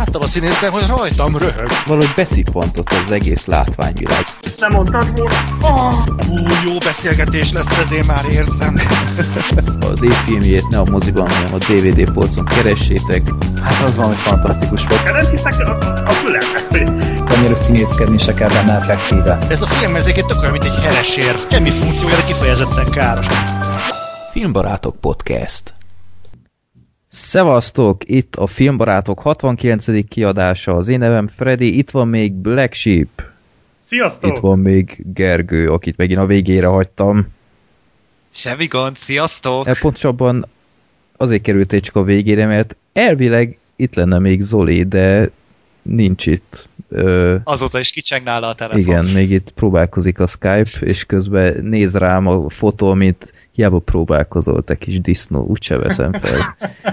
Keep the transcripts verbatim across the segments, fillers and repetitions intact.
láttam a színészen, hogy rajtam röhög. Valahogy beszippantott az egész látványvilág. Ezt nem mondtad volna? Oh, ú, jó beszélgetés lesz, ezért már érzem. Az évfilmjét ne a moziban, hanem a dé vé dé polcon keressétek. Hát az valami fantasztikus volt. Nem hiszek a, a fülemnek. Annyira színészkedni se kell benne effektíve. Ez a film ezeket tök olyan, mint egy heresér. Semmi funkciója, de kifejezetten káros. Filmbarátok Podcast. Szevasztok! Itt a Filmbarátok hatvankilencedik kiadása. Az én nevem Freddy, itt van még Black Sheep. Sziasztok! Itt van még Gergő, akit megint a végére hagytam. Semmi gond, sziasztok! E, pontosabban azért kerültél csak a végére, mert elvileg itt lenne még Zoli, de nincs itt. Ö, Azóta is kicseng nála a telefon. igen, még itt próbálkozik a Skype, és közben néz rám a fotó, amit hiába próbálkozol, te kis disznó, úgyse veszem fel.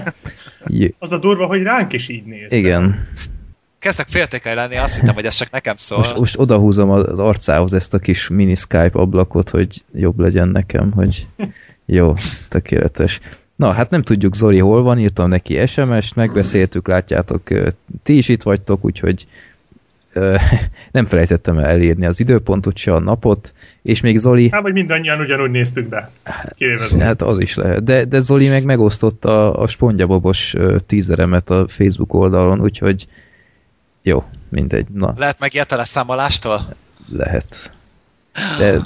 J- Az a durva, hogy ránk is így néz. igen. Kezdek féltékeny lenni, azt hittem, hogy ez csak nekem szól. Most, most odahúzom az arcához ezt a kis mini Skype ablakot, hogy jobb legyen nekem, hogy jó, tökéletes. Na, hát nem tudjuk Zoli hol van, írtam neki es em est, megbeszéltük, látjátok, ti is itt vagytok, úgyhogy ö, nem felejtettem el elírni az időpontot, se a napot, és még Zoli... Hát, vagy mindannyian ugyanúgy néztük be. Kivéve. Hát az is lehet, de, de Zoli meg megosztotta a, a spongyabobos tízeremet a Facebook oldalon, úgyhogy jó, mindegy. Na, Lehet megijedt a leszámolástól? lehet. De,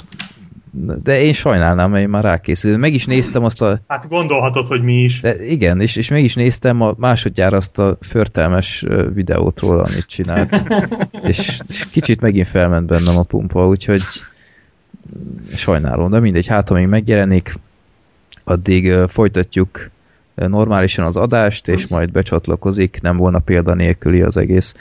de én sajnálnám, mert én már rákészültem. Meg is néztem azt a... Hát gondolhatod, hogy mi is. De igen, és, és meg is néztem a másodjára azt a förtelmes videót róla, amit csinált. és, és kicsit megint felment bennem a pumpa, úgyhogy sajnálom, de mindegy, hát ha még megjelenik, addig folytatjuk normálisan az adást, és majd becsatlakozik, nem volna példanélküli az egész.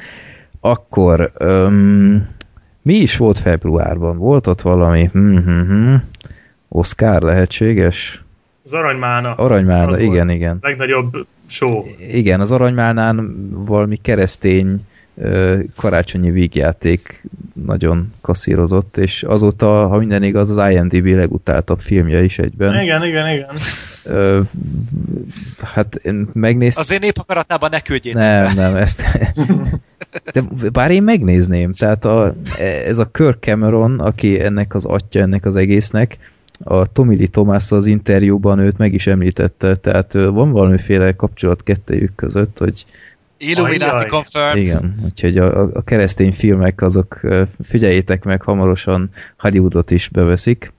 Akkor öm, mi is volt februárban? Volt ott valami? Mm-hmm. Oscar lehetséges? Az Aranymálna. Aranymálna, az igen, volt. igen. Legnagyobb show. Igen, az Aranymálnán valami keresztény karácsonyi vígjáték nagyon kasszírozott, és azóta, ha minden igaz, az i em dé bé legutáltabb filmje is egyben. Igen, igen, igen. Ö, hát én megnéztem... Az én népakaratnában ne küldjétek Nem, be. nem, ezt... De bár én megnézném, tehát a, ez a Kirk Cameron, aki ennek az atya, ennek az egésznek, a Tommy Lee Thomas az interjúban őt meg is említette, tehát van valamiféle kapcsolat kettejük között, hogy Illuminati Ajjaj. confirmed. igen, úgyhogy a, a keresztény filmek azok, figyeljétek meg, hamarosan Hollywoodot is beveszik,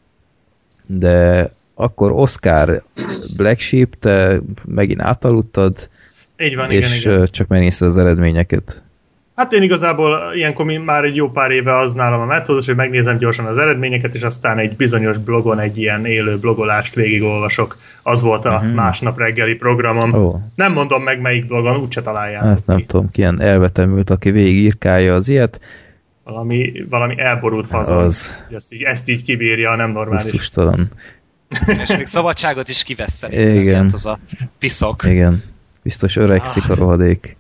de akkor Oscar, Black Sheep, te megint átaludtad, Így van, és igen, igen. csak megnézted az eredményeket. Hát én igazából ilyenkor már egy jó pár éve az nálam a metódus, hogy megnézem gyorsan az eredményeket, és aztán egy bizonyos blogon egy ilyen élő blogolást végigolvasok. Az volt a uh-huh. másnap reggeli programom. Oh. Nem mondom meg melyik blogon, úgyse találjátok Hát nem ki. tudom, ki ilyen elvetemült, aki végigírkálja az ilyet. Valami, valami elborult fazon. Az. Ezt így, ezt így kibírja, nem normális. Gusztustalan. És még szabadságot is kiveszem. Igen. Az a piszok. Igen. Biztos öregszik a rohadék.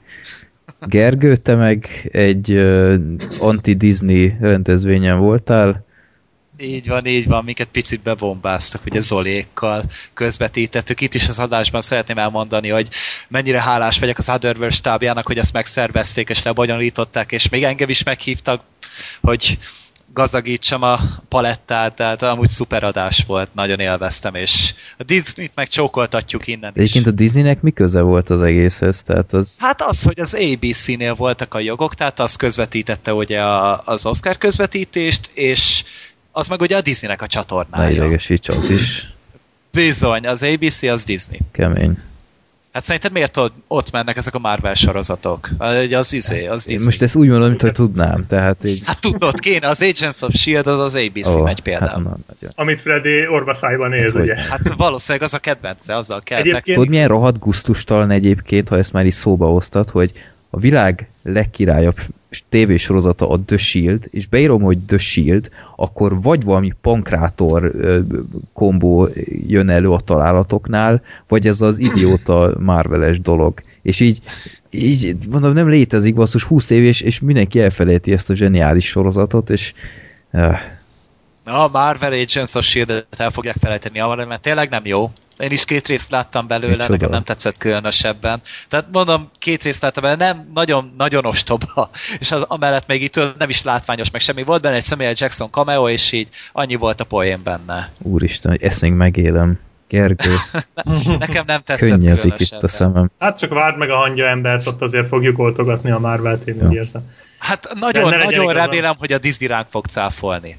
Gergő, te meg egy uh, anti-Disney rendezvényen voltál. Így van, így van, minket picit bebombáztak, ugye Zolékkal közvetítettük. Itt is az adásban szeretném elmondani, hogy mennyire hálás vagyok az Otherworld stábjának, hogy ezt megszervezték és lebonyolították, és még engem is meghívtak, hogy gazdagítsam a palettát, tehát amúgy szuper adás volt, nagyon élveztem, és a Disney-t meg csókoltatjuk innen is. Egyébként a Disneynek mi köze volt az egészhez? Tehát az... Hát az, hogy az á bé cé-nél voltak a jogok, tehát az közvetítette ugye a, az Oscar közvetítést, és az meg ugye a Disneynek a Ne csatornája. idegesíts, az is Bizony, az á bé cé az Disney. kemény. Hát szerinted miért ott, ott mennek ezek a Marvel sorozatok? Az izé, az Én Disney. most ezt úgy mondom, mint hogy tudnám, tehát így... Hát tudod, kéne, az Agents of Shield az az á bé cé Ó, megy például. Hát, na, nagyon. Amit Freddy orvaszájban néz, Hogy? ugye? Hát valószínűleg az a kedvence, azzal kell. Egyébként- Egyébként... Tudod, milyen rohadt gusztustalan egyébként, ha ezt már is szóba hoztad, hogy a világ legkirályabb tévésorozata a The Shield, és beírom, hogy The Shield, akkor vagy valami pankrátor ö, kombó jön elő a találatoknál, vagy ez az idióta Marvel-es dolog. És így, így mondom, nem létezik basszus húsz év, és, és mindenki elfelejti ezt a zseniális sorozatot, és uh, A Marvel Agents of Shield-et el fogják felejteni, mert tényleg nem jó. Én is két részt láttam belőle, Micsoda? nekem nem tetszett különösebben. Tehát mondom, két részt láttam belőle, nem, nagyon, nagyon ostoba. És az, amellett még itt nem is látványos, meg semmi. Volt benne egy Samuel Jackson cameo, és így annyi volt a poén benne. Úristen, hogy ezt még megélem. Gergő, nekem nem tetszett könnyezik itt a szemem. Hát csak várd meg a hangya embert, ott azért fogjuk oltogatni a Marvelt, én úgy érzem. Hát nagyon, nagyon remélem, hogy a Disney ránk fog cáfolni.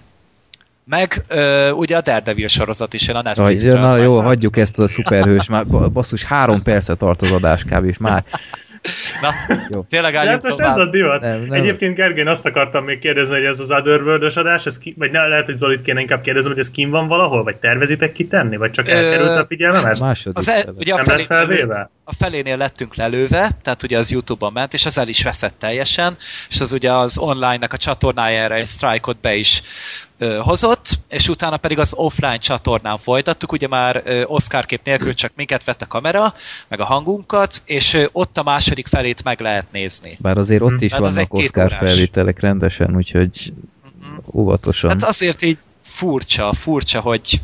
Meg ö, ugye a Daredevil sorozat is jön a Netflixre. Na jó, hagyjuk ezt a szuperhős, már basszus három percet tart az adás kb. És már... Na, jó. Tényleg álljunk most tovább. ez a divat. Nem, nem. Egyébként Gergén azt akartam még kérdezni, hogy ez az Otherworld-ös adás, ez ki, vagy ne, lehet, hogy Zolit kéne inkább kérdezem, hogy ez kim van valahol, vagy tervezitek kitenni, vagy csak elkerült a figyelmemet? Második az el, ugye a, nem felé, lett felvéve? A felénél lettünk lelőve, tehát ugye az YouTube-on ment, és az el is veszett teljesen, és az ugye az online-nak a csatornájára egy strike-ot be is ö, hozott, és utána pedig az offline csatornán folytattuk, ugye már ö, Oscar kép nélkül csak minket vett a kamera, meg a hangunkat, és ö, ott a második felét meg lehet nézni. Bár azért ott is hát vannak Oscar felvételek rendesen, úgyhogy óvatosan. Hát azért így furcsa, furcsa, hogy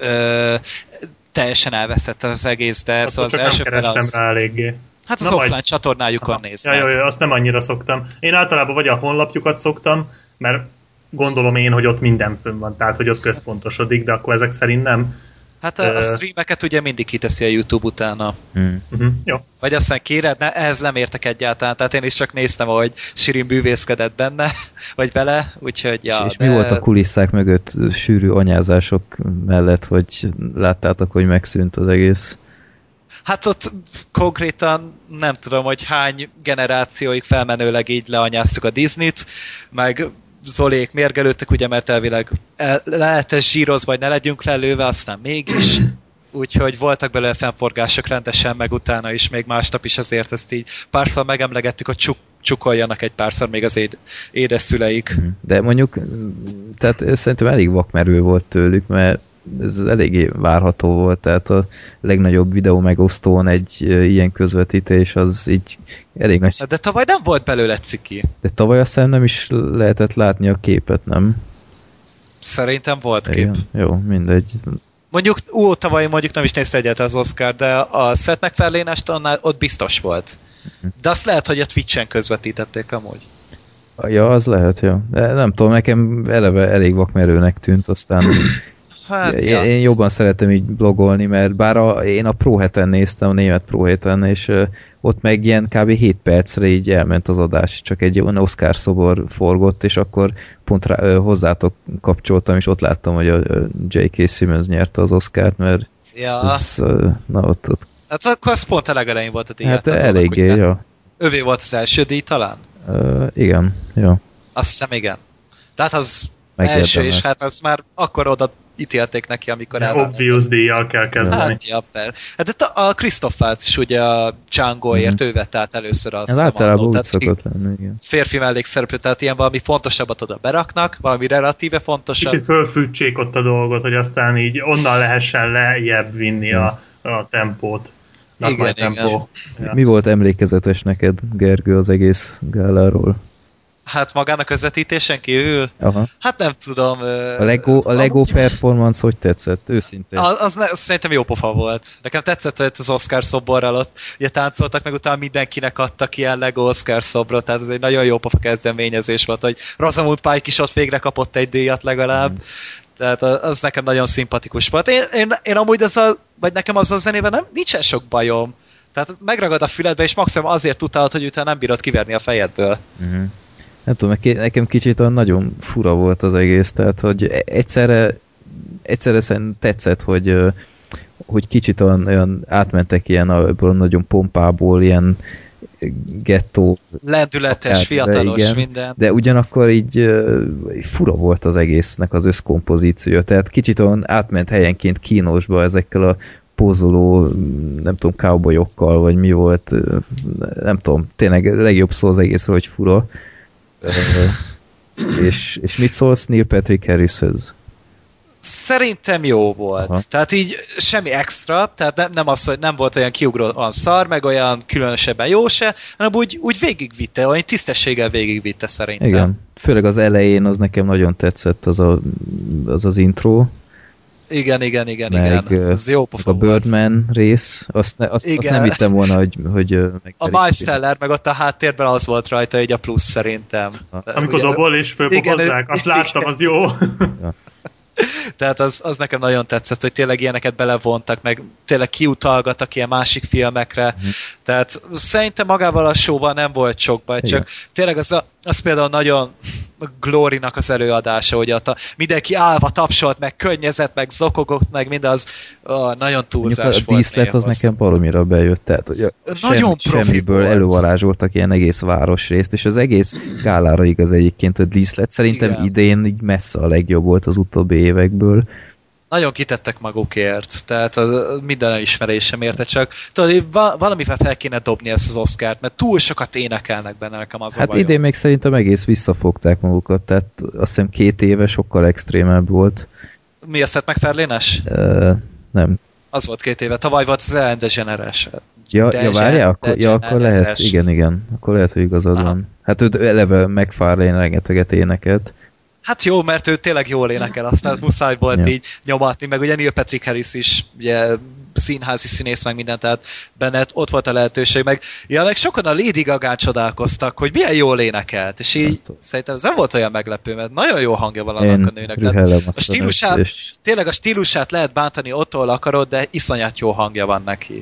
ö, teljesen elveszett az egész, de Akkor szóval az csak első nem fel kerestem az... rá eléggé. Hát az Na offline majd... csatornájukon néznek. Ja, jó, jó, azt nem annyira szoktam. Én általában vagy a honlapjukat szoktam, mert gondolom én, hogy ott minden fönn van, tehát hogy ott központosodik, de akkor ezek szerint nem. Hát a, a streameket ugye mindig kiteszi a YouTube utána. Hmm. Uh-huh, jó. Vagy aztán kéred, ne, ehhez nem értek egyáltalán, tehát én is csak néztem, ahogy Sirin bűvészkedett benne, vagy bele, úgyhogy ja. És, és de... mi volt a kulisszák mögött sűrű anyázások mellett, hogy láttátok, hogy megszűnt az egész? Hát ott konkrétan nem tudom, hogy hány generációig felmenőleg így leanyáztuk a Disneyt, meg Zolék mérgelődtek, ugye, mert elvileg el, lehet ez zsírozva, vagy ne legyünk lelőve, aztán mégis. Úgyhogy voltak belőle fennforgások rendesen, meg utána is, még másnap is azért ezt így párszor megemlegettük, hogy csuk, csukoljanak egy párszor még az éd, édes szüleik. De mondjuk, tehát szerintem elég vakmerő volt tőlük, mert ez eléggé várható volt, tehát a legnagyobb videó megosztón egy ilyen közvetítés az így elég nagy... De tavaly nem volt belőle ciki. De tavaly aztán nem is lehetett látni a képet, nem? Szerintem volt Igen. kép. Jó, mindegy. Mondjuk, ó, tavaly mondjuk nem is nézte egyet az Oscar, de a Seth MacFarlane-est annál ott biztos volt. De azt lehet, hogy a Twitch-en közvetítették amúgy. Ja, az lehet, ja. De nem tudom, nekem eleve elég vakmerőnek tűnt, aztán Hát, én, ja. én jobban szeretem így blogolni, mert bár a, én a Pro heten néztem, a német Pro heten, és uh, ott meg ilyen kb. hét percre így elment az adás, csak egy olyan Oscar szobor forgott, és akkor pont rá, uh, hozzátok kapcsoltam, és ott láttam, hogy a uh, jé ká. Simmons nyerte az Oscart, mert Ja. ez, uh, na ott, ott. Hát akkor az pont a legelején volt a díjat. Hát eléggé, ja. Övé volt az első díj talán? Uh, igen, jó. Azt hiszem, igen. Tehát az Megérdemel. első, és hát az már akkor oda ítélték neki, amikor Ja, elvállalt. obvious díjjal kell kezdeni. Hát, ja, per. Hát de a Christoph Waltz is ugye a Djangoért mm-hmm. ő vett át először azt. Ez általában úgy szokott lenni, igen. Férfi mellékszereplő, tehát ilyen valami fontosabbat oda beraknak, valami relatíve fontosabb. Kicsit fölfűtsék ott a dolgot, hogy aztán így onnan lehessen lejjebb vinni a, a tempót. Not Igen, my tempo. Ja. Mi volt emlékezetes neked, Gergő, az egész gáláról? Hát magán a közvetítésen kívül? Aha. Hát nem tudom. A Lego, a Lego performance hogy tetszett? Őszintén. Az, az, az szerintem jó pofa volt. Nekem tetszett, hogy az Oscar szoborral ott ugye táncoltak, meg utána mindenkinek adtak ilyen Lego Oscar szobrot, tehát ez egy nagyon jó pofa kezdeményezés volt, hogy Rosamund Pike is ott végre kapott egy díjat legalább. Mm. Tehát az nekem nagyon szimpatikus volt. Én, én, én amúgy az a, vagy nekem az a zenével nem, nincsen sok bajom. Tehát megragad a füledbe, és maximum azért utálod, hogy utána nem bírod kiverni a fejedből. Mm-hmm. Nem tudom, nekem kicsit olyan nagyon fura volt az egész, tehát hogy egyszerre, egyszerre szerintem tetszett, hogy, hogy kicsit olyan, olyan átmentek ilyen a nagyon pompából, ilyen gettó. Lendületes, akár, fiatalos, igen, minden. De ugyanakkor így, így fura volt az egésznek az összkompozíció, tehát kicsit olyan átment helyenként kínosba ezekkel a pózoló, nem tudom, cowboyokkal, vagy mi volt, nem tudom, tényleg legjobb szó az egészről, hogy fura. és, és mit szólsz Neil Patrick Harrishez? Szerintem jó volt. Aha. Tehát így semmi extra, tehát nem, nem az, hogy nem volt olyan kiugróan szar, meg olyan különösebben jó se, hanem úgy, úgy végigvitte, olyan tisztességgel végigvitte szerintem. Igen, főleg az elején az nekem nagyon tetszett az a, az, az intro, Igen, igen, igen, meg, igen. Ez jó pofa a Birdman volt. Rész, azt, ne, azt, azt nem hittem volna, hogy, hogy a Miles Teller, meg ott a háttérben az volt rajta egy a plusz szerintem. De, amikor ugye, dobol és fölpofozzák, azt igen, láttam, az jó. Ja. Tehát az, az nekem nagyon tetszett, hogy tényleg ilyeneket belevontak, meg tényleg kiutalgattak ilyen másik filmekre. Mm. Tehát szerintem magával a showban nem volt sok baj, igen. Csak tényleg az, a, az például nagyon Glory-nak az előadása, hogy a, mindenki állva tapsolt, meg könnyezett, meg zokogott, meg mindaz, oh, nagyon túlzás volt. A díszlet az nekem baromira bejött, tehát hogy nagyon sem, semmiből volt. Elővarázsoltak ilyen egész városrészt, és az egész gálára igaz egyébként a díszlet. Szerintem igen. Idén így messze a legjobb volt az utóbbi évekből. Nagyon kitettek magukért, tehát az minden elismerésem érte, csak tudod, valamivel fel kéne dobni ezt az Oscart, mert túl sokat énekelnek benne, nekem az hát a bajom. Idén még szerintem egész visszafogták magukat, tehát azt hiszem két éve sokkal extrémebb volt. Mi a Seth MacFarlane-es? Uh, nem. Az volt két éve, tavaly volt az Ellen DeGeneres. Ja, ja várjál, akkor, ja, akkor lehet, igen, igen, akkor lehet, hogy igazad Aha. van. Hát ő eleve MacFarlane rengeteget énekelt. Hát jó, mert ő tényleg jól énekel, aztán muszáj volt ja. így nyomatni, meg ugye Neil Patrick Harris is ugye színházi színész, meg minden, tehát benne ott volt a lehetőség, meg, ja, meg sokan a Lady Gagán csodálkoztak, hogy milyen jól énekelt, és így hát, szerintem ez nem volt olyan meglepő, mert nagyon jó hangja van annak a nőnek. A stílusát, és... tényleg a stílusát lehet bántani ott, ahol akarod, de iszonyat jó hangja van neki.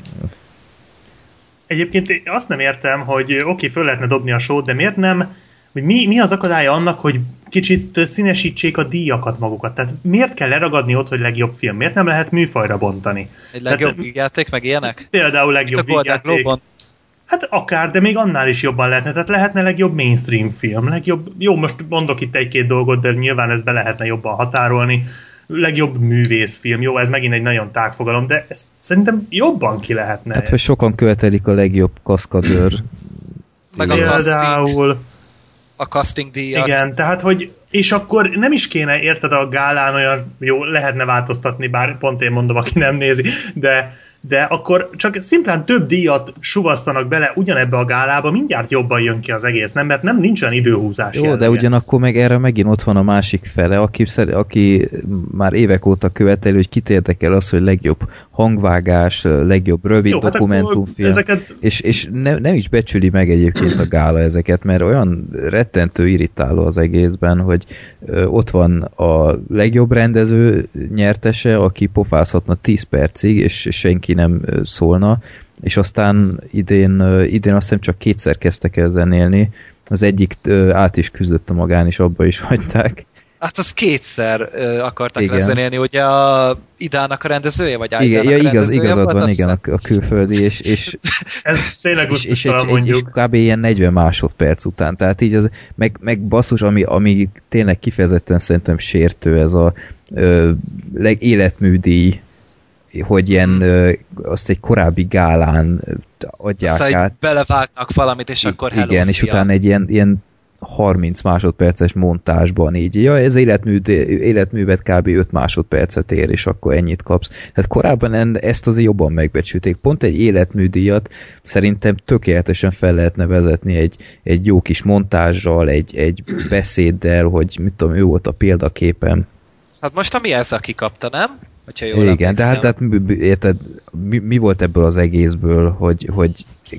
Egyébként azt nem értem, hogy oké, okay, föl lehetne dobni a sót, de miért nem hogy mi, mi az akadálya annak, hogy kicsit színesítsék a díjakat magukat? Tehát miért kell leragadni ott, hogy legjobb film? Miért nem lehet műfajra bontani? Egy legjobb vígjáték, meg ilyenek? Például legjobb vígjáték. Hát akár, de még annál is jobban lehetne. Tehát lehetne legjobb mainstream film. Legjobb, jó, most mondok itt egy-két dolgot, de nyilván ez be lehetne jobban határolni. Legjobb művészfilm. Jó, ez megint egy nagyon tág fogalom, de ezt szerintem jobban ki lehetne. Tehát, hogy sokan követelik a legjobb kaszkadőr. Meg a például... a casting díjat. Igen, tehát, hogy és akkor nem is kéne, érted, a gálán olyan, jó, lehetne változtatni, bár pont én mondom, aki nem nézi, de, de akkor csak szimplán több díjat suvasztanak bele ugyanebbe a gálába, mindjárt jobban jön ki az egész, nem? Mert nem nincs olyan időhúzás. Jó, jelentően. De ugyanakkor meg erre megint ott van a másik fele, aki, aki már évek óta követeli, hogy kit érdekel az, hogy legjobb hangvágás, legjobb rövid jó, dokumentumfilm, hát ezeket... és, és ne, nem is becsüli meg egyébként a gála ezeket, mert olyan rettentő irritáló az egészben, hogy ö, ott van a legjobb rendező nyertese, aki pofázhatna tíz percig, és senki nem szólna, és aztán idén, idén azt hiszem csak kétszer kezdtek el zenélni, az egyik át is küzdött a magán, és abba is hagyták. Hát az kétszer uh, akartak igen. lezenélni, ugye a Idának a rendezője, vagy igen, ja, igaz, igazad van, igen, a, a külföldi, és, és, ez tényleg és, és, egy, egy, és kb. Ilyen negyven másodperc után, tehát így az, meg, meg basszus, ami, ami tényleg kifejezetten szerintem sértő, ez a ö, életműdíj, hogy ilyen, hmm. ö, azt egy korábbi gálán adják azt át. Belevágnak valamit, és akkor hello, igen, és utána egy ilyen, ilyen harminc másodperces montásban így. Ja, ez életmű, életművet kb. öt másodpercet ér, és akkor ennyit kapsz. Tehát korábban ezt azért jobban megbecsülték. Pont egy életműdíjat szerintem tökéletesen fel lehetne vezetni egy, egy jó kis montázsal, egy, egy beszéddel, hogy mit tudom, ő volt a példaképem. Hát most a mi ez, aki kapta, nem? Igen, de hát, hát érted, mi, mi volt ebből az egészből, hogy, hogy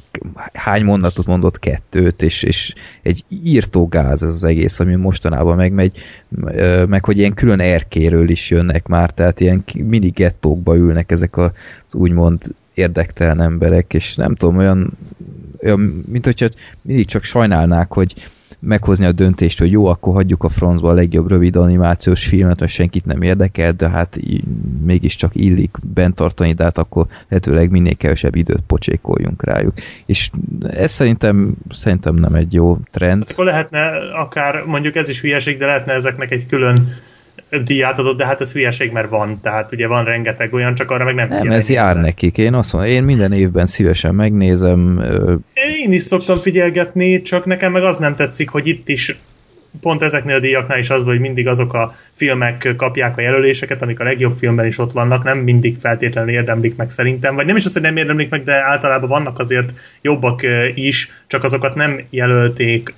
hány mondatot mondott, kettőt, és, és egy írtó gáz ez az egész, ami mostanában megmegy, meg hogy ilyen külön erkéről is jönnek már, tehát ilyen mini gettókba ülnek ezek az úgymond érdektelen emberek, és nem tudom, olyan, olyan mint hogyha mindig csak sajnálnák, hogy meghozni a döntést, hogy jó, akkor hagyjuk a francba a legjobb rövid animációs filmet, mert senkit nem érdekel, de hát mégiscsak illik bent tartani, de hát akkor lehetőleg minél kevesebb időt pocsékoljunk rájuk. És ez szerintem, szerintem nem egy jó trend. Hát akkor lehetne akár, mondjuk ez is hülyeség, de lehetne ezeknek egy külön díját adott, de hát ez hülyeség, mert van, tehát ugye van rengeteg olyan, csak arra meg nem Nem, ez jár be. Nekik, én azt mondom, én minden évben szívesen megnézem. Én is szoktam figyelgetni, csak nekem meg az nem tetszik, hogy itt is pont ezeknél a díjaknál is az, hogy mindig azok a filmek kapják a jelöléseket, amik a legjobb filmben is ott vannak, nem mindig feltétlenül érdemlik meg szerintem, vagy nem is az, hogy nem érdemlik meg, de általában vannak azért jobbak is, csak azokat nem jelölték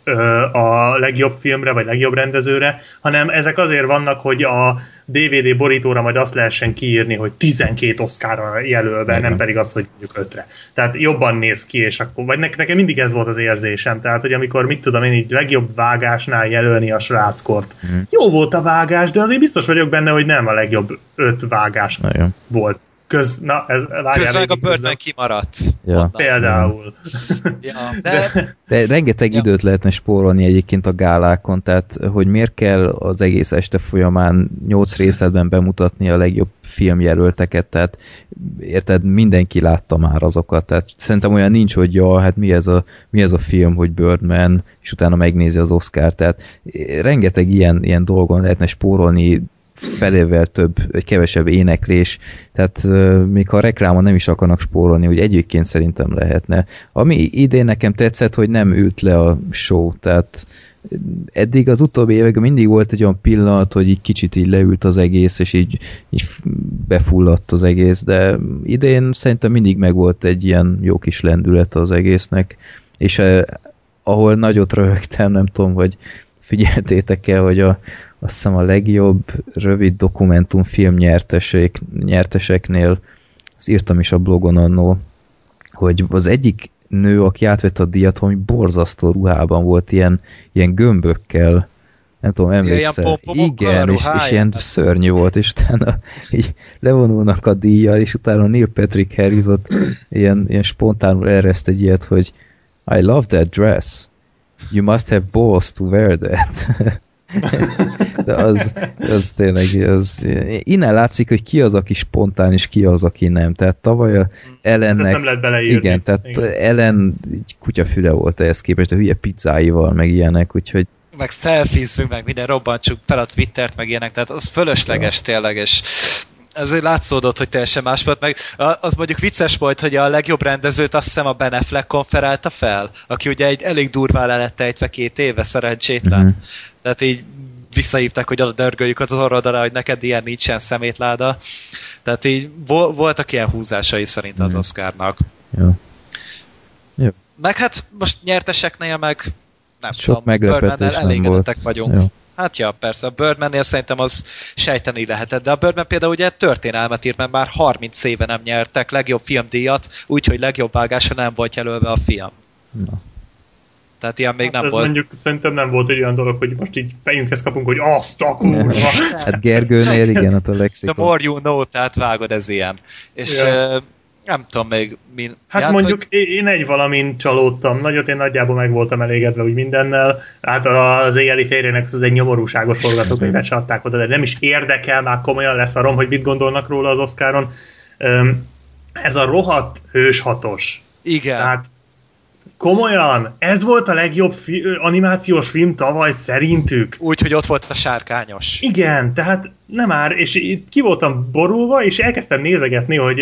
a legjobb filmre, vagy legjobb rendezőre, hanem ezek azért vannak, hogy a dé vé dé borítóra majd azt lehessen kiírni, hogy tizenkét Oscarra jelölve, igen. Nem pedig az, hogy mondjuk ötre. Tehát jobban néz ki, és akkor, vagy nekem mindig ez volt az érzésem, tehát, hogy amikor, mit tudom én, így legjobb vágásnál jelölni a sráckort. Mm. Jó volt a vágás, de azért biztos vagyok benne, hogy nem a legjobb öt vágás igen. volt. Köz, na, ez, Közben meg a Birdman kimaradt. Ja. Például. Ja, de... De, de rengeteg ja. időt lehetne spórolni egyébként a gálákon, tehát hogy miért kell az egész este folyamán nyolc részletben bemutatni a legjobb filmjelölteket, tehát érted, mindenki látta már azokat, tehát szerintem olyan nincs, hogy ja, hát mi ez a, mi ez a film, hogy Birdman, és utána megnézi az Oscar, tehát rengeteg ilyen, ilyen dolgon lehetne spórolni, felével több, vagy kevesebb éneklés, tehát uh, még ha a reklámon nem is akarnak spórolni, hogy egyébként szerintem lehetne. Ami idén nekem tetszett, hogy nem ült le a show, tehát eddig az utóbbi években mindig volt egy olyan pillanat, hogy így kicsit így leült az egész, és így, így befulladt az egész, de idén szerintem mindig megvolt egy ilyen jó kis lendület az egésznek, és uh, ahol nagyot röhögtem, nem tudom, hogy figyeltétek el, hogy a azt hiszem a legjobb rövid dokumentumfilm nyertesek, nyerteseknél, azt írtam is a blogon annó, hogy az egyik nő, aki átvette a díjat, hogy borzasztó ruhában volt, ilyen, ilyen gömbökkel, nem tudom, emlékszel. Igen, és, és ilyen szörnyű volt, és utána így levonulnak a díjjal, és utána Neil Patrick Harris ott ilyen, ilyen spontánul ereszt egy ilyet, hogy I love that dress. You must have balls to wear that. De az, az tényleg, az, innen látszik, hogy ki az, aki spontán, és ki az, aki nem. Tehát tavaly a Ellennek... nem lehet beleírni. Igen, tehát igen. Ellen kutyafüle volt ehhez képest, a hülye pizzáival, meg ilyenek, úgyhogy... Meg selfizzünk, meg minden robbantsuk fel a Twittert, meg ilyenek, tehát az fölösleges ja. tényleg, és ezért látszódott, hogy teljesen más volt, meg az mondjuk vicces volt, hogy a legjobb rendezőt azt hiszem a Ben Affleck konferálta fel, aki ugye egy elég durván le lett ejtve két éve, szerencsétlen. Mm-hmm. Tehát így visszahívták, hogy oda dörgöljük az orrodra, hogy neked ilyen nincsen szemétláda. Tehát így voltak ilyen húzásai szerint az Oscarnak. Jó. Jó. Meg hát most nyerteseknél meg nem sok tudom, meglepetés nem elégedettek vagyunk. Jó. Hát ja, persze, a Birdmannél szerintem az sejteni lehetett, de a Birdman például ugye történelmet írt, mert már harminc éve nem nyertek legjobb filmdíjat, úgyhogy legjobb vágása nem volt jelölve a film. Na. Tehát ilyen még hát nem ez volt. Mondjuk szerintem nem volt egy olyan dolog, hogy most így fejünkhez kapunk, hogy azt a kurva. Hát Gergőnél igen, ott a lexikon. The more you know, tehát vágod, ez ilyen. És yeah. uh, nem tudom még... Mi, hát ját, mondjuk hogy... én egy valamin csalódtam. Nagyot én nagyjából meg voltam elégedve úgy mindennel. Hát az éjjeli férjének az egy nyomorúságos forgatókönyvet se adták oda, de nem is érdekel, már komolyan leszarom, hogy mit gondolnak róla az Oscaron. Ez a rohadt hős hatos. Igen. Tehát komolyan, ez volt a legjobb fi- animációs film tavaly szerintük. Úgy, hogy ott volt a sárkányos. Igen, tehát nem már, és itt ki voltam borulva, és elkezdtem nézegetni, hogy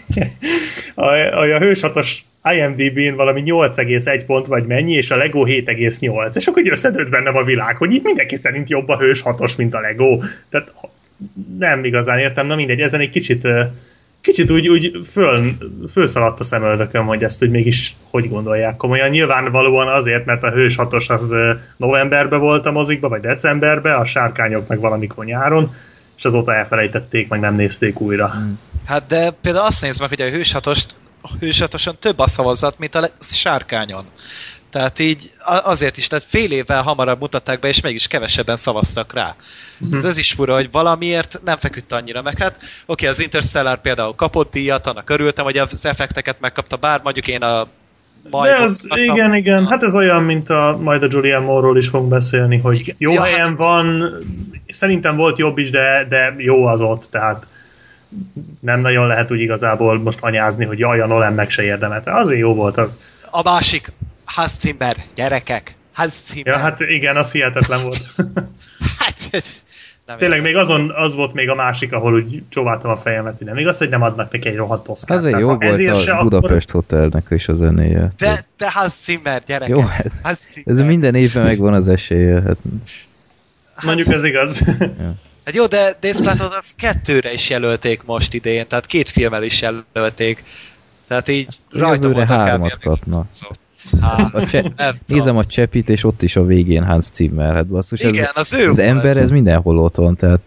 a, a, a hőshatos IMDb-n valami nyolc egész egy pont vagy mennyi, és a Lego hét egész nyolc. És akkor összedőlt bennem a világ, hogy itt mindenki szerint jobb a hőshatos, mint a Lego. Tehát nem igazán értem, na mindegy, ezen egy kicsit... Kicsit úgy, úgy föl, fölszaladt a szemöldököm, hogy ezt úgy mégis hogy gondolják komolyan. Nyilvánvalóan azért, mert a hős hatos az novemberben volt a mozikba, vagy decemberben, a sárkányok meg valamikor nyáron, és azóta elfelejtették, meg nem nézték újra. Hát de például azt nézd meg, hogy a hős hatost, a hős hatoson több a szavazat, mint a sárkányon. Tehát így azért is, tehát fél évvel hamarabb mutatták be, és mégis kevesebben szavaztak rá. Mm-hmm. Ez, ez is fura, hogy valamiért nem feküdt annyira meg. Hát oké, az Interstellar például kapott díjat, annak örültem, hogy az effekteket megkapta, bár mondjuk én a majd de az, igen, igen, hát ez olyan, mint a, majd a Julianne Moore-ról is fogunk beszélni, hogy igen, jó ja, helyen hát... van, szerintem volt jobb is, de, de jó az ott, tehát nem nagyon lehet úgy igazából most anyázni, hogy jaj, a Nolan meg se érdemelte. Azért jó volt az. A másik, Hans Zimmer, gyerekek, Hans Zimmer. Ja, hát igen, az hihetetlen volt. Hát, nem tényleg még azon, az volt még a másik, ahol úgy csóváltam a fejemet, hogy nem igaz, hogy nem adnak neki egy rohadt Oscart. Azért jó volt a Budapest akkor... Hotelnek is a zenéje. De, de Hans Zimmer, gyerekek. Jó, hát, ez minden évben megvan az esélye. Hát... Mondjuk ez igaz. Ja. Hát jó, de Days Platot az kettőre is jelölték most idén, tehát két filmmel is jelölték. Tehát így rajta jövőre hármat kapna. Há, A cse- nem nézem tudom. a Csepit, és ott is a végén Hans Zimmer. Hát basszus, Igen, ez, az ő az volt. ember, ez mindenhol ott van, tehát...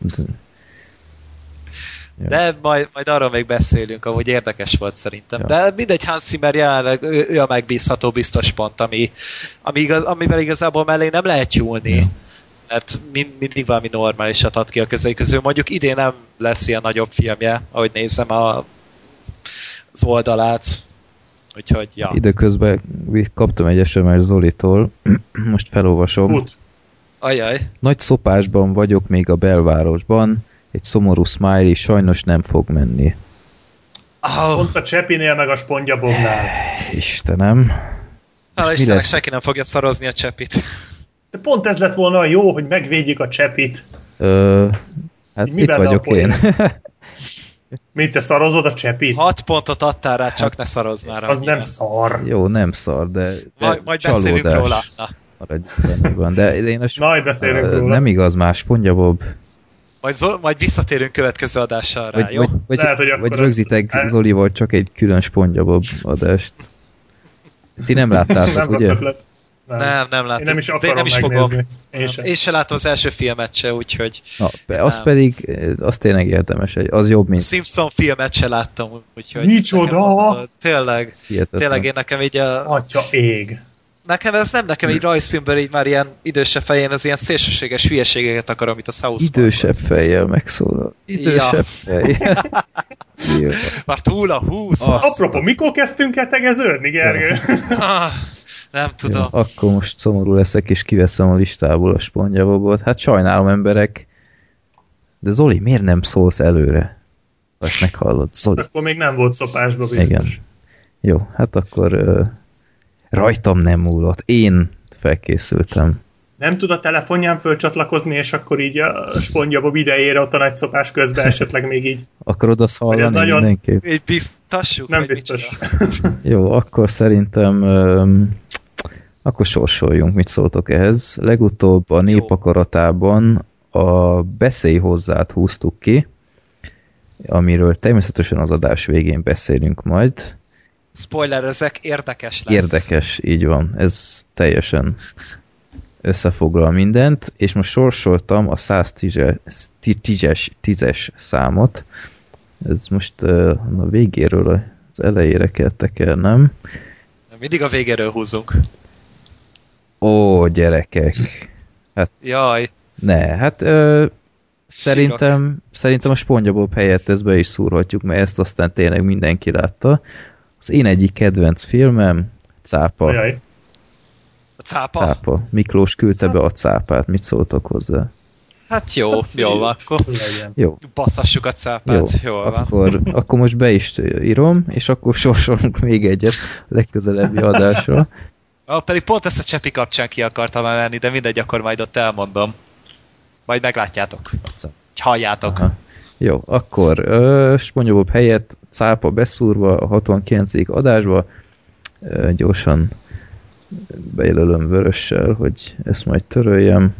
De majd, majd arról még beszélünk, ahogy érdekes volt szerintem. Ja. De mindegy, Hans Zimmer jelenleg ő, ő a megbízható biztos pont, ami, ami igaz, amivel igazából mellé nem lehet nyúlni. Ja. Mert mind, mindig valami normálisat ad ki a közei közül. Mondjuk idén nem lesz ilyen nagyobb filmje, ahogy nézem a, az oldalát. Úgyhogy, ja. Időközben kaptam egy es em es Zolitól, most felolvasom. Fut. Ajaj. Nagy szopásban vagyok még a belvárosban, egy szomorú smiley sajnos nem fog menni. Oh, Pont a Csepinél meg a Spongyabobnál. Istenem. hála mi Istennek, lesz? senki nem fogja szarozni a Csepit. De pont ez lett volna a jó, hogy megvédjük a Csepit. Ö, hát Mi itt benne a vagyok én. Mint te szarozod a Csepit? Hat pontot adtál rá, csak ne szarozz már. Az annyira. nem szar. Jó, nem szar, de, de Majd, majd beszélünk csalódás róla. Na. maradj benne van. De én a, Majd beszélünk ö, róla. nem igaz más, Spongybob. Majd, Zol- majd visszatérünk következő adással rá, Vagy, jó? vagy, vagy, Lehet, hogy akkor vagy azt- rögzítek el- Zolival csak egy külön Spongybob adást. Ti nem láttátok, Nem rossz ugye? ötlet. Nem. Nem, nem látom. Én nem is De akarom nem is megnézni. fogom. Én sem. Én se láttam az első filmet se, úgyhogy Na, be, az Nem. pedig, az tényleg érdemes, egy- az jobb, mint Simpson filmet se láttam, úgyhogy... Micsoda? nekem- Tényleg, hihetetlen. tényleg én nekem így a... Atya ég. Nekem ez nem, nekem egy rajzfilmből így már ilyen idősebb fején az ilyen szélsőséges hülyeségeket akarom, mint a South Parkban. Idősebb fejjel megszólal. Idősebb Ja. fejjel. Jó. Már túl a húsz. Ah. Apropó, mikor kezdtünk el tegeződni, Gergő? Ah, nem tudom. Jó, akkor most szomorú leszek, és kiveszem a listából a Spongyabobot. Hát sajnálom, emberek. De Zoli, miért nem szólsz előre? Azt meghallod, Zoli. Akkor még nem volt szopásba biztos. Igen. Jó, hát akkor uh, rajtam nem múlott. Én felkészültem. Nem tud a telefonján fölcsatlakozni, és akkor így a Spongybob idejére ott a nagy szopás közben esetleg még így. Akarod azt Vagy ez hallani nagyon- mindenképp? Így biztassuk? Nem vagy biztos. micsoda? Jó, akkor szerintem um, akkor sorsoljunk, mit szóltok ehhez. Legutóbb a nép akaratában a Beszélj hozzát húztuk ki, amiről természetesen az adás végén beszélünk majd. Spoiler, ezek érdekes lesz. Érdekes, így van. Ez teljesen összefoglal mindent, és most sorsoltam a száztízes számot. Ez most uh, a végéről az elejére kell tekernem. Mindig a végéről húzunk. Ó, gyerekek! Jaj, Ne, hát ö, szerintem, szerintem a Spongybob helyett ezt be is szúrhatjuk, mert ezt aztán tényleg mindenki látta. Az én egyik kedvenc filmem, Cápa. Ajaj. a cápa? Cápa. Miklós küldte be a cápát, mit szóltok hozzá? Hát jó, jó van, akkor Legyen. Jó, basszassuk a jó. cápát. Jó, van. Akkor, akkor most be is írom, és akkor sorsolunk még egyet a legközelebbi adásra. Ah, pedig pont ezt a Csepi kapcsán ki akartam emelni, de mindegy, akkor majd ott elmondom. Majd meglátjátok. Halljátok. Aha. Jó, akkor ö, Spongybob helyett cápa beszúrva a hatvankilencedik adásba. Ö, gyorsan bejelölöm vörössel, hogy ezt majd töröljem.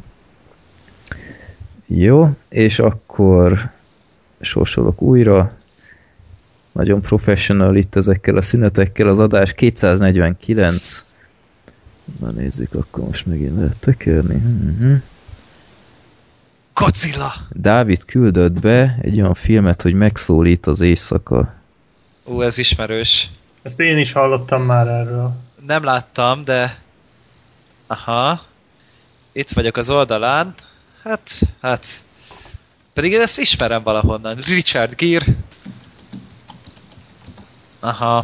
Jó, és akkor sorsolok újra. Nagyon professional itt ezekkel a szünetekkel. Az adás kétszáznegyvenkilenc. Na nézzük, akkor most megint lehet tekerni. Uh-huh. Godzilla! Dávid küldött be egy olyan filmet, hogy megszólít az éjszaka. Ú, ez ismerős. Ezt én is hallottam már erről. Nem láttam, de... Aha. Itt vagyok az oldalán. Hát, hát... Pedig én ezt ismerem valahonnan. Richard Gere. Aha.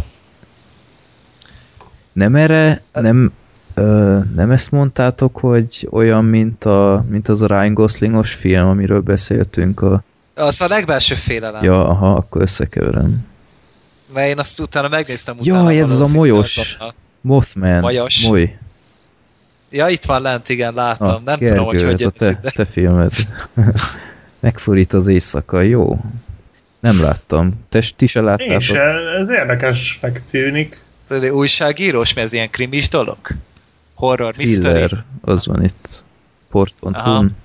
Nem erre, nem, ö, nem ezt mondtátok, hogy olyan, mint, a, mint az a Ryan Goslingos film, amiről beszéltünk a... Az a legbelső félelem. Ja, aha, akkor összekeverem. Mert én azt utána megnéztem utána. Jaj, ez az a valószínűleg molyos. azonnal. Mothman. Molyos. Moly. Ja, itt van lent, igen, látom. Ah, Nem Gergő, tudom, hogy hogy ez a jön ez te, ide. te filmed. Megszólít az éjszaka, jó. Nem láttam. Te, ti se láttátok? Én se, ez érdekesnek tűnik. Tudod, újságírós, mi ez ilyen krimis dolog? Horror, mystery? Thriller, az van itt. port pont Aha. hu-n.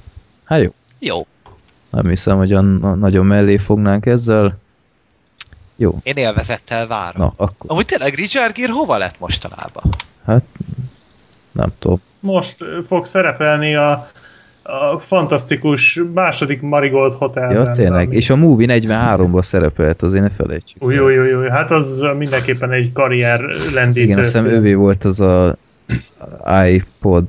Hát jó. Jó. Nem hiszem, hogy a, a, nagyon mellé fognánk ezzel. Jó. Én élvezettel várom. Na, akkor... Amúgy tényleg Richard Gere hova lett mostanában? Hát, nem tudom. Most fog szerepelni a, a fantasztikus második Marigold Hotelben. Ja, tényleg. Ami... És a Movie negyvenháromban szerepelt, azért ne felejtsük. Új, új, új, új. Hát az mindenképpen egy karrier lendítő. Igen, azt hiszem ővé volt az a iPod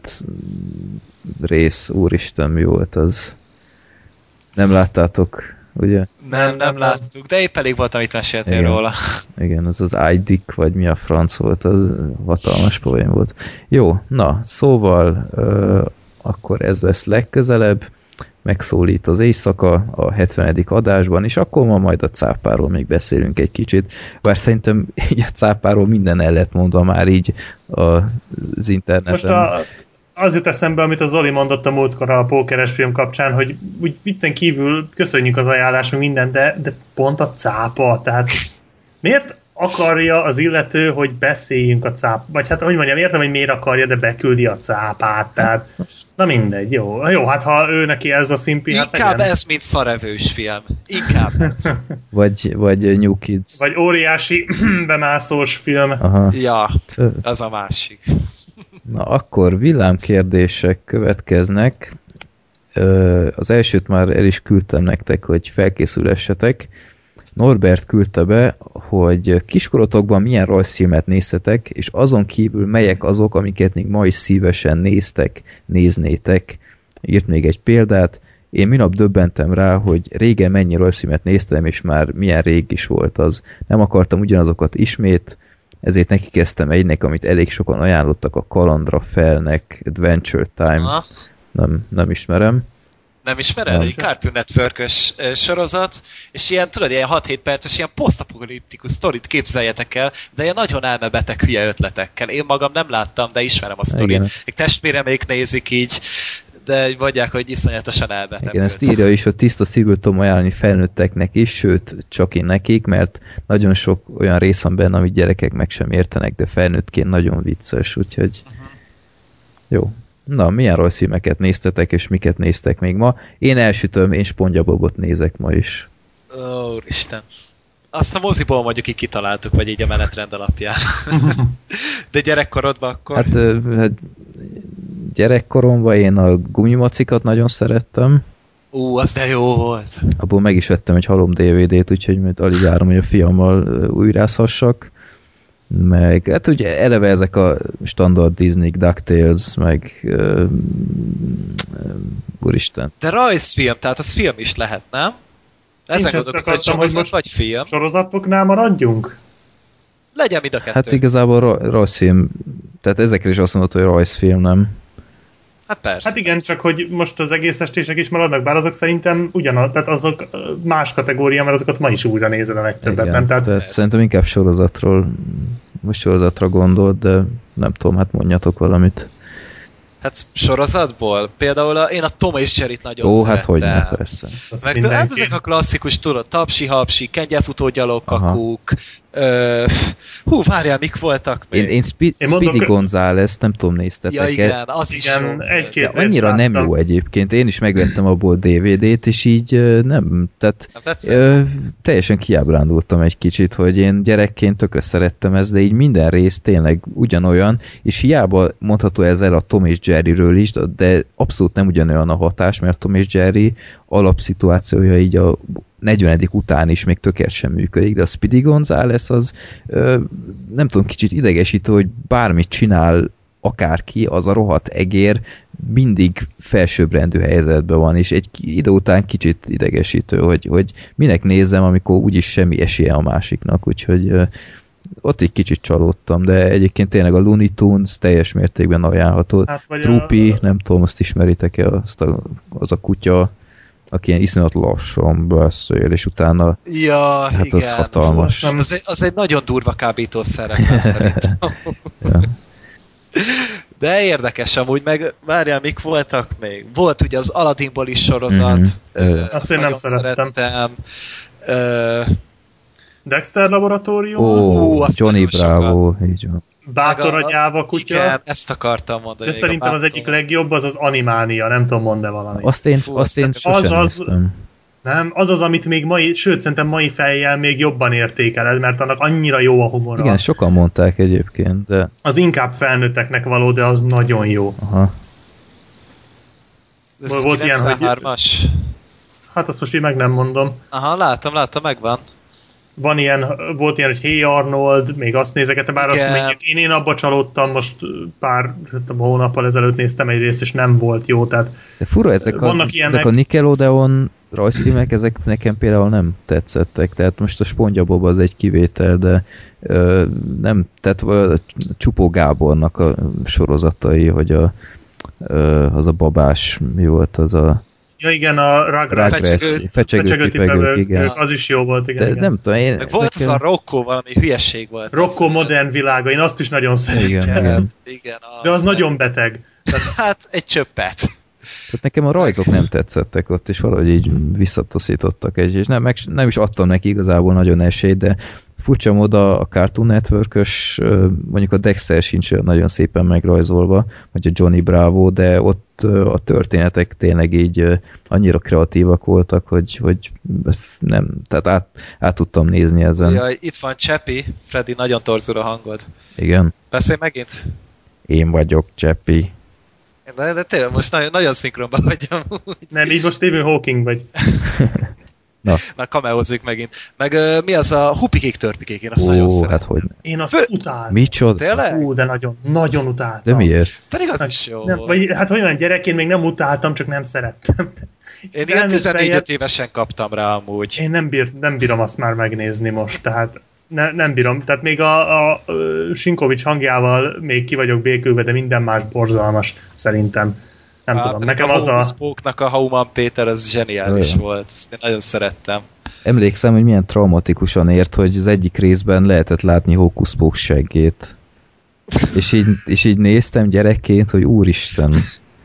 rész, úristen, mi volt az? Nem láttátok, ugye? Nem, nem láttuk, de épp elég volt, amit meséltél Igen. róla. Igen, az az iDick, vagy mi a franc volt, az hatalmas poén volt. Jó, na, szóval uh, akkor ez lesz legközelebb, megszólít az éjszaka a hetvenedik adásban, és akkor ma majd a cápáról még beszélünk egy kicsit, bár szerintem így a cápáról minden el lett mondva már így az interneten. Most a, az jut eszembe, amit az Zoli mondott a múltkor a pókeres film kapcsán, hogy úgy viccen kívül köszönjük az ajánlást, meg minden, de, de pont a cápa, tehát miért akarja az illető, hogy beszéljünk a cápa, vagy hát hogy mondjam, értem, hogy miért akarja, de beküldi a cápát, tehát na mindegy, jó. Jó, hát ha ő neki ez a szimpi, hát inkább legyen. ez, mint szarevős film. Inkább ez. Vagy, vagy New Kids. Vagy óriási bemászós film. Aha. Ja, az a másik. Na akkor villámkérdések következnek. Az elsőt már el is küldtem nektek, hogy felkészülessetek. Norbert küldte be, hogy kiskorotokban milyen rajzfilmet néztetek, és azon kívül melyek azok, amiket még ma is szívesen néztek, néznétek. Írt még egy példát. Én minap döbbentem rá, hogy régen mennyi rajzfilmet néztem, és már milyen rég is volt az. Nem akartam ugyanazokat ismét, ezért neki kezdtem egynek, amit elég sokan ajánlottak, a Kalandra Felnek, Adventure Time. Aha. Nem, nem ismerem. Nem ismered? Egy Cartoon Network-ös sorozat, és ilyen, tudod, ilyen hat-hét perces, ilyen posztapokaliptikus sztorit képzeljetek el, de ilyen nagyon elmebeteg hülye ötletekkel. Én magam nem láttam, de ismerem a sztorit. Még testvéremék nézik így, de mondják, hogy iszonyatosan elbeteg. Igen, ezt írja is, hogy tiszta szívből tudom ajánlani felnőtteknek is, sőt, csak én nekik, mert nagyon sok olyan rész van benne, amit gyerekek meg sem értenek, de felnőttként nagyon vicces, úgyhogy uh-huh. Jó. Na, milyen rajzfilmeket néztetek, és miket néztek még ma? Én elsütöm, én SpongeBobot nézek ma is. Ó, Isten. Azt a moziból mondjuk így kitaláltuk, vagy így a menetrend alapján. De gyerekkorodban akkor? Hát, hát gyerekkoromban én a Gumimacikat nagyon szerettem. Ú, az de jó volt. Abból meg is vettem egy halom dé vé dét, úgyhogy alig várom, hogy a fiammal újrázhassak. Meg, hát ugye eleve ezek a standard Disney, DuckTales, meg uh, uh, úristen. De rajzfilm, tehát az film is lehet, nem? Ezen gondolkozom, hogy sorozat vagy film. Sorozatoknál maradjunk? Legyen mind a kettő. Hát igazából ra- rajzfilm, tehát ezekre is azt mondod, hogy rajzfilm, nem? Hát persze. Hát igen, csak hogy most az egész estések is maradnak, bár azok szerintem ugyanaz, tehát azok más kategória, mert azokat ma is újra nézed a legtöbbet, igen, nem? Tehát, tehát szerintem inkább sorozatról, most sorozatra gondolt, de nem tudom, hát mondjatok valamit. Hát sorozatból? Például a, én a Tom és Jerryt nagyon Ó, szerettem. hát hogyne, persze. Meg tudod, hát ezek a klasszikus, tudod, tapsi-hapsi, kengyelfutó gyalogkakuk, ö, hú, várjál, mik voltak még? Én, én, Spi- én Speedy mondok, Gonzales, nem tudom, néztetek. Ja igen, az is igen, jó. Egy-két annyira nem jó egyébként, én is megvettem abból dé vé dét, és így nem, tehát ö, teljesen kiábrándultam egy kicsit, hogy én gyerekként tökre szerettem ezt, de így minden rész tényleg ugyanolyan, és hiába mondható ezzel a Tom és Jerryről is, de abszolút nem ugyanolyan a hatás, mert Tom és Jerry alapszituációja így a negyvenedik után is még tökéletesen működik, de a Speedy Gonzales az ö, nem tudom, kicsit idegesítő, hogy bármit csinál akárki, az a rohadt egér mindig felsőbbrendű helyzetben van, és egy idő után kicsit idegesítő, hogy, hogy minek nézzem, amikor úgyis semmi esélye a másiknak, úgyhogy ö, ott egy kicsit csalódtam, de egyébként tényleg a Looney Tunes teljes mértékben ajánlható. Hát, Droopy, a... nem tudom, azt ismeritek-e, azt a, az a kutya, aki ilyen iszonyat lassan beszél, és utána ja, hát igen. az hatalmas. Az egy, az egy nagyon durva kábítószerekkel szerintem. Ja. De érdekes amúgy, meg várjál, mik voltak még? Volt ugye az Aladdinból is sorozat. Mm-hmm. Ö, azt én nem szerettem. szerettem. Ö, Dexter Laboratórium? Ó, oh, Johnny Bravo, így van. Bátor a gyáva kutya. Igen, ezt akartam mondani. De szerintem az egyik legjobb az az Animánia, nem tudom, mond-e valami. Azt én, Fú, azt én sosem az, az, Nem, az az, amit még mai, sőt, szerintem mai fejjel még jobban értékeled, mert annak annyira jó a humora. Igen, sokan mondták egyébként, de... Az inkább felnőtteknek való, de az nagyon jó. Aha. Ez volt kilencvenhármas? Ilyen, hogy... Hát azt most így meg nem mondom. Aha, látom, látom, megvan. Van ilyen, volt ilyen, hogy Hey Arnold, még azt nézekette, bár igen. Azt mondjuk, én, én abba csalódtam, most pár hónappal ezelőtt néztem egy részt, és nem volt jó, tehát... De fura, ezek a, ezek a Nickelodeon rajzfilmek, ezek nekem például nem tetszettek, tehát most a Spongya Bob az egy kivétel, de ö, nem, tehát ö, Csupó Gábornak a sorozatai, hogy a, ö, az a babás, mi volt az a... Ja igen, a Rugrats, fecsegő tipegők, igen. Az is jó volt, igen. De igen. nem tudom, én... Meg volt az a Rocco, valami hülyeség volt. Rocco modern világa, én azt is nagyon szeretem. Igen, igen. igen az de az nem. Nagyon beteg. Tehát... hát egy csöppet. Tehát nekem a rajzok nem tetszettek ott, és valahogy így visszataszítottak egy, és nem, meg, nem is adtam neki igazából nagyon esélyt, de furcsa módon a Cartoon Network-ös, mondjuk a Dexter sincs nagyon szépen megrajzolva, vagy a Johnny Bravo, de ott a történetek tényleg így annyira kreatívak voltak, hogy, hogy nem, tehát át, át tudtam nézni ezen. Jaj, itt van Csepi, Freddy, nagyon torzul a hangod. Igen. Beszélj megint? Én vagyok Csepi. De, de tényleg most nagyon, nagyon szinkronban vagy amúgy. Nem, így most Stephen Hawking vagy. Na, Na kameózzuk megint. Meg uh, mi az a hupikék törpikék, én azt Ó, nagyon szeretem. Hát hogy... Én azt Fő... utáltam. Micsoda? Tényleg? Ú, de nagyon, nagyon utáltam. De miért? Pedig az hát, is jó nem, volt. Vagy, hát olyan gyerekként még nem utáltam, csak nem szerettem. Én ilyen tizennégy évesen kaptam rá amúgy. Én nem, bír, nem bírom azt már megnézni most, tehát ne, nem bírom. Tehát még a, a, a Sinkovics hangjával még ki vagyok békülve, de minden más borzalmas szerintem. Nem Há, tudom, nekem a az a... Spoke-nak a Hauman Péter, az zseniális Olyan. volt. Ezt én nagyon szerettem. Emlékszem, hogy milyen traumatikusan ért, hogy az egyik részben lehetett látni Hókusz Pók seggét. És így, és így néztem gyerekként, hogy úristen.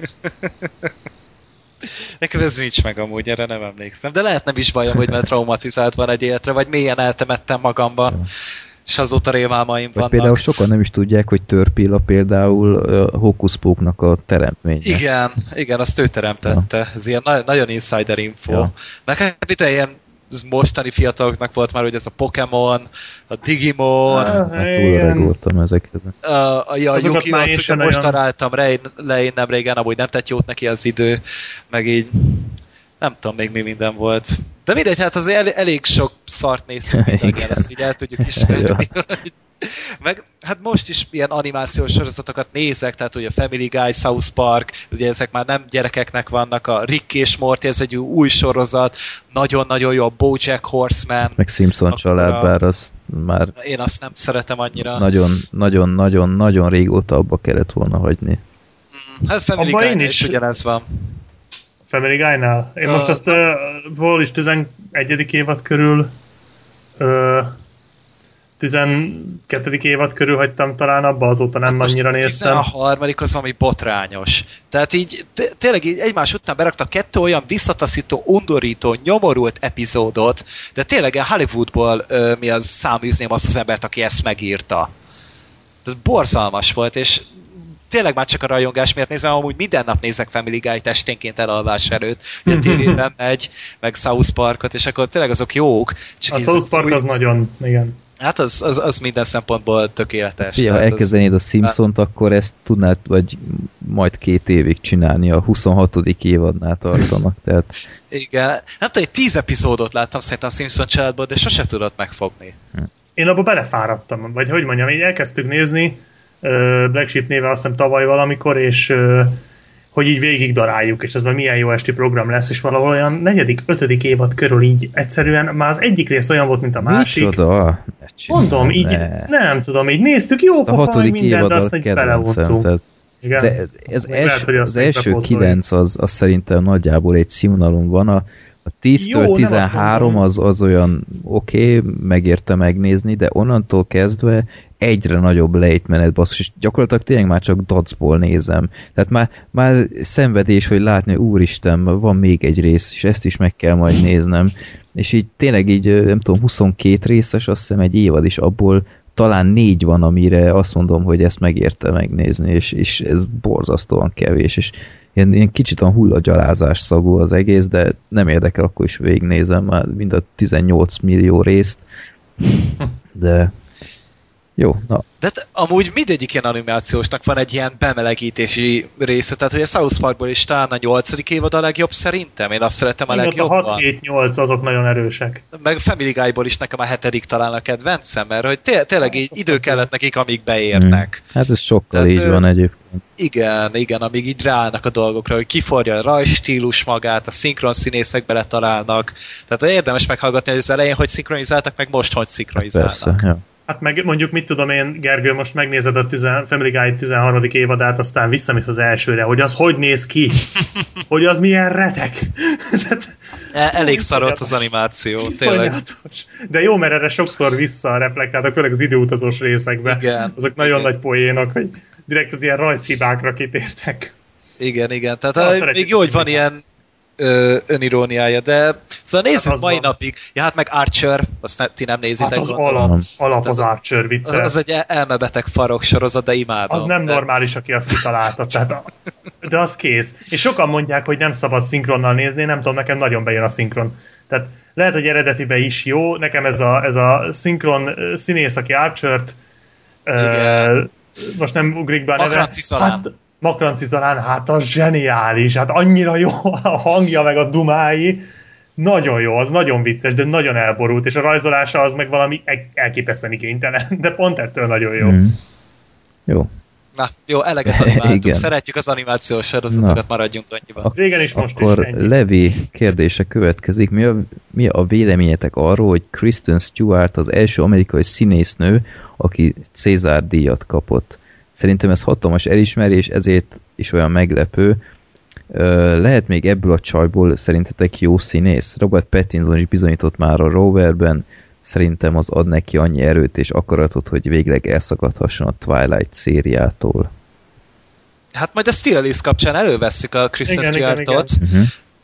Nekem ez nincs meg amúgy, erre nem emlékszem. De lehet nem is bajom, hogy mert traumatizált van egy életre, vagy mélyen eltemettem magamban. Ja. És azóta rémálmaim vagy vannak. Például sokan nem is tudják, hogy Törpilla például a Hókusz Póknak a teremtménye. Igen, igen, azt ő teremtette. Ja. Ez ilyen na- nagyon insider info. Ja. Meg hát itt ilyen mostani fiataloknak volt már, hogy ez a Pokémon, a Digimon. Hát túl öreg voltam ezeket. A, a, a Yuki, azt most olyan... találtam le én nem régen, amúgy nem tett jót neki az idő, meg így nem tudom még mi minden volt. De mindegy, hát azért el, elég sok szart néztünk mindannyian, ezt így el tudjuk ismerni. Meg hát most is ilyen animációs sorozatokat nézek, tehát ugye a Family Guy, South Park, ugye ezek már nem gyerekeknek vannak, a Rick és Morty, ez egy új sorozat, nagyon-nagyon jó, a BoJack Horseman. Meg Simpson család, a... bár azt már... Én azt nem szeretem annyira. Nagyon-nagyon-nagyon régóta abba kellett volna hagyni. Mm, hát Family Guy is ugyanez van. Family Guy-nál? Én uh, most azt uh, hol is tizenegyedik évad körül uh, tizenkettedik évad körül hagytam talán abba, azóta nem hát annyira néztem. tizenharmadik az valami botrányos. Tehát így tényleg így egymás után beraktak kettő olyan visszataszító, undorító, nyomorult epizódot, de tényleg a Hollywoodból uh, mi az száműzném azt az embert, aki ezt megírta. Tehát borzalmas volt, és tényleg már csak a rajongás miatt nézem, amúgy minden nap nézek Family Guy-t esténként elalvás előtt, hogy a tévében megy, meg South Parkot, és akkor tényleg azok jók. Csak a South Park az nagyon, igen. Hát az, az, az minden szempontból tökéletes. Fia, ha elkezdenéd a Simpsont, hát... akkor ezt tudnád, vagy majd két évig csinálni, a huszonhatodik évadnál tartanak, tehát... Igen, nem tudom, egy tíz epizódot láttam szerintem a Simpson családból, de sose tudott megfogni. Hm. Én abba belefáradtam, vagy hogy mondjam, így elkezdtük nézni, Black Sheep néve azt hiszem tavaly valamikor, és hogy így végig daráljuk, és ez már milyen jó esti program lesz, és valahol olyan negyedik, ötödik évad körül így egyszerűen már az egyik rész olyan volt, mint a másik. Micsoda? Mondom, így ne. nem tudom, így néztük, jó pofa, minden, de azt így belevontunk. Ez, ez els, lehet, az első kilenc az, az szerintem nagyjából egy színvonalon van, a A tíztől tizenhárom az, az olyan oké, okay, megérte megnézni, de onnantól kezdve egyre nagyobb lejtmenet basszus, és gyakorlatilag tényleg már csak dacból nézem. Tehát már, már szenvedés, hogy látni, hogy úristen, van még egy rész, és ezt is meg kell majd néznem. És így tényleg így, nem tudom, huszonkét részes, azt hiszem egy évad is, abból talán négy van, amire azt mondom, hogy ezt megérte megnézni, és, és ez borzasztóan kevés, és ilyen, ilyen kicsit a hullagyalázás szagú az egész, de nem érdekel, akkor is végignézem már mind a tizennyolc millió részt, de jó, na. De hát amúgy mindegyik ilyen animációsnak van egy ilyen bemelegítési része, tehát hogy a South Parkból is talán a nyolcadik évad a legjobb szerintem, én azt szeretem a igen, legjobban. A hat hét nyolc azok nagyon erősek. Meg Family Guy-ból is nekem a hetedik talán a kedvencem, mert hogy té- tényleg így idő kellett nekik, amíg beérnek. Hmm. Hát ez sokkal tehát, így van egyébként. Igen, igen, amíg így ráállnak a dolgokra, hogy kiforja a rajzstílus magát, a szinkron színészek beletalálnak. Tehát érdemes meghallgatni az elején, hogy szinkronizáltak, meg most, hogy szinkronizálnak. Persze, ja. Hát meg mondjuk mit tudom én, Gergő, most megnézed a tizen, Family Guy tizenharmadik évadát, aztán visszamész az elsőre, hogy az hogy néz ki, hogy az milyen retek. El, elég szarott az animáció, tényleg. De jó, mert erre sokszor visszareflektáltak, főleg az időutazós részekben. Igen, azok nagyon igen. nagy poénok, hogy direkt az ilyen rajzhibákra kitértek. Igen, igen, tehát ah, még jó, hogy van ilyen ö, öniróniája, de szóval nézzük hát mai van. napig. Ja, hát meg Archer, azt ne, ti nem nézitek. Hát az alap, alap az Archer vicce. Az, az egy elmebeteg farok sorozat, de imádom. Az nem de... normális, aki azt kitalálta, tehát, de az kész. És sokan mondják, hogy nem szabad szinkronnal nézni, nem tudom, nekem nagyon bejön a szinkron. Tehát lehet, hogy eredetibe is jó, nekem ez a, ez a szinkron színész, aki Archert, uh, most nem ugrik be a neve. Makranci Zalán. Hát, Makranci Zalán, hát az zseniális, hát annyira jó a hangja, meg a dumái, nagyon jó, az nagyon vicces, de nagyon elborult, és a rajzolása az meg valami elképesztően igénytelen, de pont ettől nagyon jó. Mm. Jó. Na, jó, eleget animáltunk. Szeretjük az animációs sorozatokat, maradjunk annyiban. Régen is, most Akkor is. Akkor Levi kérdése következik. Mi a, mi a véleményetek arról, hogy Kristen Stewart az első amerikai színésznő, aki César díjat kapott? Szerintem ez hatalmas elismerés, ezért is olyan meglepő. Lehet még ebből a csajból szerintetek jó színész? Robert Pattinson is bizonyított már a Roverben, szerintem az ad neki annyi erőt és akaratot, hogy végleg elszakadhasson a Twilight szériától. Hát majd a Steel Alice kapcsán elővesszük a Kristen Stewartot. Uh-huh.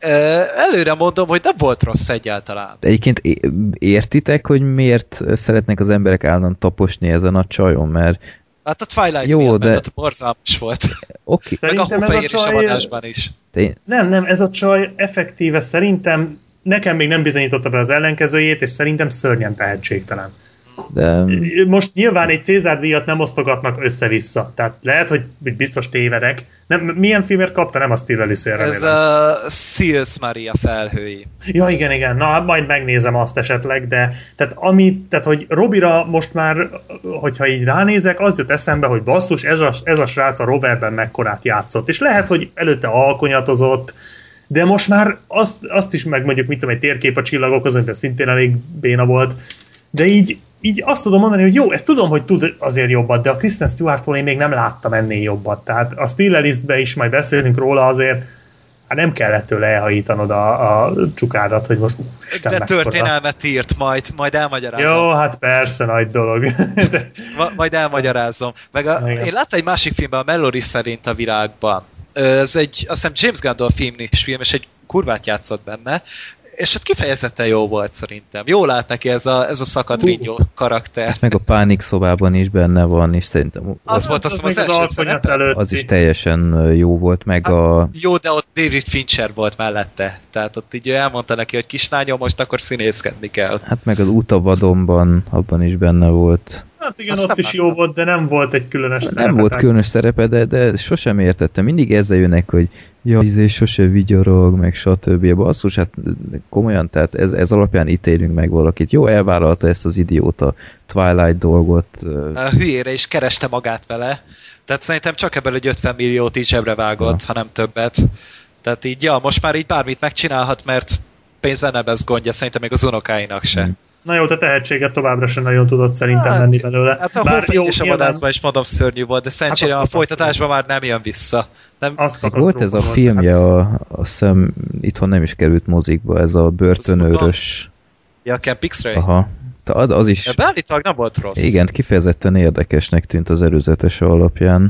Előre mondom, hogy nem volt rossz egyáltalán. De egyébként értitek, hogy miért szeretnek az emberek állandóan taposni ezen a csajon, mert hát a Twilight jó, miatt, de... mert ott borzalmas volt. Okay. Meg a hófehér is a vadásban is. De... Nem, nem, ez a csaj effektíve szerintem nekem még nem bizonyította be az ellenkezőjét, és szerintem szörnyen tehetségtelen. De... Most nyilván egy César díjat nem osztogatnak össze-vissza. Tehát lehet, hogy biztos tévedek. Nem, milyen filmért kapta? Nem a Steel Alice-ére. Ez a Seals Maria felhői. Ja, igen, igen. Na, majd megnézem azt esetleg, de tehát, ami, tehát hogy Robira most már, hogyha így ránézek, az jött eszembe, hogy basszus, ez a, ez a srác a Roverben mekkorát játszott. És lehet, hogy előtte alkonyatozott, de most már azt, azt is meg mondjuk, mit tudom, egy térkép a csillagokhoz, amiben szintén elég béna volt, de így, így azt tudom mondani, hogy jó, ezt tudom, hogy tud azért jobbat, de a Kristen Stewartból én még nem láttam ennél jobbat. Tehát a Steel Alice-be is majd beszélünk róla, azért hát nem kellett tőle elhajítanod a, a csukádat, hogy most Isten de mekkora. történelmet írt, majd, majd elmagyarázom. Jó, hát persze, nagy dolog. de... Ma, majd elmagyarázom. Meg a, én láttam egy másik filmben, a Mallory szerint a virágban. Ez egy, azt hiszem James Gunn film is film, és egy kurvát játszott benne, és hát kifejezetten jó volt szerintem. Jól lát neki ez a, ez a szakadrinnyó karakter. Meg a Pánik szobában is benne van, és szerintem... Az, az volt azt az, az első szerepe. Az is teljesen jó volt, meg hát, a... Jó, de ott David Fincher volt mellette. Tehát ott így elmondta neki, hogy kislányom, most akkor színészkedni kell. Hát meg az Út a vadonban, abban is benne volt. Hát igen, azt ott is jó volt, de nem volt egy különös nem szerepe. Nem volt különös szerepe, de, de sosem értettem. Mindig ezzel jönnek, hogy jaj, izé sose vigyorog, meg stb. Basszus, hát komolyan, tehát ez, ez alapján ítélünk meg valakit. Jó, elvállalta ezt az idióta Twilight dolgot. A hülyére is kereste magát vele. Tehát szerintem csak ebből egy ötven milliót így zsebre vágott, ja. ha nem többet. Tehát így, ja, most már így bármit megcsinálhat, mert pénzzel nem lesz gondja, szerintem még az unokáinak se. Hmm. Na jó, te tehetséget továbbra sem nagyon tudott szerintem hát, lenni belőle. Hát a hófehér és a vadászban is mondom szörnyű volt, de szerencsére hát a folytatásban már nem jön vissza. Nem... Volt ez a filmje, a, azt hiszem itthon nem is került mozikba, ez a börtönőrös... Ja, Camp X-Ray? Aha. Az, az is... Beállítólag nem volt rossz. Igen, kifejezetten érdekesnek tűnt az előzetes alapján.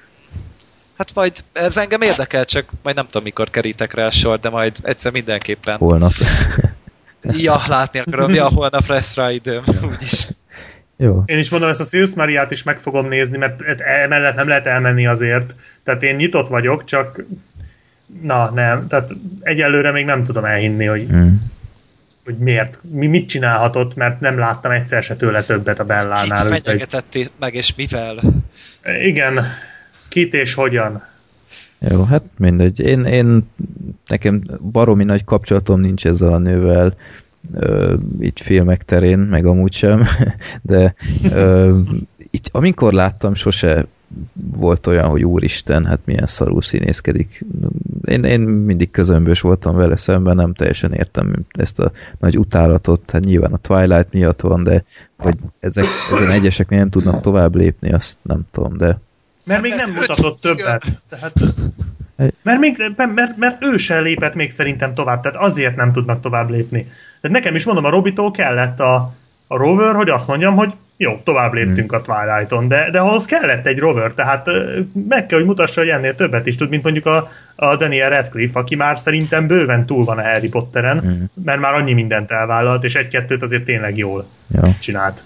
Hát majd ez engem érdekel, csak majd nem tudom mikor kerítek rá sor, de majd egyszer mindenképpen. Holnap. Ja, látni akarom. Ja, holnap lesz rá időm. Úgyis. Jó. Én is mondom, ezt a Sils Mariát is meg fogom nézni, mert emellett nem lehet elmenni azért. Tehát én nyitott vagyok, csak na nem. Tehát egyelőre még nem tudom elhinni, hogy, mm. hogy miért, mi mit csinálhatott, mert nem láttam egyszer se tőle többet a Bellánál. Kit fenyegetették meg, és mivel? Igen, kit és hogyan. Jó, hát mindegy. Én, én nekem baromi nagy kapcsolatom nincs ezzel a nővel, ö, így filmek terén, meg amúgy sem, de ö, így, amikor láttam, sose volt olyan, hogy úristen, hát milyen szarul színészkedik. Én, én mindig közömbös voltam vele szemben, nem teljesen értem ezt a nagy utálatot, hát nyilván a Twilight miatt van, de hogy ezek, ezen egyesek nem tudnak tovább lépni, azt nem tudom, de mert még nem mutatott többet. Tehát, mert, még, mert, mert ő sem lépett még szerintem tovább, tehát azért nem tudnak tovább lépni. Tehát nekem is mondom, a Robitól kellett a, a rover, hogy azt mondjam, hogy jó, tovább léptünk hmm. a Twilighton, de, de ahhoz kellett egy rover, tehát meg kell, hogy mutassa, hogy ennél többet is tud, mint mondjuk a, a Daniel Radcliffe, aki már szerintem bőven túl van a Harry Potteren, hmm. mert már annyi mindent elvállalt, és egy-kettőt azért tényleg jól ja. csinált.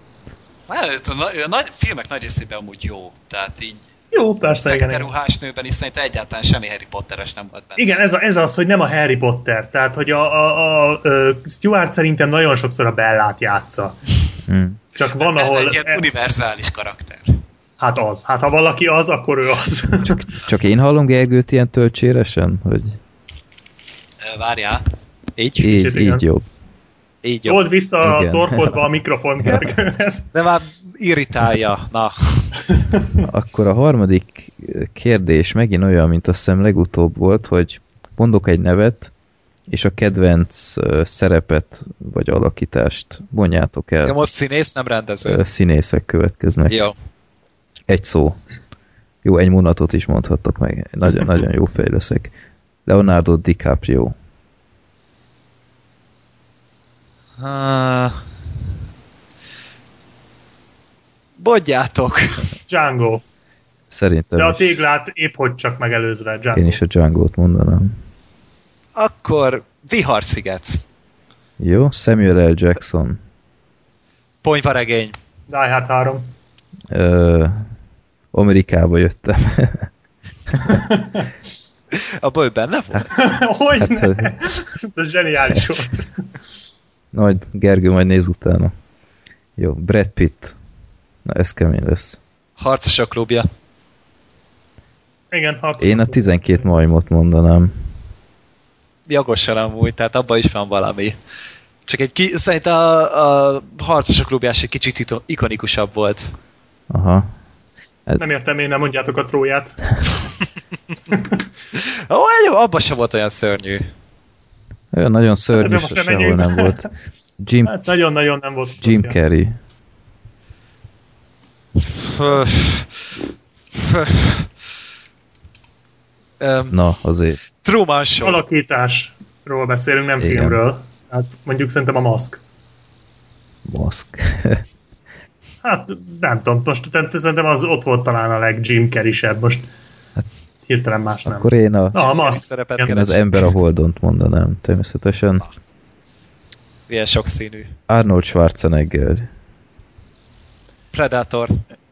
A nagy filmek nagy részében amúgy jó, tehát így jó, persze, igen. Fekete ruhás nőben is szerintem egyáltalán semmi Harry Potteres nem volt benne. Igen, ez, a, ez az, hogy nem a Harry Potter. Tehát, hogy a, a, a, a Stuart szerintem nagyon sokszor a Bellát játsza. Hmm. Csak van, Bella ahol... egy ilyen univerzális karakter. Hát az. Hát ha valaki az, akkor ő az. Csak, csak én hallom Gergőt ilyen töltséresen? Hogy... Várjál. Így? Így, így jobb. Így jobb. Old vissza a torkodba a mikrofon, Gergőhez. De már irritálja. Na. Akkor a harmadik kérdés megint olyan, mint azt hiszem legutóbb volt, hogy mondok egy nevet, és a kedvenc szerepet vagy alakítást vonjátok el. Ja, most színész, nem rendező. Színészek következnek. Jó. Egy szó. Jó, egy mondatot is mondhattok meg. Nagyon, nagyon jó fej leszek. Leonardo DiCaprio. Uh, Bodjátok. Django. Szerintem de a is. téglát épp hogy csak megelőzve. Django. Én is a Django-t mondanám. Akkor Viharsziget. Jó, Samuel L. Jackson. Ponyvaregény. Die Hard három. Ö, Amerikába jöttem. Abban ő benne volt? Hogyne? Hát, ez zseniális volt. Majd Gergő, majd néz utána. Jó, Brad Pitt. Na, ez kemény lesz. Harcosok klubja. Igen, harcosok. Én a tizenkét majmot mondanám. Jagosan amúgy, tehát abban is van valami. Csak egy ki, szerintem a, a harcosok klubjás egy kicsit ikonikusabb volt. Aha. Ez... Nem értem, én nem mondjátok a Tróját. Ó, abban sem volt olyan szörnyű. Olyan nagyon szörnyű, hát, sehol nem volt. Jim... Hát nagyon-nagyon nem volt. Jim Carrey. Na, azért. Truman Show. Alakításról beszélünk, nem igen. filmről. Hát mondjuk szerintem a Maszk. Maszk. Hát nem tudom, most szerintem az ott volt talán a leg Jim Carrey-sebb, most hát, hirtelen más nem. Akkor én a, Na, a Maszk. Én az Ember a Holdont mondanám, természetesen. Milyen sokszínű. Arnold Schwarzenegger. Predator.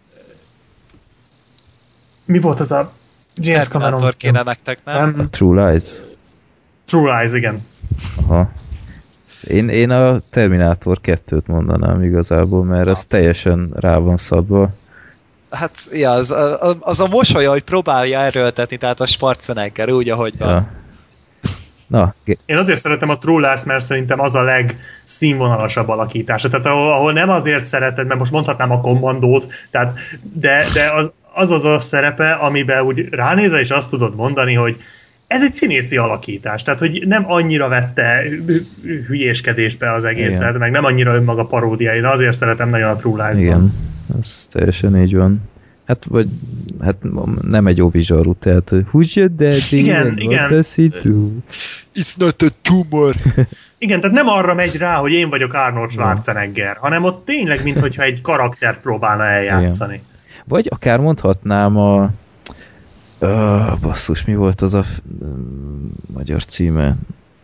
Mi volt az a James Cameron? Predator kéne nektek, nem? A True Lies. True Lies, igen. Aha. Én, én a Terminátor kettőt mondanám igazából, mert az teljesen rá van szabva. Hát, ja, az, az, az a mosolya, hogy próbálja erőltetni, tehát a Schwarzenegger úgy, ahogy van. Ja. Na, én azért szeretem a True Lies, mert szerintem az a legszínvonalasabb alakítása. Tehát ahol, ahol nem azért szereted, mert most mondhatnám a Kommandót, tehát, de, de az, az az a szerepe, amiben úgy ránézel, és azt tudod mondani, hogy ez egy színészi alakítás, tehát hogy nem annyira vette hülyéskedésbe az egészet, igen. meg nem annyira önmaga paródiái, de azért szeretem nagyon a True Lies-ban. Igen, ez teljesen így van. Hát, vagy, hát nem egy óvizsarú, tehát who's your daddy? Igen, igen. What does he do? It's not a tumor. Igen, tehát nem arra megy rá, hogy én vagyok Arnold Schwarzenegger, hanem ott tényleg, mintha egy karaktert próbálna eljátszani. Igen. Vagy akár mondhatnám a Uh, basszus, mi volt az a f- magyar címe?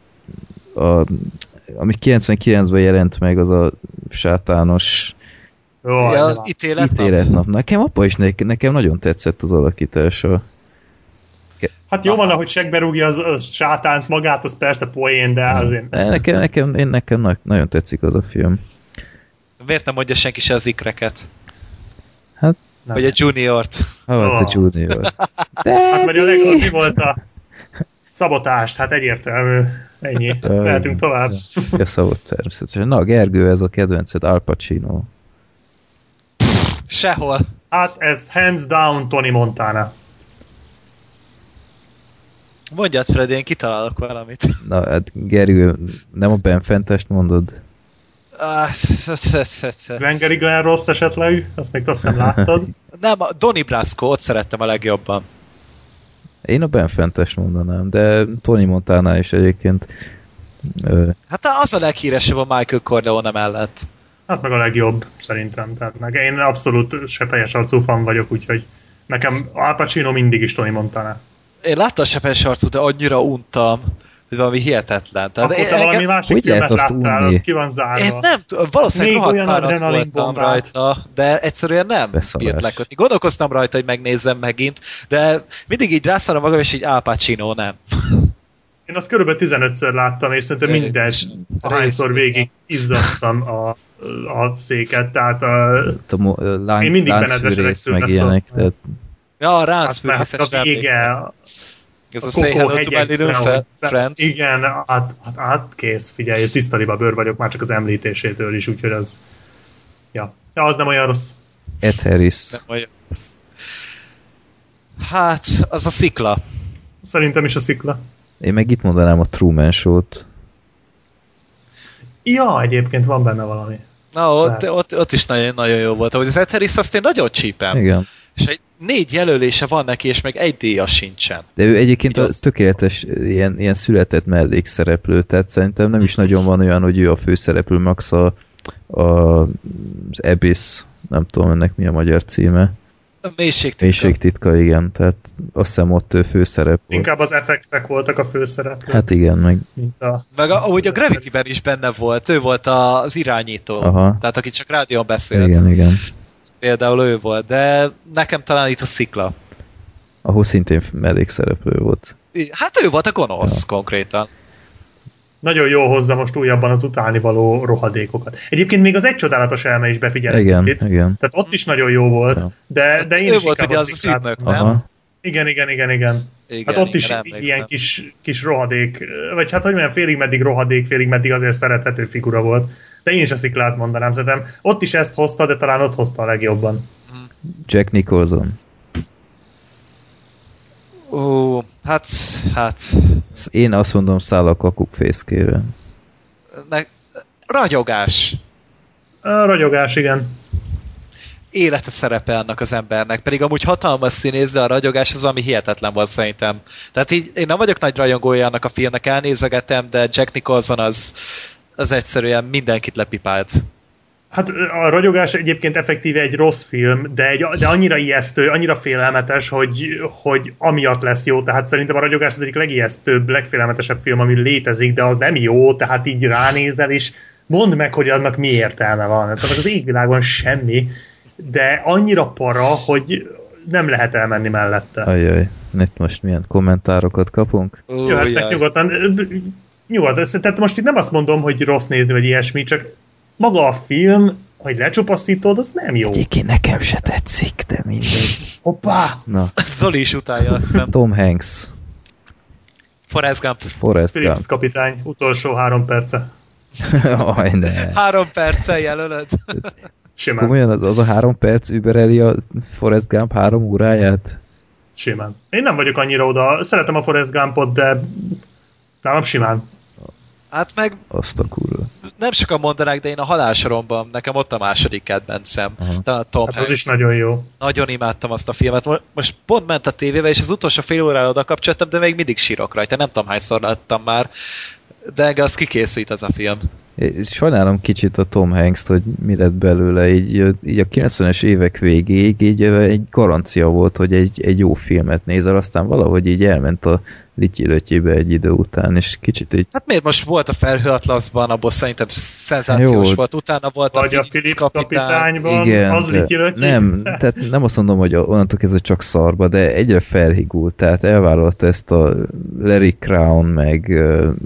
A, ami kilencvenkilencben jelent meg, az a sátános Jó, Ja, az ítéletnap. Ítéletnap. Nekem apa is, ne, nekem nagyon tetszett az alakítása. Hát jó van, ahogy segbe rúgja az, az sátánt magát, az persze poén, de azért... De nekem, nekem, én, nekem na- nagyon tetszik az a film. Miért nem mondja senki se az ikreket? Hát, Vagy a juniort? ha volt a Oh. junior. Hát mert a legrobb mi volt a szabotást, hát egyértelmű. Ennyi. Mehetünk tovább. Ja, szabott természetesen. Na, Gergő, ez a kedvenced, Al Pacino. Sehol. Hát ez hands down Tony Montana. Mondjad, Freddy, én kitalálok valamit. Na, hát Gergő, nem a Ben Fentest mondod? Ah, Glengarry Glen Ross esetleg, azt még azt hiszem láttad. nem, a Donnie Brasco, ott szerettem a legjobban. Én a Ben Fentest mondanám, de Tony Montana is egyébként... Ö, Hát az a leghíresebb a Michael Corleone mellett. Hát meg a legjobb, szerintem. Tehát meg én abszolút sepelyes arcú fan vagyok, úgyhogy nekem Al Pacino mindig is Tony Montana. Én láttam a sepes arcút, de annyira untam, hogy valami hihetetlen. Tehát Akkor én, te valami engem, másik Hogy filmet lehet azt láttál, unni? az ki van zárva. én nem tudom, valószínűleg Még rohadt olyan fáradt adrenalin voltam bombát. rajta, de egyszerűen nem Beszarás. bírt lekötni. Gondolkoztam rajta, hogy megnézzem megint, de mindig így rászállom magam, és így Al Pacino nem. Én azt körülbelül tizenötször láttam, és szerintem Rész- minden, ahányszor rész- végig izzadtam a, a széket, tehát a, a mo- ö, láng, Én mindig láncfűrész, benedvesedek tőle, meg ilyenek, szóval. tehát Ja, a Ránc hát, mert fűrészes a vége, Ez a a Say Kokó Hello to My hegyekre, Little ahogy Fre- be- Friends. Igen, hát, hát, hát kész, figyelj, tiszta liba bőr vagyok már csak az említésétől is, úgyhogy az, ja, ja az nem olyan rossz. Ed Harris. Nem olyan rossz. Hát, az a szikla. Szerintem is a szikla. Én meg itt mondanám a Truman Show-t. Ja, egyébként van benne valami. Na, ott, Lehet. ott, ott is nagyon, nagyon jó volt. Ahogy az Ed Harris, azt én nagyon csípem. Igen. És egy négy jelölése van neki, és meg egy díja sincsen. De ő egyébként a Igaz. tökéletes ilyen, ilyen született mellékszereplő, tehát szerintem nem is nagyon van olyan, hogy ő a főszereplő, max a, a, az Abyss, nem tudom ennek mi a magyar címe. A mélységtitka. Mélységtitka, igen, tehát azt hiszem ott ő főszerep volt. Inkább az effektek voltak a főszereplők, Hát igen, meg mint a... Meg a, ahogy a Gravity-ben is benne volt, ő volt az irányító. Aha. Tehát aki csak rádión beszélt. igen, igen. Például ő volt, de nekem talán itt a szikla. Ahol szintén mellékszereplő volt. Hát ő volt a gonosz Ja. konkrétan. Nagyon jó hozza most újabban az utálnivaló rohadékokat. Egyébként még az Egy csodálatos elme is befigyel egy Igen, picit. igen. Tehát ott is nagyon jó volt, Ja. de, de én ő is volt inkább ugye a az az sziklát- ügynök, nem? Aha. Igen, igen, igen, igen. Igen, Hát ott igen, is emlékszem. ilyen kis, kis rohadék, vagy hát hogy mondjam, félig meddig rohadék, félig meddig azért szerethető figura volt. De én is a sziklát mondanám, szerintem ott is ezt hozta, de talán ott hozta a legjobban. Jack Nicholson. Ó, hát, hát... Én azt mondom, száll a kakuk fészkére. Ne, ragyogás. A ragyogás, igen. Élete szerepe annak az embernek, pedig amúgy hatalmas színész, de a ragyogás az valami hihetetlen volt szerintem. Tehát így én nem vagyok nagy rajongója annak a filmnek, elnézegetem, de Jack Nicholson az, az egyszerűen mindenkit lepipált. Hát a ragyogás egyébként effektíve egy rossz film, de, egy, de annyira ijesztő, annyira félelmetes, hogy, hogy amiatt lesz jó. Tehát szerintem a ragyogás az egyik legijesztőbb, legfélelmetesebb film, ami létezik, de az nem jó, tehát így ránézel, és mondd meg, hogy annak mi értelme van. Tehát az égvilágon semmi, de annyira para, hogy nem lehet elmenni mellette. Ajjaj, itt most milyen kommentárokat kapunk? Ó, Jöhetnek jaj. nyugodtan. Nyugodtan. Tehát most itt nem azt mondom, hogy rossz nézni, vagy ilyesmi, csak maga a film, hogy lecsupaszítod, az nem jó. Egyébként nekem se tetszik, de mindegy. Hoppá! Na, Zoli is utálja, azt hiszem. Tom Hanks, Forrest Gump. Forrest Gump. Philips kapitány, utolsó három perce. Aj, ne. Három perccel jelölöd. Simán. Komolyan az, az a három perc übereli a Forrest Gump három óráját? Simán. Én nem vagyok annyira oda. Szeretem a Forrest Gumpot, de nálam simán. Hát meg Azt a kurva. nem sokan mondanák, de én a halálsoromban, nekem ott a második kedvencem. Talán a Tom Hát az Hanks. is nagyon jó. Nagyon imádtam azt a filmet. Mo- Most pont ment a tévébe, és az utolsó fél órára oda kapcsoltam, de még mindig sírok rajta. Nem tudom, hányszor láttam már, de engem az kikészít az a film. Sajnálom kicsit a Tom Hanks-t, hogy mi lett belőle, így, így a kilencvenes évek végéig így egy garancia volt, hogy egy, egy jó filmet nézel, aztán valahogy így elment a lityi-lötyibe egy idő után, és kicsit így... Hát miért most volt a Felhőatlaszban, abból szerintem szenzációs jó, volt, utána volt vagy a Philips kapitányban, igen, az lityi-lötyi. Nem, tehát nem azt mondom, hogy onnantól kezdve csak szarba, de egyre felhigult, tehát elvállalta ezt a Larry Crown, meg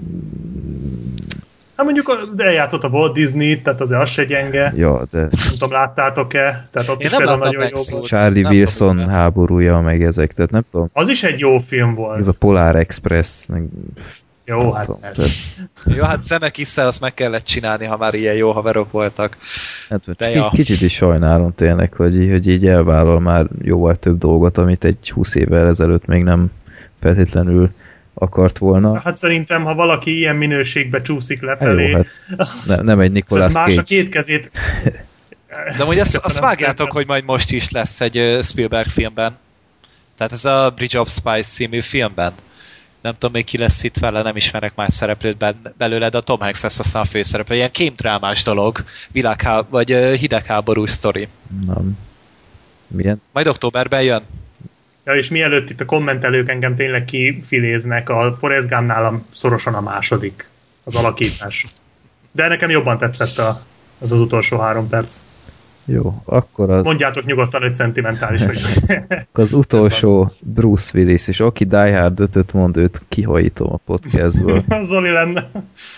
hát mondjuk eljátszott a Walt Disney, tehát azért az se gyenge. Ja, de... Nem tudom, láttátok-e? Tehát ott Én is nem például nagyon Max jó volt. Charlie nem Wilson tudom, háborúja, meg ezek, tehát nem tudom. Az is egy jó film volt. Ez a Polar Express, meg... Jó, hát tudom, tehát... tehát, Jó, hát Zemeckis-szel azt meg kellett csinálni, ha már ilyen jó haverok voltak. hát, De csak ja. így kicsit is sajnálom tényleg, hogy, így- hogy így elvállal már jóval több dolgot, amit egy húsz évvel ezelőtt még nem feltétlenül akart volna. Hát szerintem, ha valaki ilyen minőségbe csúszik lefelé... Jó, hát ne, nem egy Nicolas más Cage. a két kezét... De amúgy azt, azt Köszönöm vágjátok, szépen. hogy majd most is lesz egy ö, Spielberg filmben. Tehát ez a Bridge of Spies című filmben. Nem tudom még ki lesz itt vele, nem ismerek más szereplőt ben- belőle, de a Tom Hanks lesz aztán a főszereplő. Ilyen kémdrámás dolog, világhá- vagy ö, hidegháborús sztori. Nem. Milyen? Majd októberben jön. Ja, és mielőtt itt a kommentelők engem tényleg kifiléznek, a Forrest Gump nálam szorosan a második, az alakítás. De nekem jobban tetszett a, az az utolsó három perc. Jó, akkor az, Mondjátok nyugodtan, hogy szentimentális vagyok. akkor az utolsó Bruce Willis, és aki Die Hard ötöt mond, őt kihajítom a podcastből. Zoli lenne.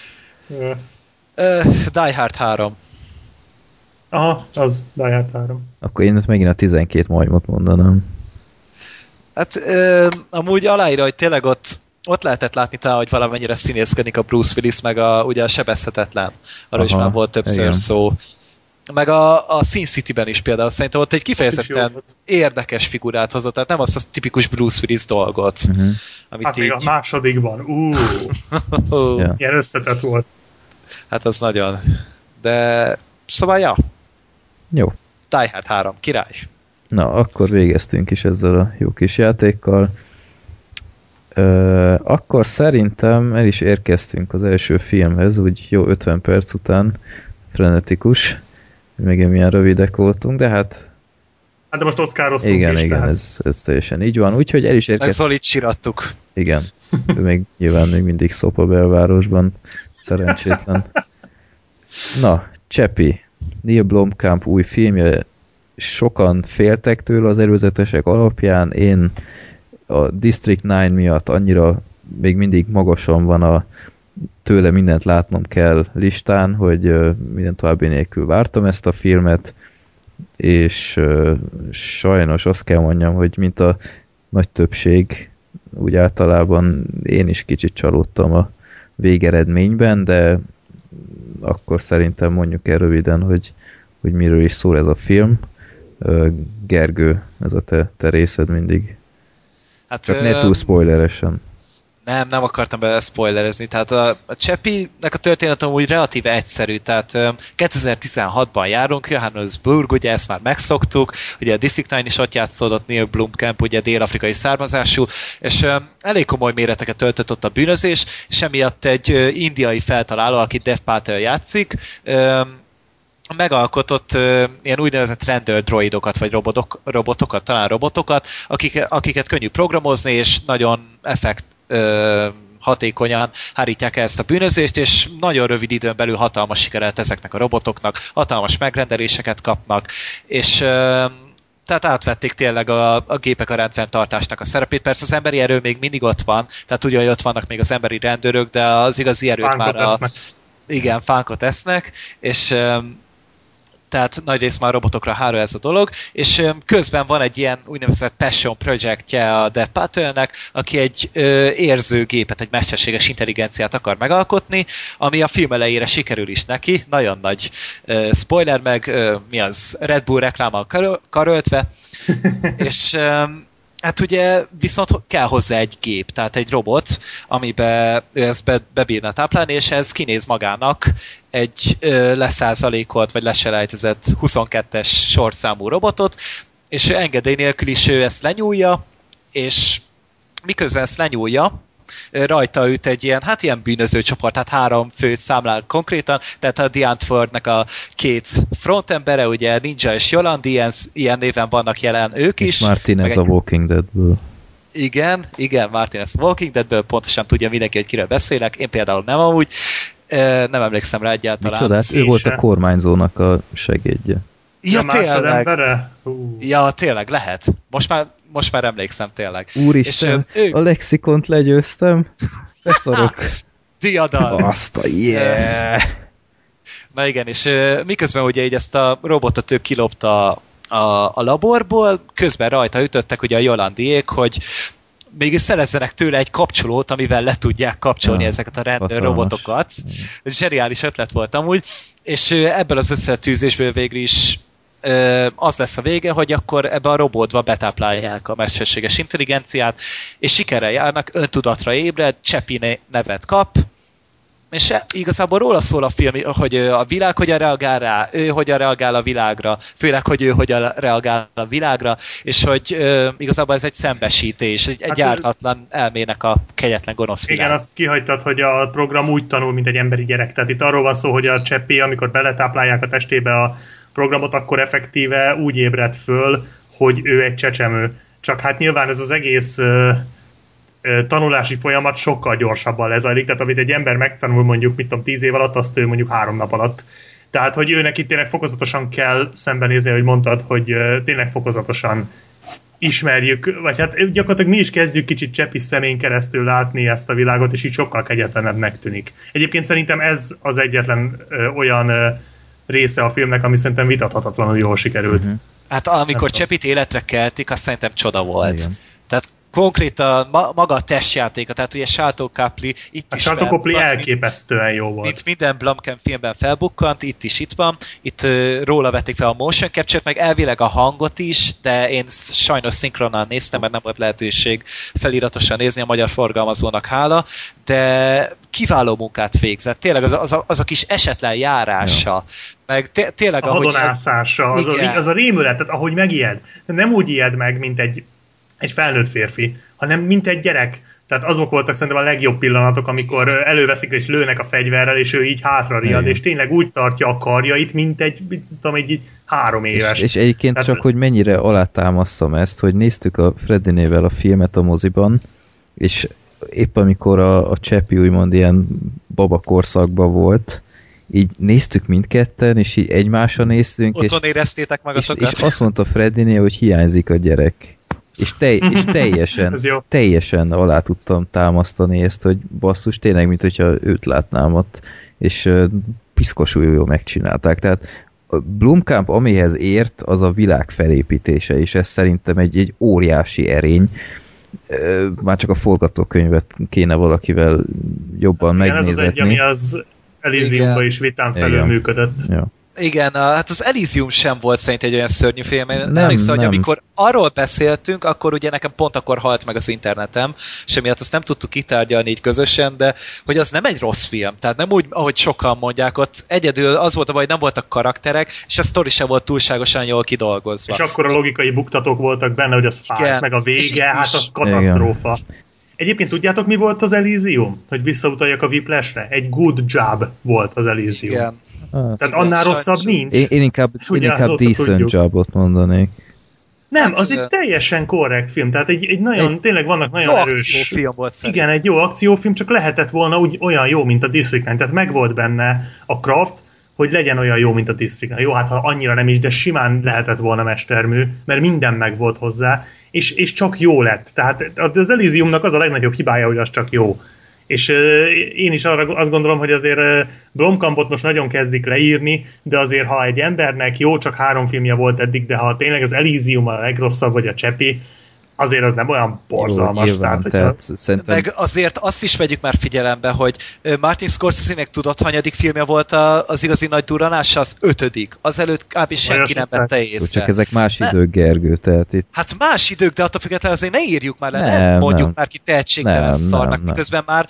Ö, Die Hard három. Aha, az Die Hard három. Akkor én itt megint a tizenkét majmot mondanám. Hát ö, amúgy aláírja, hogy tényleg ott, ott lehetett látni talán, hogy valamennyire színészkedik a Bruce Willis, meg a, ugye a sebezhetetlen. Arról is Aha, már volt többször igen. szó. Meg a, a Sin City-ben is például szerintem ott egy Ott is jó kifejezetten volt. érdekes figurát hozott, tehát nem azt a tipikus Bruce Willis dolgot, Uh-huh. amit Hát még így... a másodikban. Ú, Ja. ilyen összetett volt. Hát az nagyon. De szóval ja, Jó. Die Hard három, király. Na, akkor végeztünk is ezzel a jó kis játékkal. Ö, akkor szerintem el is érkeztünk az első filmhez, úgy jó ötven perc után, frenetikus, még milyen rövidek voltunk, de hát Hát de most oszkároztunk igen, is. igen, tehát. ez, ez teljesen így van, úgyhogy el is Meg érkeztünk. Zolit sirattuk. Igen, ő még nyilván még mindig szop a belvárosban, szerencsétlen. Na, Csepi, Neil Blomkamp új filmje, sokan féltek tőle az előzetesek alapján, én a District kilenc miatt annyira még mindig magasan van a tőle mindent látnom kell listán, hogy uh, minden további nélkül vártam ezt a filmet, és uh, sajnos azt kell mondjam, hogy mint a nagy többség, úgy általában én is kicsit csalódtam a végeredményben, de akkor szerintem mondjuk el röviden, hogy, hogy miről is szól ez a film. Uh, Gergő, ez a te, te részed mindig. Hát, Csak ö, ne túl spoileresen. Nem, nem akartam bele spoilerezni. Tehát a, a Csepinek a történet amúgy relatíve egyszerű. Tehát um, kétezer-tizenhatban járunk, Johannesburg, ugye ezt már megszoktuk, ugye a District kilenc is ott játszódott, Neil Blomkamp, ugye dél-afrikai származású, és um, elég komoly méreteket töltött ott a bűnözés, és emiatt egy uh, indiai feltaláló, aki Dev Patel játszik, um, megalkotott uh, ilyen úgynevezett render droidokat, vagy robotok, robotokat, talán robotokat, akik, akiket könnyű programozni, és nagyon effekt uh, hatékonyan hárítják el ezt a bűnözést, és nagyon rövid időn belül hatalmas sikeret ezeknek a robotoknak, hatalmas megrendeléseket kapnak, és uh, tehát átvették tényleg a, a gépek a rendfenntartásnak a szerepét. Persze az emberi erő még mindig ott van, tehát ugye, hogy ott vannak még az emberi rendőrök, de az igazi erőt Fánkot már a... esznek. Igen, fánkot esznek, és um, tehát nagy rész már robotokra hárul ez a dolog, és um, közben van egy ilyen úgynevezett passion projektje a Dev Patelnek, aki egy ö, érzőgépet, egy mesterséges intelligenciát akar megalkotni, ami a film elejére sikerül is neki, nagyon nagy ö, spoiler, meg ö, mi az, Red Bull reklámmal kar- karöltve, és um, hát ugye viszont kell hozzá egy gép, tehát egy robot, amiben ő ezt be, bebírna táplálni, és ez kinéz magának egy ö, leszázalékolt, vagy leselejtezett huszonkettes sorszámú robotot, és engedély nélkül is ő ezt lenyúlja, és miközben ezt lenyúlja, rajta üt egy ilyen, hát ilyen bűnöző csoport, hát három főt számlál konkrétan, tehát a The Antwoordnak a két frontembere, ugye Ninja és Yolandi, ilyen, ilyen néven vannak jelen ők is. És Martinez a egy... Walking Deadből. Igen, igen, Martinez a Walking Deadből, pontosan tudja mindenki, hogy kiről beszélek, én például nem amúgy, nem emlékszem rá egyáltalán. Micsodát? Ő volt a kormányzónak a segédje. Ja, tényleg. Uh. Ja, tényleg, lehet. Most már, most már emlékszem, tényleg. Úristen, és, ő... a lexikont legyőztem. Beszarok. Diadal. Azt a yeah! Na igen, és miközben ugye így ezt a robotot ő kilopta a, a laborból, közben rajta ütöttek ugye a Jolandiék, hogy mégis szerezzenek tőle egy kapcsolót, amivel le tudják kapcsolni ja, ezeket a rendőr robotokat. Ez zseniális ötlet volt amúgy, és ebből az összetűzésből végül is az lesz a vége, hogy akkor ebbe a robotba betáplálják a mesterséges intelligenciát, és sikerrel járnak, öntudatra ébred, Csepi nevet kap, és igazából róla szól a film, hogy a világ hogyan reagál rá, ő hogyan reagál a világra, főleg, hogy ő hogyan reagál a világra, és hogy ö, igazából ez egy szembesítés, egy, egy hát, ártatlan elmének a kegyetlen gonosz világ. Igen, azt kihagytad, hogy a program úgy tanul, mint egy emberi gyerek. Tehát itt arról van szó, hogy a Csepi, amikor beletáplálják a testébe a programot, akkor effektíve úgy ébred föl, hogy ő egy csecsemő. Csak hát nyilván ez az egész ö, ö, tanulási folyamat sokkal gyorsabban lezajlik, tehát amit egy ember megtanul mondjuk, mit tudom, tíz év alatt, azt ő mondjuk három nap alatt. Tehát, hogy őnek itt tényleg fokozatosan kell szembenézni, hogy mondtad, hogy ö, tényleg fokozatosan ismerjük, vagy hát gyakorlatilag mi is kezdjük kicsit Csepi szemén keresztül látni ezt a világot, és így sokkal kegyetlenebbnek tűnik. Egyébként szerintem ez az egyetlen ö, olyan ö, része a filmnek, ami szerintem vitathatatlanul jól sikerült. Uh-huh. Hát amikor Csepit életre keltik, azt szerintem csoda volt. Igen. Tehát konkrétan ma, maga a testjátéka, tehát ugye Sharlto Copley itt a is Sharlto Copley fel, elképesztően jó volt. Mint minden Blomkamp filmben felbukkant, itt is itt van. Itt uh, róla vették fel a motion capture-t, meg elvileg a hangot is, de én sajnos szinkronan néztem, mert nem volt lehetőség feliratosan nézni, a magyar forgalmazónak hála, de kiváló munkát végzett. Tényleg az a, az a, az a kis esetlen járása, ja. meg té- tényleg a hadonászása, az, az, az, az a rémület, tehát ahogy megijed. Nem úgy ijed meg, mint egy egy felnőtt férfi, hanem mint egy gyerek. Tehát azok voltak szerintem a legjobb pillanatok, amikor előveszik és lőnek a fegyverrel, és ő így hátra riad, és tényleg úgy tartja a karjait, mint egy, tudom, egy, egy három éves. És, és egyébként Tehát, csak, hogy mennyire alátámasztom ezt, hogy néztük a Freddinével a filmet a moziban, és épp amikor a, a Csepi úgymond ilyen babakorszakban volt, így néztük mindketten, és így egymásra néztünk, Otthon és, éreztétek magatokat? és, és azt mondta Freddiné, hogy hiányzik a gyerek. És, te, és teljesen, teljesen alá tudtam támasztani ezt, hogy basszus, tényleg, mint hogyha őt látnám ott, és uh, piszkosul jól megcsinálták. Tehát a Blomkamp, amihez ért, az a világ felépítése, és ez szerintem egy, egy óriási erény. Uh, már csak a forgatókönyvet kéne valakivel jobban hát, megnézetni. Ez az egy, ami az Elysiumban is vitán felül Igen. működött. Ja. Igen, hát az Elysium sem volt szerint egy olyan szörnyű film. Én nem, emlékszem, hogy amikor arról beszéltünk, akkor ugye nekem pont akkor halt meg az internetem, és emiatt azt nem tudtuk kitárgyalni így közösen, de hogy az nem egy rossz film. Tehát nem úgy, ahogy sokan mondják, ott egyedül az volt a baj, hogy nem voltak karakterek, és a sztori sem volt túlságosan jól kidolgozva. És akkor a logikai buktatók voltak benne, hogy az fájt, meg a vége, hát az katasztrófa. Igen. Egyébként tudjátok, mi volt az Elysium? Hogy visszautaljak a Whiplashre? Egy good job volt az Elysium. Igen. Ah, Tehát annál rosszabb nincs. Én, én inkább, én inkább decent tudjuk. Jobot mondanék. Nem, az egy teljesen korrekt film. Tehát egy, egy nagyon, egy tényleg vannak nagyon jó erős... akciófilm volt szerintem. Igen, egy jó akciófilm, csak lehetett volna úgy, olyan jó, mint a District kilenc. Tehát megvolt benne a craft, hogy legyen olyan jó, mint a District kilenc. Jó, hát ha annyira nem is, de simán lehetett volna mestermű, mert minden megvolt hozzá, és, és csak jó lett. Tehát az Elysiumnak az a legnagyobb hibája, hogy az csak jó. És uh, én is arra azt gondolom, hogy azért uh, Blomkampot most nagyon kezdik leírni, de azért ha egy embernek jó, csak három filmje volt eddig, de ha tényleg az Elysium a legrosszabb, vagy a Csepi, azért az nem olyan borzalmas. Jó, nyilván, tehát, tehát szerintem... Meg azért azt is vegyük már figyelembe, hogy Martin Scorsese-nek tudod, hanyadik filmje volt az igazi nagy durranása? Az ötödik. Azelőtt kb. Senki nem vette észre. Csak ezek más idők, Gergő, tehát itt... Hát más idők, de attól függetlenül azért ne írjuk már le, nem, nem mondjuk nem. már ki tehetségtelen szarnak, miközben már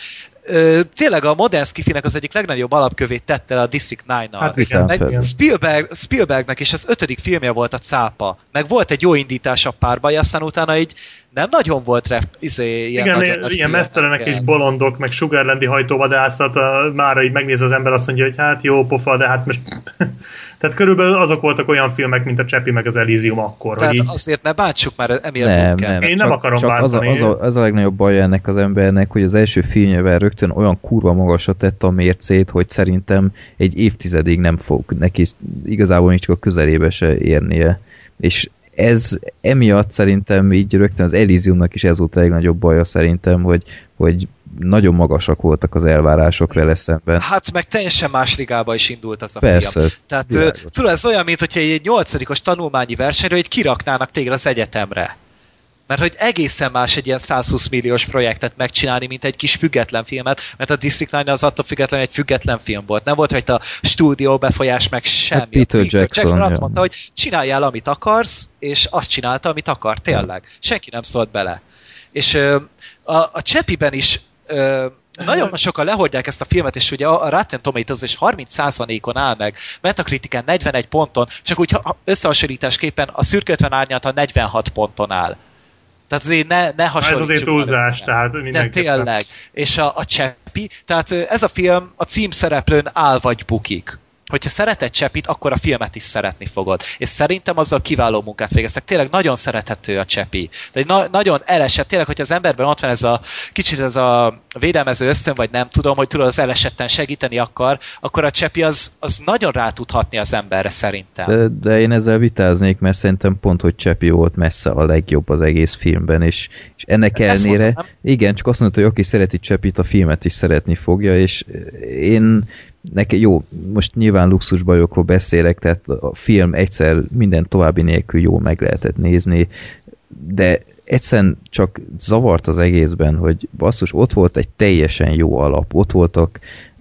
ö, tényleg a modern skifinek az egyik legnagyobb alapkövét tette el a District kilenc-nal. Hát igen, meg Spielberg, Spielbergnek is az ötödik filmje volt a cápa. Meg volt egy jó indítás a párbaj, aztán utána így nem nagyon volt rep, izé, ilyen igen, nagyon ilyen mesztelenek és bolondok, meg Sugarlandi hajtóvadászat, már így megnéz az ember, azt mondja, hogy hát jó pofa, de hát most... Tehát körülbelül azok voltak olyan filmek, mint a Csepi meg az Elysium akkor. Tehát hogy így... azért ne bántsuk már emiatt. Nem, nem. nem. Én csak, nem akarom csak bántani. Az a, az, a, az a legnagyobb baj ennek az embernek, hogy az első filmjével rögtön olyan kurva magasra tette a mércét, hogy szerintem egy évtizedig nem fog neki igazából még csak a közelébe se érnie. És ez emiatt szerintem így rögtön az Elysiumnak is ez volt a legnagyobb baja szerintem, hogy, hogy nagyon magasak voltak az elvárások vele szemben. Hát meg teljesen más ligába is indult az a Persze, film. Tehát tudod, ez olyan, mint hogyha egy nyolcadikos tanulmányi versenyről egy kiraknának téged az egyetemre. Mert hogy egészen más egy ilyen százhúsz milliós projektet megcsinálni, mint egy kis független filmet, mert a District kilenc az attól független egy független film volt. Nem volt rajta stúdió befolyás, meg semmi. Hát Peter, Peter Jackson, Jackson azt ja. mondta, hogy csináljál, amit akarsz, és azt csinálta, amit akar, tényleg. Senki nem szólt bele. És ö, a, a Csepiben is ö, nagyon sokan lehordják ezt a filmet, és ugye a Rotten Tomatoes is harminc százalékon áll meg, Metacritiken negyvenegy ponton, csak úgy összehasonlításképpen a Szürke ötven árnyalata negyvenhat ponton áll. Tehát azért ne, ne hasonlítsuk. Ez azért túlzás, tehát de tényleg. És a, a Csepi, tehát ez a film a címszereplőn áll vagy bukik. Hogyha szereted Csepit, akkor a filmet is szeretni fogod. És szerintem azzal kiváló munkát végeztek. Tényleg nagyon szerethető a Csepi. De na- nagyon elesett. Tényleg, hogyha az emberben ott van ez a kicsit ez a védelmező ösztön, vagy nem tudom, hogy tudod az elesetten segíteni akar, akkor a Csepi az, az nagyon rá tud hatni az emberre szerintem. De, de én ezzel vitáznék, mert szerintem pont, hogy Csepi volt messze a legjobb az egész filmben, és, és ennek ellenére, mondtam, igen, csak azt mondta, hogy aki szereti Csepit, a filmet is szeretni fogja, és én Neki, jó, most nyilván luxusbajokról beszélek, tehát a film egyszer minden további nélkül jó meg lehetett nézni, de egyszerűen csak zavart az egészben, hogy basszus, ott volt egy teljesen jó alap, ott voltak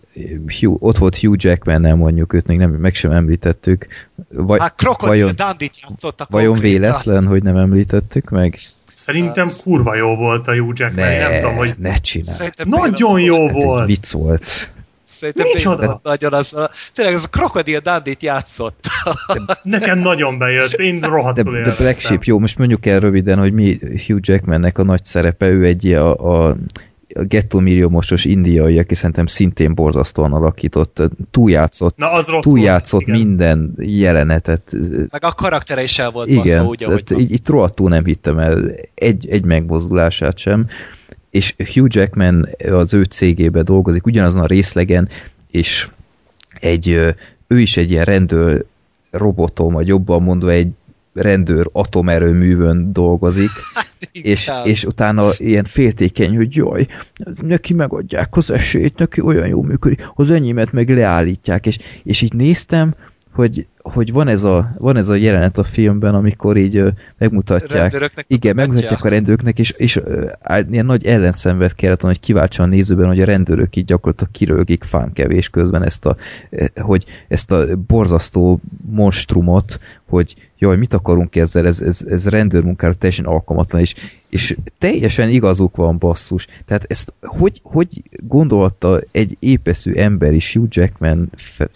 Hugh, ott volt Hugh Jackman-nel mondjuk, őt még nem, meg sem említettük. Vaj, hát Krokodil Dundee-t játszottak. Vajon véletlen, hogy nem említettük meg? Szerintem az... kurva jó volt a Hugh Jackman, ne, nem tudom, hogy... Ne csinálj. Szerintem nagyon jó hát volt. Egy vicc volt. Szerintem Micsoda? Nagyon az a, tényleg az a Krokodil Dundee-t játszott. Nekem nagyon bejött, én rohadtul de, élveztem. de Black Sheep, jó, most mondjuk el röviden, hogy mi Hugh Jackmannek a nagy szerepe, ő egy a, a, a gettó milliómosos indiai, aki szerintem szintén borzasztóan alakított, túljátszott, Na, az túljátszott volt, minden jelenetet. Meg a karaktere is el volt igen, baszva, úgy, ahogy így, így rohadtul nem hittem el egy, egy megmozdulását sem. És Hugh Jackman az ő cégében dolgozik, ugyanazon a részlegen, és egy, ő is egy ilyen rendőr roboton, vagy jobban mondva egy rendőr atomerőművön dolgozik, és, és utána ilyen féltékeny, hogy jaj, neki megadják az esélyt, neki olyan jó működik, az enyémet meg leállítják, és, és így néztem, hogy, hogy van, ez a, van ez a jelenet a filmben, amikor így uh, megmutatják, igen, megmutatják a rendőröknek, és, és uh, ilyen nagy ellenszenvet kellett, hogy kiváltsa a nézőben, hogy a rendőrök így gyakorlatilag kirögik fánkevés közben ezt a, hogy ezt a borzasztó monstrumot, hogy jaj, mit akarunk ezzel, ez, ez, ez rendőrmunkára teljesen alkalmatlan, és, és teljesen igazuk van, basszus. Tehát ezt hogy, hogy gondolta egy épeszű ember is Hugh Jackman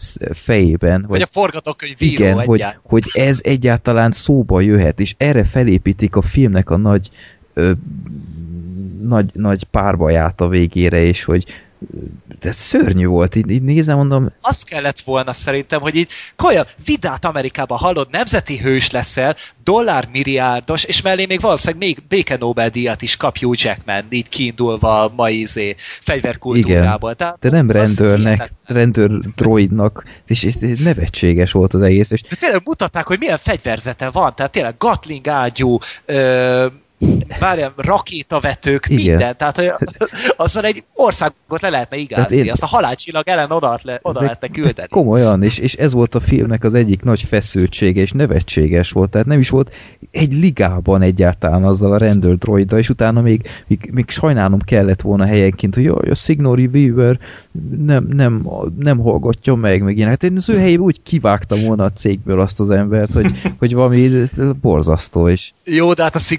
fejében, hogy, hogy a forgatókönyvíró igen, hogy, hogy ez egyáltalán szóba jöhet, és erre felépítik a filmnek a nagy ö, nagy, nagy párbaját a végére, és hogy de szörnyű volt, így, így nézem, mondom... Az kellett volna szerintem, hogy így olyan vidát Amerikában hallod, nemzeti hős leszel, dollármilliárdos, és mellé még valószínűleg még béke Nobel-díjat is kap Hugh Jackman, így kiindulva a mai izé, fegyverkultúrából. Igen, de nem rendőrnek, rendőr droidnak, és, és nevetséges volt az egész. És... De tényleg mutatták, hogy milyen fegyverzete van, tehát tényleg Gatling ágyú, ö, várjál, rakétavetők, igen. Minden, tehát hogy azzal egy országot le lehetne igázni, én... azt a halálcsillag ellen oda, le, oda de, lehetne küldeni. De komolyan, és, és ez volt a filmnek az egyik nagy feszültsége, és nevetséges volt, tehát nem is volt egy ligában egyáltalán azzal a rendőr droiddal, és utána még, még, még sajnálnom kellett volna helyenként, hogy jaj, a Sigourney Weaver nem, nem, nem hallgatja meg, meg ilyen. Hát én az ő helyében úgy kivágtam volna a cégből azt az embert, hogy, hogy valami borzasztó is. Jó, de hát a Sigourney Weaver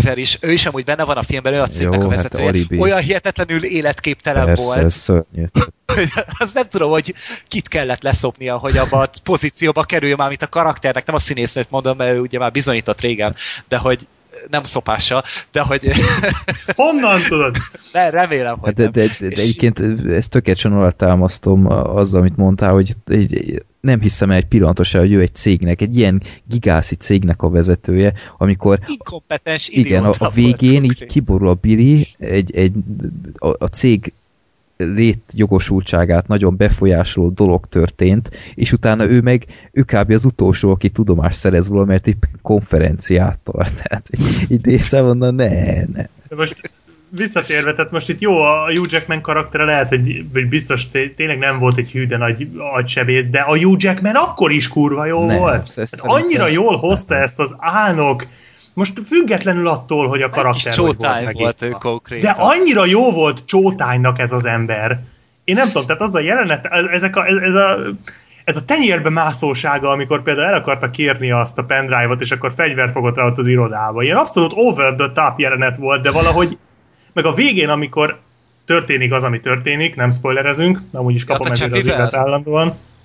Weaver is, ő is amúgy benne van a filmben, ő a cégnek a vezetője. Hát olyan hihetetlenül életképtelen persze, volt. Szörnyű. Az nem tudom, hogy kit kellett leszopnia, hogy abba a pozícióba kerüljön már, mint a karakternek, nem a színésznőt mondom, mert ő ugye már bizonyított régen, de hogy nem szopással, de hogy... Honnan tudod? De remélem, hogy hát de, de, de, de egyébként ezt tökéletesen alátámasztom azzal, amit mondtál, hogy nem hiszem el egy pillanatosan, hogy ő egy cégnek, egy ilyen gigászi cégnek a vezetője, amikor... Inkompetens igen, a, a végén így kiborul a Billy, egy, egy, a, a cég létjogosultságát nagyon befolyásoló dolog történt, és utána ő meg, ő kb. Az utolsó, aki tudomást szerez róla, mert épp konferenciát tart. Tehát így nézem onnan, ne, ne. De most visszatérve, tehát most itt jó, a Hugh Jackman karaktere lehet, hogy, hogy biztos tényleg nem volt egy hű, de nagy agysebész, de a Hugh Jackman akkor is kurva jó nem, volt. Hát annyira jól hozta ezt az álnok, most függetlenül attól, hogy a karakter hogy volt megírva. De annyira jó volt csótánynak ez az ember. Én nem tudom, tehát az a jelenet, ezek a, ez a ez a tenyérbe mászósága, amikor például el akarta kérni azt a pendrive-ot, és akkor fegyver fogott rá ott az irodába. Ilyen abszolút over the top jelenet volt, de valahogy meg a végén, amikor történik az, ami történik, nem spoilerezünk, amúgy is kapom ezért az évet állandóan.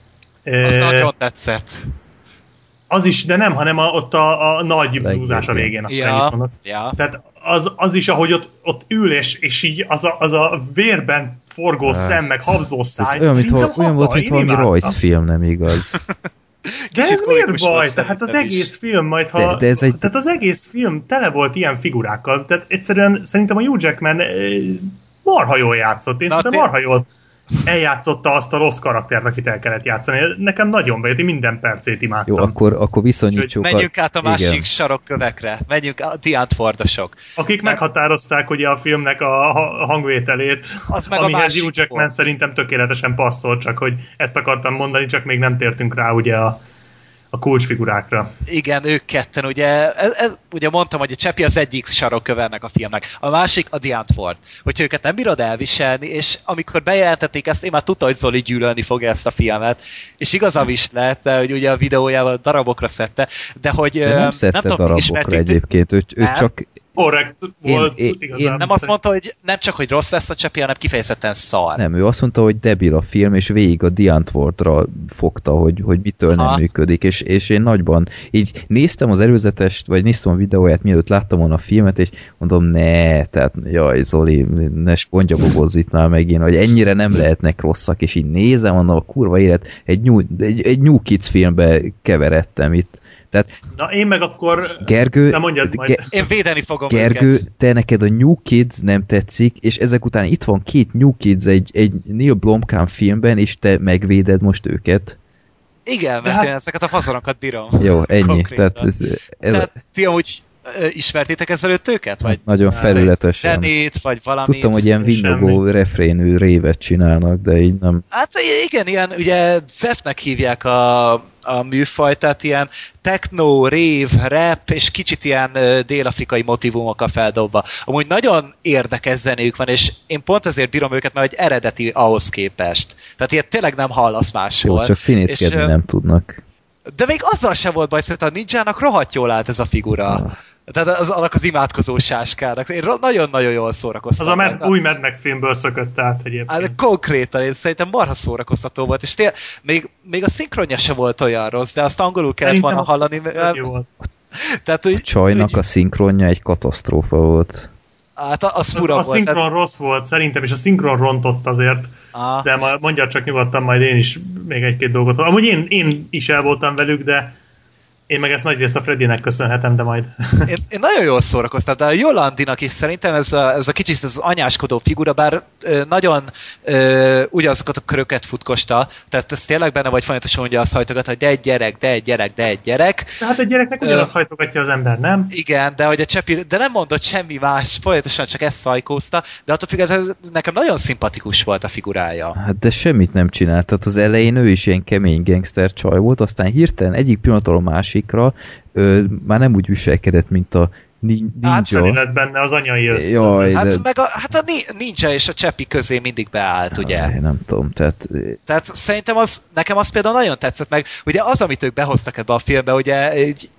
Az e... nagyon tetszett. Az is, de nem, hanem a, ott a, a nagy zúzás a végén. Ja, ja. Tehát az, az is, ahogy ott, ott ül, és, és így az a, az a vérben forgó hát. szem, meg habzó száj. Olyan, mint hol, olyan volt, mint valami rajzfilm, nem igaz? De ez miért baj? Tehát az egész is. film majd, ha... De, de ez egy... Tehát az egész film tele volt ilyen figurákkal. Tehát egyszerűen szerintem a Hugh Jackman marha jól játszott. Én Na, szerintem te... marha jól eljátszotta azt a rossz karaktert, akit el kellett játszani. Nekem nagyon bejött, én minden percét imádtam. Jó, akkor, akkor viszonyítsuk. Menjünk át a másik igen. sarokkövekre. Menjünk a Diantfordosok. Akik Meg... meghatározták ugye a filmnek a hangvételét, az meg amihez Hugh Jackman volt. Szerintem tökéletesen passzol, csak hogy ezt akartam mondani, csak még nem tértünk rá ugye a a kulcsfigurákra. Igen, ők ketten, ugye, ez, ez, ugye mondtam, hogy a Csepi az egyik sarokkövernek a filmnek, a másik a Diantford. Hogyha őket nem bírod elviselni, és amikor bejelentették ezt, én már tudtam, hogy Zoli gyűlölni fogja ezt a filmet, és igazam is lett, hogy ugye a videójával darabokra szedte, de hogy... De nem szedte nem tudom, darabokra egyébként, ő, ő csak... Korrekt volt, én, én, én nem azt mondta, hogy nem csak, hogy rossz lesz a Csepi, hanem kifejezetten szar. Nem, ő azt mondta, hogy debil a film, és végig a Diantwardra fogta, hogy, hogy mitől nem ha. működik, és, és én nagyban így néztem az előzetest, vagy néztem a videóját, mielőtt láttam volna a filmet, és mondom, ne, tehát jaj, Zoli, ne spongyabobozz itt már megint, hogy ennyire nem lehetnek rosszak, és így nézem, mondom, a kurva élet, egy New, egy, egy New Kids filmbe keveredtem itt. Tehát, na én meg akkor... Gergő, nem mondjad majd. Ge- én védeni fogom Gergő, őket. te neked a New Kids nem tetszik, és ezek után itt van két New Kids egy, egy Neil Blomkamp filmben, és te megvéded most őket. Igen, mert hát... én ezeket a faszonokat bírom. Jó, ennyi. Tehát, ez, ez Tehát ti amúgy ismertétek ezelőtt őket? Vagy nagyon felületesen. Zenét, vagy valamit? Tudtam, hogy ilyen villogó refrénű révet csinálnak, de így nem... Hát igen, ilyen, ugye Zephnek hívják a, a műfajt, tehát ilyen techno, rave, rap, és kicsit ilyen dél-afrikai motivumokkal feldobva. Amúgy nagyon érdekes zenéjük van, és én pont ezért bírom őket, mert egy eredeti ahhoz képest. Tehát ilyet tényleg nem hallasz máshol. Jó, csak színészkedni és, nem tudnak. De még azzal sem volt baj, szerintem a Ninjának rohadt jól állt ez a figura. Ah. Tehát az, annak az imádkozó sáskának. Én nagyon-nagyon jól szórakoztam. Az a Mad, új Mad Max filmből szökött át egyébként. Hát, konkrétan, én szerintem marha szórakoztató volt, és tél, még, még a szinkronja se volt olyan rossz, de azt angolul kellett volna hallani. Volt. Tehát, úgy, a csajnak úgy, a szinkronja egy katasztrófa volt. Hát az, az fura a, a volt. szinkron tehát... rossz volt, szerintem, és a szinkron rontott azért. Ah. De majd mondjad csak nyugodtan, majd én is még egy-két dolgot. Amúgy én, én is el voltam velük, de én meg ezt nagyrészt a Freddynek köszönhetem, de majd... én, én nagyon jól szórakoztam, de a Jolandinak is szerintem ez a, ez a kicsit ez az anyáskodó figura, bár ö, nagyon ö, ugyanazokat a köröket futkosta, tehát ez tényleg benne vagy folyamatosan ugye azt hajtogat, hogy de egy gyerek, de egy gyerek, de egy gyerek. De hát egy gyereknek ugyanazt hajtogatja az ember, nem? Igen, de hogy a Csepi, de nem mondott semmi más, folyamatosan csak ezt szajkózta, de attól függetlenül nekem nagyon szimpatikus volt a figurája. Hát de semmit nem csinált, tehát az elején ő is ilyen kemény gangster csaj volt, aztán hirtelen egyik pillanatról a másikra ö, már nem úgy viselkedett, mint a ninja. Átszerű lett benne az anyai össze. Jaj, hát, de... meg a, hát a ninja és a Csepi közé mindig beállt, ugye? Jaj, nem tudom, tehát... Tehát szerintem az, nekem az például nagyon tetszett meg, ugye az, amit ők behoztak ebbe a filmbe, ugye egy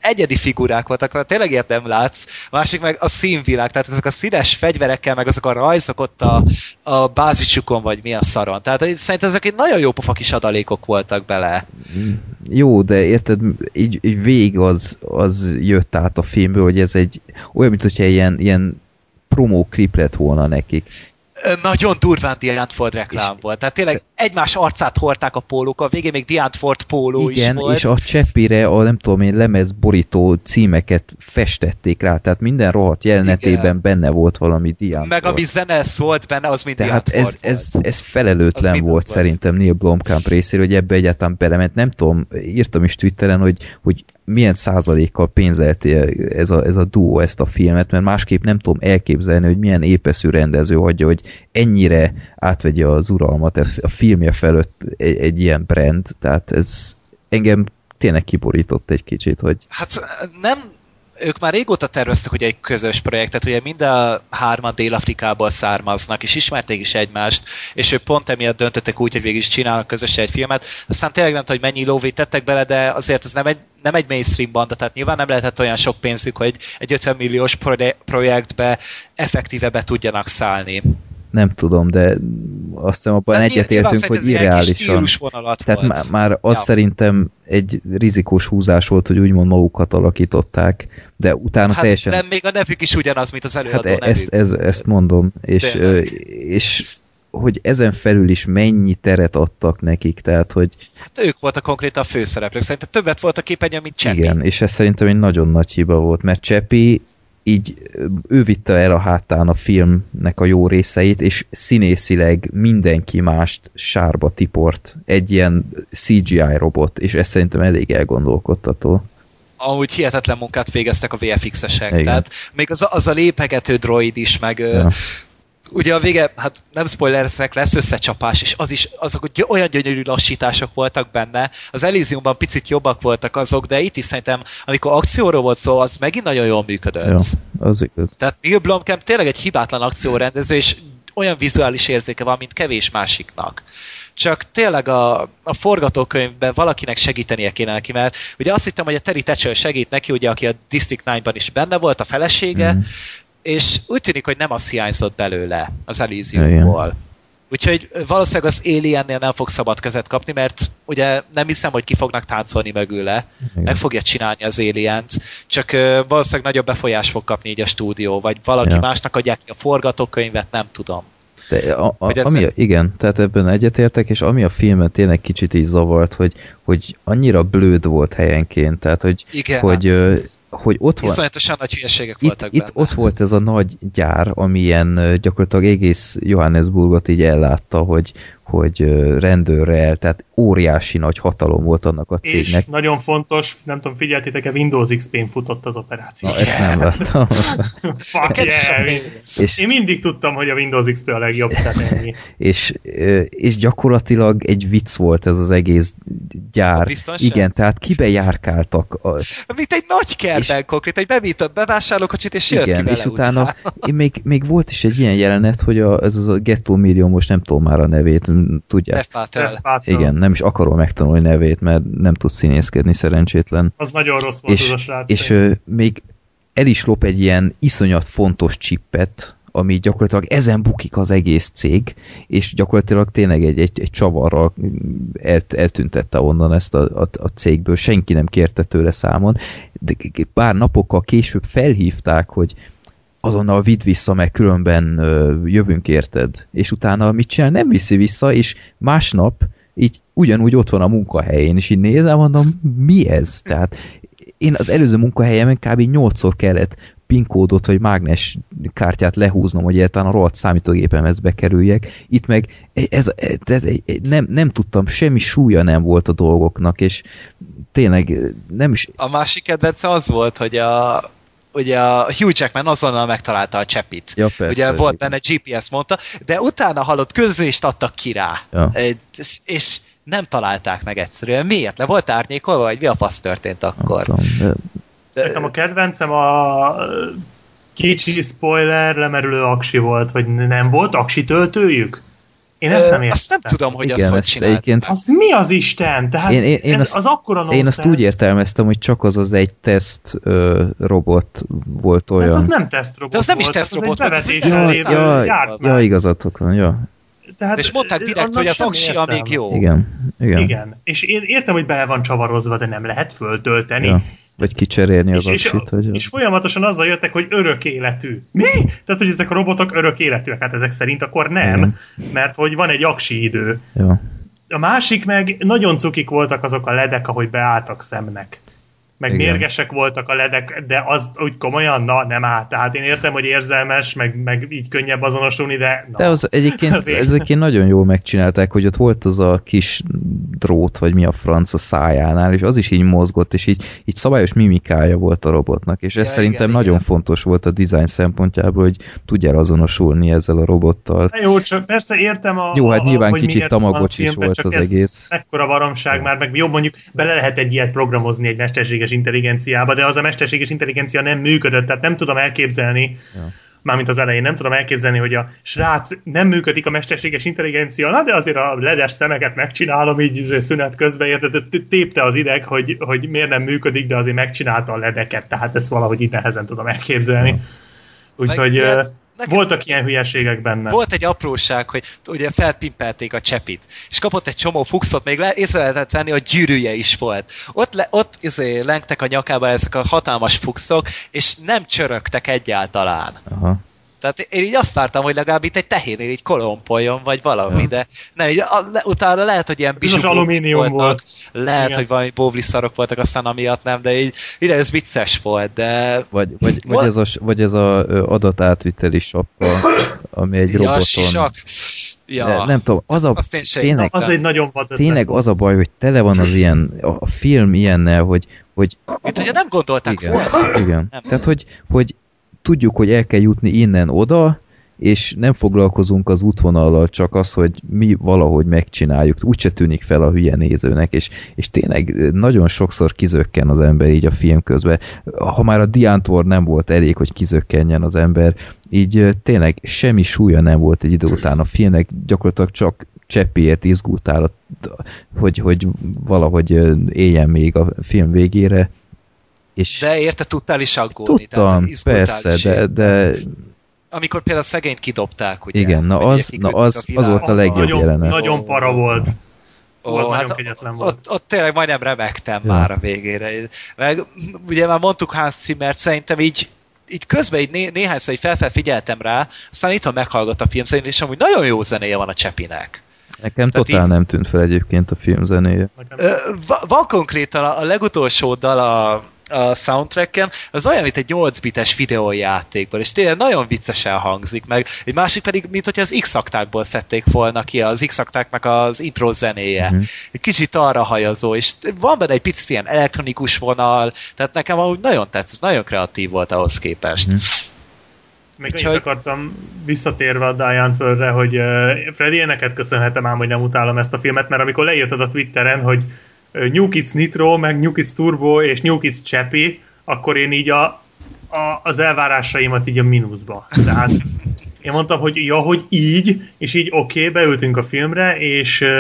egyedi figurák voltak, mert tényleg ilyet nem látsz. A másik meg a színvilág, tehát ezek a színes fegyverekkel, meg azok a rajzok ott a, a bázisukon, vagy mi a szaron. Tehát szerintem ezek egy nagyon jó pofa kis adalékok voltak bele. Jó, de érted, így, így végig az, az jött át a filmből, hogy ez egy olyan, mint hogyha ilyen, ilyen promóklip lett volna nekik. Nagyon durván Diane Ford reklám és volt. Tehát tényleg egymás arcát hordták a pólókkal, a végén még Diane Ford póló igen, is volt. És a cseppire a nem tudom én lemezborító címeket festették rá, tehát minden rohadt jelenetében igen. benne volt valami Diane meg Ford. ami zene szólt benne, az mind tehát Diane ez, Ford ez, ez felelőtlen volt, volt szerintem Neil Blomkamp részéről, hogy ebbe egyáltalán belement. Nem tudom, írtam is Twitteren, hogy, hogy milyen százalékkal pénzelti ez a, ez a duó ezt a filmet, mert másképp nem tudom elképzelni, hogy milyen épeszű rendező hagyja, hogy ennyire átvegye az uralmat a filmje felett egy, egy ilyen brand, tehát ez engem tényleg kiborított egy kicsit, hogy... Hát nem, ők már régóta terveztek ugye egy közös projektet, ugye mind a hárman Dél-Afrikából származnak, és ismerték is egymást, és ők pont emiatt döntöttek úgy, hogy végig is csinálnak közösen egy filmet. Aztán tényleg nem tudom, hogy mennyi lóvét tettek bele, de azért ez nem egy, nem egy mainstream banda, tehát nyilván nem lehetett olyan sok pénzük, hogy egy ötven milliós projektbe effektíve be tudjanak szállni. Nem tudom, de azt hiszem abban egyetértünk, hogy irreálisan. Tehát már, már az ja. szerintem egy rizikós húzás volt, hogy úgymond magukat alakították, de utána hát teljesen... nem, még a nevük is ugyanaz, mint az előadó hát nevük. Ezt, ez, ezt mondom, és, és hogy ezen felül is mennyi teret adtak nekik, tehát hogy... Hát ők voltak konkrétan a főszereplők, szerintem többet volt a képernyőn, mint Csepi. Igen, és ez szerintem egy nagyon nagy hiba volt, mert Csepi így ő vitte el a hátán a filmnek a jó részeit, és színészileg mindenki mást sárba tiport egy ilyen cé gé í robot, és ez szerintem elég elgondolkodtató. Ahogy hihetetlen munkát végeztek a vé ef iksz-esek, igen. Tehát még az a, az a lépegető droid is, meg ja. ugye a vége, hát nem spoilerezek, lesz összecsapás, és az is, azok olyan gyönyörű lassítások voltak benne, az Elysiumban picit jobbak voltak azok, de itt is szerintem, amikor akcióról volt szó, az megint nagyon jól működött. Ja, az igaz. Tehát Neil Blomkamp tényleg egy hibátlan akciórendező, és olyan vizuális érzéke van, mint kevés másiknak. Csak tényleg a, a forgatókönyvben valakinek segítenie kéne neki, mert ugye azt hittem, hogy a Terry Tatchell segít neki, ugye, aki a District kilencben is benne volt, a felesége, mm. és úgy tűnik, hogy nem az hiányzott belőle az Elysiumból. Úgyhogy valószínűleg az Aliennél nem fog szabad kezet kapni, mert ugye nem hiszem, hogy ki fognak táncolni mögüle. Igen. Meg fogja csinálni az Alient, csak valószínűleg nagyobb befolyás fog kapni így a stúdió, vagy valaki ja. másnak adják ki a forgatókönyvet, nem tudom. De a, a, ami, nem... Igen, tehát ebben egyetértek, és ami a filmet tényleg kicsit így zavart, hogy, hogy annyira blőd volt helyenként, tehát hogy, hogy hogy ott van... Iszonyatosan nagy hülyeségek itt, voltak itt ott volt ez a nagy gyár, amilyen gyakorlatilag egész Johannesburgot így ellátta, hogy, hogy rendőrrel, tehát óriási nagy hatalom volt annak a cégnek. És nagyon fontos, nem tudom, figyeltétek-e, Windows iksz pén futott az operáció. Na, ezt nem láttam. Fuck yeah! És, én mindig tudtam, hogy a Windows iksz pé a legjobb. és, és gyakorlatilag egy vicc volt ez az egész gyár. Igen, tehát kibe járkáltak. A... Mint egy nagy kertben konkrétan, egy bevitt bevásárlókocsit, és jött igen, ki és utána, utána. Én még, még volt is egy ilyen jelenet, hogy a, ez az a Ghetto Millió, most nem tudom már a nevét, tudják. Igen, nem is akarom megtanulni nevét, mert nem tud színészkedni szerencsétlen. Az nagyon rossz volt és, az a srác. És ö, még el is lop egy ilyen iszonyat fontos csippet, ami gyakorlatilag ezen bukik az egész cég, és gyakorlatilag tényleg egy, egy, egy csavarral el, eltüntette onnan ezt a, a, a cégből, senki nem kérte tőle számon, de pár napokkal később felhívták, hogy azonnal vidd vissza, meg különben ö, jövünk érted. És utána mit csinál? Nem viszi vissza, és másnap így ugyanúgy ott van a munkahelyén, és így nézem, mondom, mi ez? Tehát én az előző munkahelyemen kb. nyolcszor kellett PIN kódot vagy mágnes kártyát lehúznom, hogy egyáltalán a rohadt számítógépemhez bekerüljek. Itt meg ez, ez, ez, nem, nem tudtam, semmi súlya nem volt a dolgoknak, és tényleg nem is... A másik kedvence az volt, hogy a ugye a Hugh Jackman azonnal megtalálta a Csepit. Ja, persze, ugye volt benne gé pé es mondta, de utána hallott, közlést adtak ki rá. Ja. És nem találták meg egyszerűen. Miért? Le volt árnyékolva, vagy mi a fasz történt akkor? Tudom, de... Nekem a kedvencem a kicsi spoiler lemerülő aksi volt, vagy nem volt aksi töltőjük? Én ezt nem értem. Azt nem tudom, hogy Igen, azt hogy ezt csinált. egyébként... Az mi az Isten? Tehát én, én, én ez, azt, az akkora nonsens. Én azt úgy értelmeztem, hogy csak az az egy teszt ö, robot volt olyan. Hát az nem tesztrobot De az nem is volt, tesztrobot az volt, az egy úgy bevetéssel ja, lévő ja, gyártmány. ja, igazatok van, ja. Tehát, és mondták direkt, hogy az aksi, amíg jó. Igen, igen. Igen, és én értem, hogy bele van csavarozva, de nem lehet föltölteni. Ja. Vagy kicserélni az és, aksit. és, hogy... és folyamatosan azzal jöttek, hogy örök életű. Mi? Tehát, hogy ezek a robotok örök életűek, hát ezek szerint akkor nem, igen. Mert hogy van egy aksi idő. Ja. A másik meg nagyon cukik voltak azok a ledek, ahogy beálltak szemnek. Meg igen. Mérgesek voltak a ledek, de az úgy komolyan, na nem áll. Tehát én értem, hogy érzelmes, meg, meg így könnyebb azonosulni, de na. De az egyébként, az egyébként nagyon jól megcsinálták, hogy ott volt az a kis drót, vagy mi a franc a szájánál, és az is így mozgott, és így, így szabályos mimikája volt a robotnak, és ez ja, szerintem igen, nagyon igen. fontos volt a design szempontjából, hogy tudjál azonosulni ezzel a robottal. Na jó, csak persze értem a... Jó, hát a, nyilván hogy kicsit tamagocsi is volt az ez egész. Ekkora baromság már, meg jobb mondjuk bele lehet egy ilyet programozni egy mesterséges intelligenciába, de az a mesterséges intelligencia nem működött, tehát nem tudom elképzelni, ja. mármint az elején nem tudom elképzelni, hogy a srác nem működik a mesterséges intelligencia, na de azért a ledes szemeket megcsinálom így szünet közben, érted, tépte az ideg, hogy, hogy miért nem működik, de azért megcsinálta a ledeket, tehát ezt valahogy így nehezen tudom elképzelni. Ja. Úgyhogy... Nekem voltak ilyen hülyeségek benne. Volt egy apróság, hogy ugye felpimpelték a csepit, és kapott egy csomó fuxot, még le, észre lehetett venni, hogy gyűrűje is volt. Ott, le, ott izé, lengtek a nyakába ezek a hatalmas fuxok, és nem csörögtek egyáltalán. Aha. Tehát én így azt vártam, hogy legalább itt egy tehénél így kolompoljon, vagy valami, ja. de nem, így a, le, utána lehet, hogy ilyen bizsukok alumínium volt. Lehet, igen. hogy valami bóbliszarok voltak, aztán amiatt nem, de így ide ez vicces volt, de... Vagy, vagy, vagy, ez, a, vagy ez a adatátviteli sapka, ami egy roboton... Ja, ja. De, nem tudom, az, a, tényleg, az egy nagyon vad tényleg az a baj, hogy tele van az ilyen, a film ilyennel, hogy... hogy itt ugye nem gondolták igen, volna. Igen, nem. Tehát, hogy, hogy tudjuk, hogy el kell jutni innen oda, és nem foglalkozunk az útvonallal, csak az, hogy mi valahogy megcsináljuk. Úgyse tűnik fel a hülye nézőnek, és, és tényleg nagyon sokszor kizökken az ember így a film közben. Ha már a Diantor nem volt elég, hogy kizökkenjen az ember, így tényleg semmi súlya nem volt egy idő után a filmnek, gyakorlatilag csak cseppéért izgultál, hogy, hogy valahogy éljen még a film végére. És de érte tudtál is aggódni. Tudtam, persze, de, de... Amikor például a szegényt kidobták, ugye? Igen, na az, na az, az volt a legjobb nagyon, jelenet. Nagyon para volt. Ó, az hát nagyon kegyetlen volt. Ott, ott tényleg majdnem remektem ja. már a végére. Meg ugye már mondtuk Hans Zimmert, szerintem így így közben így né- néhányszor így fel-fel figyeltem rá, aztán itthon meghallgat a film szerint, és amúgy nagyon jó zenéje van a Csepinek. Nekem tehát totál így... nem tűnt fel egyébként a film zenéje. Va- van konkrétan a, a legutolsó dal a, a soundtracken, az olyan, mint egy nyolc bites videójátékból, és tényleg nagyon viccesen hangzik meg. Egy másik pedig, mint hogyha az X-aktákból szedték volna ki, az X-aktáknak az intro zenéje. Uh-huh. Egy kicsit arra hajazó, és van benne egy picit ilyen elektronikus vonal, tehát nekem amúgy nagyon tetszett, nagyon kreatív volt ahhoz képest. Uh-huh. Még annyit hogy... akartam visszatérve a Diane Fölre, hogy uh, Freddy, én neked köszönhetem ám, hogy nem utálom ezt a filmet, mert amikor leírtad a Twitteren, hogy uh, New Kids Nitro, meg New Kids Turbo és New Kids Chappie, akkor én így a, a, az elvárásaimat így a mínuszba. Tehát én mondtam, hogy ja, hogy így, és így oké, okay, beültünk a filmre, és uh,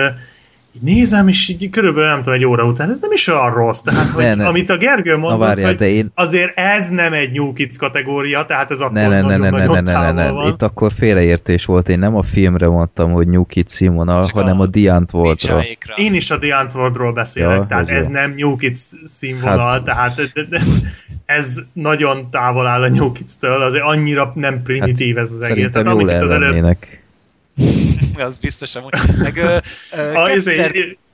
nézem, és így körülbelül nem tudom, egy óra után, ez nem is olyan rossz, tehát, hogy ne, ne. amit a Gergő mondott, várjál, hogy én... azért ez nem egy New Kids kategória, tehát ez akkor ne, ne, ne, ne, ne, ne, ne, ne, ne. Itt akkor félreértés volt, én nem a filmre mondtam, hogy New Kids színvonal, csak hanem a, a The Antwoordról. Én is a The Antwoordról beszélek, ja, tehát ez jó. Nem New Kids színvonal, hát... tehát ez nagyon távol áll a New Kids-től, azért annyira nem primitív hát ez az egész. Szerintem jól ellennének. Az biztos amúgy. Meg, ö, ö, a, kétszer...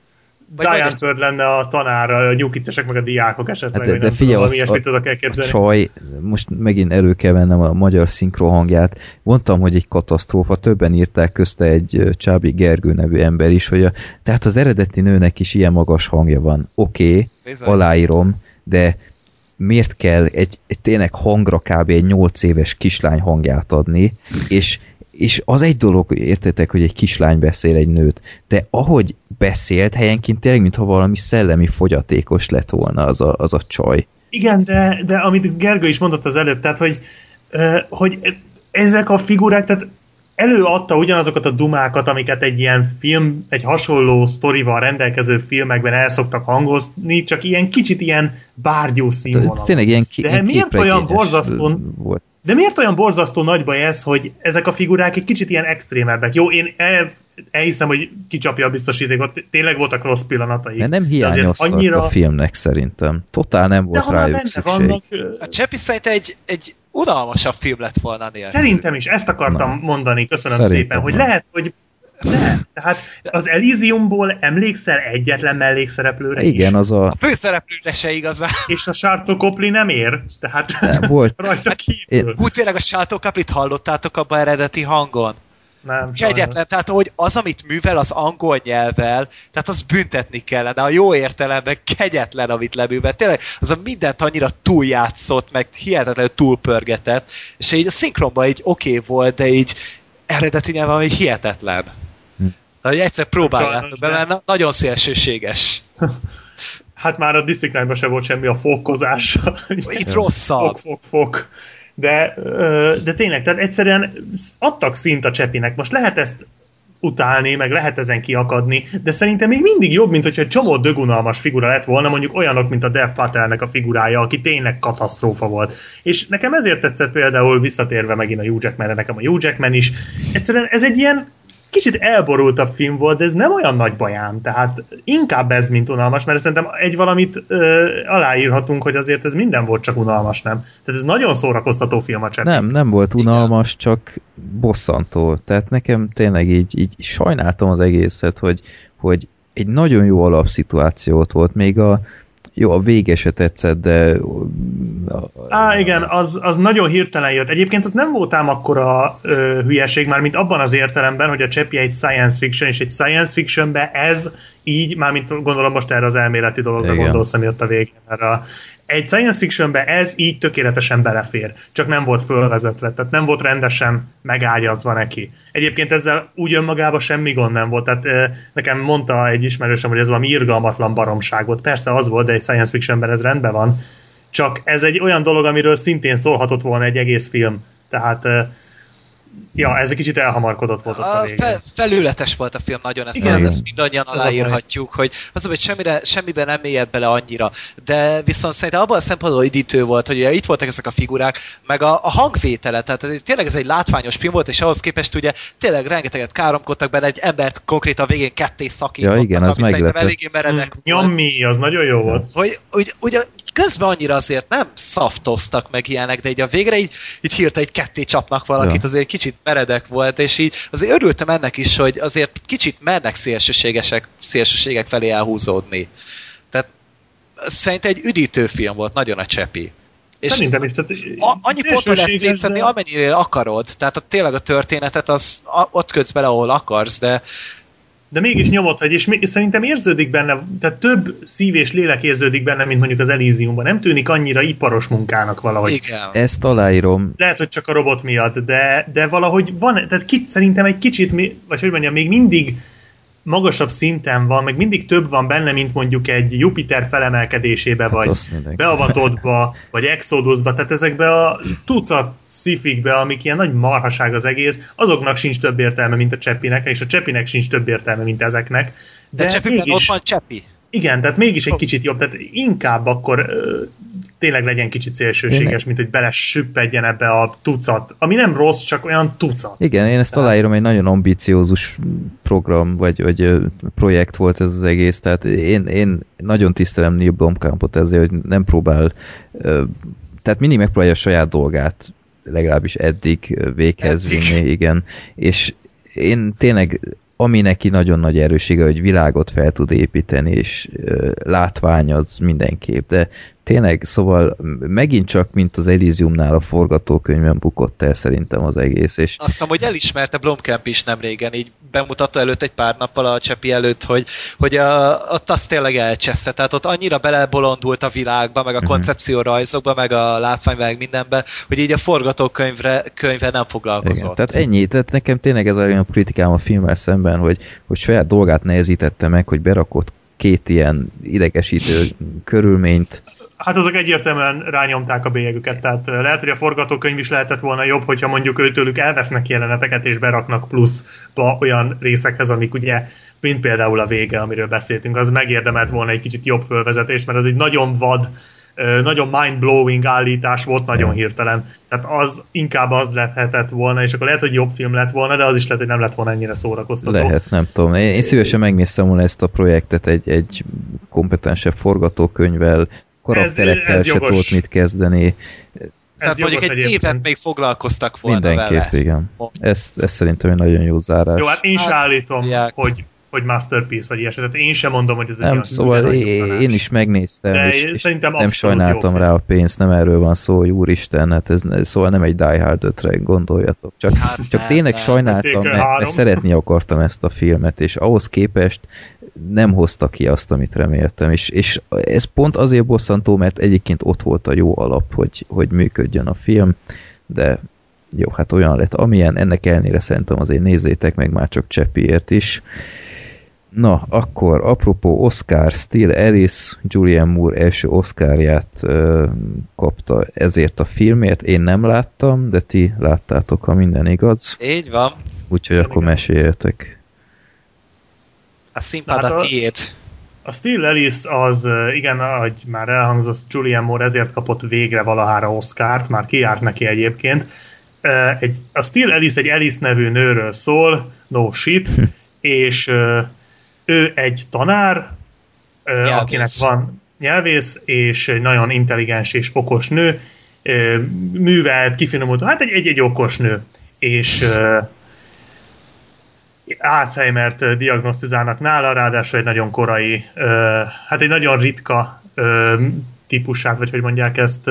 Diane Ford lenne a tanár, a New Kids-esek, meg a diákok esetleg, hát de, de figyelj, valami ilyesmit tudok elképzelni. A csaj, most megint elő kell vennem a magyar szinkron hangját. Mondtam, hogy egy katasztrófa, többen írták közte egy Csábi Gergő nevű ember is, hogy a, tehát az eredeti nőnek is ilyen magas hangja van. Oké, okay, aláírom, de miért kell egy, egy tényleg hangra kb. Egy nyolc éves kislány hangját adni, és és az egy dolog, hogy értetek, hogy egy kislány beszél egy nőt, de ahogy beszélt, helyenként tényleg, mintha valami szellemi fogyatékos lett volna az a, az a csaj. Igen, de, de amit Gergő is mondott az előbb, tehát, hogy, hogy ezek a figurák, tehát előadta ugyanazokat a dumákat, amiket egy ilyen film, egy hasonló sztorival rendelkező filmekben el szoktak hangozni, csak ilyen kicsit ilyen bárgyú színvonalon. Tényleg ilyen, ki, De ilyen miért olyan borzasztó volt? De miért olyan borzasztó nagy baj ez, hogy ezek a figurák egy kicsit ilyen extrémebbek? Jó, én el, elhiszem, hogy kicsapja a biztosítékot, tényleg voltak rossz pillanatai. Mert nem hiányoztak annyira... a filmnek szerintem. Totál nem volt de rájuk szükség. Vannak, a Csepi szerint egy, egy unalmasabb film lett volna nélkül. Szerintem is, ezt akartam Na. mondani, köszönöm szerintem szépen, hogy lehet, hogy de, tehát az Elysiumból emlékszel egyetlen mellékszereplőre Igen, is? az a... A főszereplőre se igazán. És a Sharlto Copley nem ér? Tehát nem, volt. rajta kívül. Hú, tényleg a Sharlto Copleyt hallottátok abban eredeti hangon? Nem, Kegyetlen, tehát hogy az, amit művel az angol nyelvvel, tehát az büntetni kellene, a jó értelemben kegyetlen, amit leművel. Tényleg az a mindent annyira túljátszott, meg hihetetlenül túlpörgetett, és így a szinkronban így oké okay volt, de így eredeti nyelven ami hihetetlen. Hm. Tehát, hogy egyszer próbáljátok be, mert na- nagyon szélsőséges. Hát már a District nine-ban se volt semmi a fokkozása. Itt rosszabb. Fok, fok, fok. De, de tényleg, tehát egyszerűen adtak szint a Csepinek. Most lehet ezt utálni, meg lehet ezen kiakadni, de szerintem még mindig jobb, mint hogyha egy csomó dögunalmas figura lett volna, mondjuk olyanok, mint a Dev Patelnek a figurája, aki tényleg katasztrófa volt. És nekem ezért tetszett például, visszatérve megint a Hugh Jackmanre, nekem a Hugh Jackman is, egyszerűen ez egy ilyen kicsit elborultabb film volt, de ez nem olyan nagy bajám, tehát inkább ez, mint unalmas, mert szerintem egy valamit ö, aláírhatunk, hogy azért ez minden volt, csak unalmas, nem? Tehát ez nagyon szórakoztató film a Csepi. Nem, nem volt unalmas, csak bosszantó. Tehát nekem tényleg így, így sajnáltam az egészet, hogy, hogy egy nagyon jó alapszituációt volt, még a jó, a vége se tetszett, de... Á, igen, az, az nagyon hirtelen jött. Egyébként az nem volt ám akkora ö, hülyeség már, mint abban az értelemben, hogy a Csepi egy science fiction, és egy science fictionben ez így, mármint gondolom most erre az elméleti dologra igen. gondolsz, ami ott a végén. Erre. Egy science fictionben ez így tökéletesen belefér, csak nem volt fölvezetve, tehát nem volt rendesen megágyazva neki. Egyébként ezzel úgy önmagában semmi gond nem volt, tehát e, nekem mondta egy ismerősöm, hogy ez valami irgalmatlan baromság volt. Persze az volt, de egy science fictionben ez rendben van, csak ez egy olyan dolog, amiről szintén szólhatott volna egy egész film. Tehát e, ja, ez egy kicsit elhamarkodott volt ott a végén. Fe, felületes volt a film nagyon, ezt, igen, ezt mindannyian aláírhatjuk, hogy az, hogy semmire, semmiben nem mélyed bele annyira, de viszont szerintem abban a szempontból üdítő volt, hogy ugye itt voltak ezek a figurák, meg a, a hangvétele, tehát ez, tényleg ez egy látványos film volt, és ahhoz képest ugye tényleg rengeteget káromkodtak benne, egy embert konkrétan a végén ketté szakítottak, ja, igen, az ami szerintem eléggé meredek mm, volt. Nyommi, az nagyon jó volt. Hogy ugye, ugye közben annyira azért nem szaftoztak meg ilyenek, de így a végre így, így hirtelen egy ketté csapnak valakit, ja. azért kicsit meredek volt, és így azért örültem ennek is, hogy azért kicsit mernek szélsőségesek, szélsőségek felé elhúzódni. Tehát szerintem egy üdítő film volt, nagyon a Csepi. És szerintem is. Tehát a, annyi ponton lehet szétszedni, de... amennyire akarod. Tehát a, tényleg a történetet az a, ott kötsz bele, ahol akarsz, de de mégis nyomot hagy, és még, szerintem érződik benne, tehát több szív és lélek érződik benne, mint mondjuk az Elysiumban. Nem tűnik annyira iparos munkának valahogy. Igen. Ezt aláírom. Lehet, hogy csak a robot miatt, de, de valahogy van, tehát kit, szerintem egy kicsit, vagy hogy mondjam, még mindig magasabb szinten van, meg mindig több van benne, mint mondjuk egy Jupiter felemelkedésébe, hát vagy Beavatottba, vagy Exodusba, tehát ezekbe a tucat szifikbe, amik ilyen nagy marhaság az egész, azoknak sincs több értelme, mint a Csepinek, és a Csepinek sincs több értelme, mint ezeknek. De, de Csepiben mégis, ott van Csepi. Igen, tehát mégis egy kicsit jobb, tehát inkább akkor ö, tényleg legyen kicsit szélsőséges, mint hogy belesüppedjen ebbe a tucat, ami nem rossz, csak olyan tucat. Igen, én ezt aláírom, egy nagyon ambiciózus program, vagy, vagy projekt volt ez az egész, tehát én, én nagyon tisztelem Neil Blomkampot ezért, hogy nem próbál, tehát mindig megpróbálja a saját dolgát legalábbis eddig véghez vinni, igen, és én tényleg ami neki nagyon nagy erősége, hogy világot fel tud építeni, és ö, látvány az mindenképp, de tényleg, szóval megint csak, mint az Elysiumnál a forgatókönyvben bukott el szerintem az egész. És azt hiszem, hogy elismerte Blomkamp is nem régen, így bemutatta előtt egy pár nappal a Csepi előtt, hogy, hogy a, ott azt tényleg elcseszte, tehát ott annyira belebolondult a világba, meg a uh-huh. koncepciórajzokba, meg a látványba, meg mindenbe, hogy így a forgatókönyvre könyvre nem foglalkozott. Igen, tehát ennyi, tehát nekem tényleg ez a kritikám a filmmel szemben, hogy, hogy saját dolgát nehezítette meg, hogy berakott két ilyen idegesítő körülményt, Hát azok egyértelműen rányomták a bélyegüket, tehát lehet, hogy a forgatókönyv is lehetett volna jobb, hogyha mondjuk őtőlük elvesznek jeleneteket és beraknak plusz olyan részekhez, amik ugye, mint például a vége, amiről beszéltünk, az megérdemelt volna egy kicsit jobb fölvezetés, mert az egy nagyon vad, nagyon mind-blowing állítás volt, nagyon hirtelen. Tehát az inkább az lehetett volna, és akkor lehet, hogy jobb film lett volna, de az is lehet, hogy nem lett volna ennyire szórakoztató. Lehet, nem tudom. Én, én szívesen megnéztem volna ezt a projektet egy, egy kompetensebb forgatókönyvvel, karakterekkel ez, ez se tudott mit kezdeni. Ez mondjuk egy egyébként. Évet még foglalkoztak volna mindenképp, vele. Igen. Ez, ez szerintem egy nagyon jó zárás. Jó, hát én sem hát, állítom, hogy, hogy masterpiece vagy ilyesmi. Tehát én sem mondom, hogy ez egy nem, olyan szóval én, én is megnéztem, de és, és nem nem sajnáltam rá a pénzt, nem erről van szó, hogy úristen, hát ez, szóval nem egy Die Hard ötre gondoljatok. Csak, hát csak tényleg nem, sajnáltam, mert, mert szeretni akartam ezt a filmet, és ahhoz képest nem hozta ki azt, amit reméltem, és, és ez pont azért bosszantó, mert egyébként ott volt a jó alap, hogy, hogy működjön a film, de jó, hát olyan lett, amilyen, ennek ellenére szerintem azért nézzétek meg már csak Cseppiért is. Na, akkor apropó Oscar, Still Ellis, Julianne Moore első Oscarját uh, kapta ezért a filmért, én nem láttam, de ti láttátok, ha minden igaz. Így van. Úgyhogy akkor meséljetek. A színpad hát a tiéd. A Still Ellis az, igen, ahogy már elhangzott, Julianne Moore ezért kapott végre valahára Oscart, már kijárt neki egyébként. Egy, a Still Ellis egy Ellis nevű nőről szól, no shit, és ő egy tanár, nyelvész. Akinek van nyelvész, és egy nagyon intelligens és okos nő, művelt, kifinomult, hát egy, egy, egy okos nő, és Alzheimert diagnosztizálnak nála, ráadásul egy nagyon korai, hát egy nagyon ritka típusát, vagy hogy mondják ezt,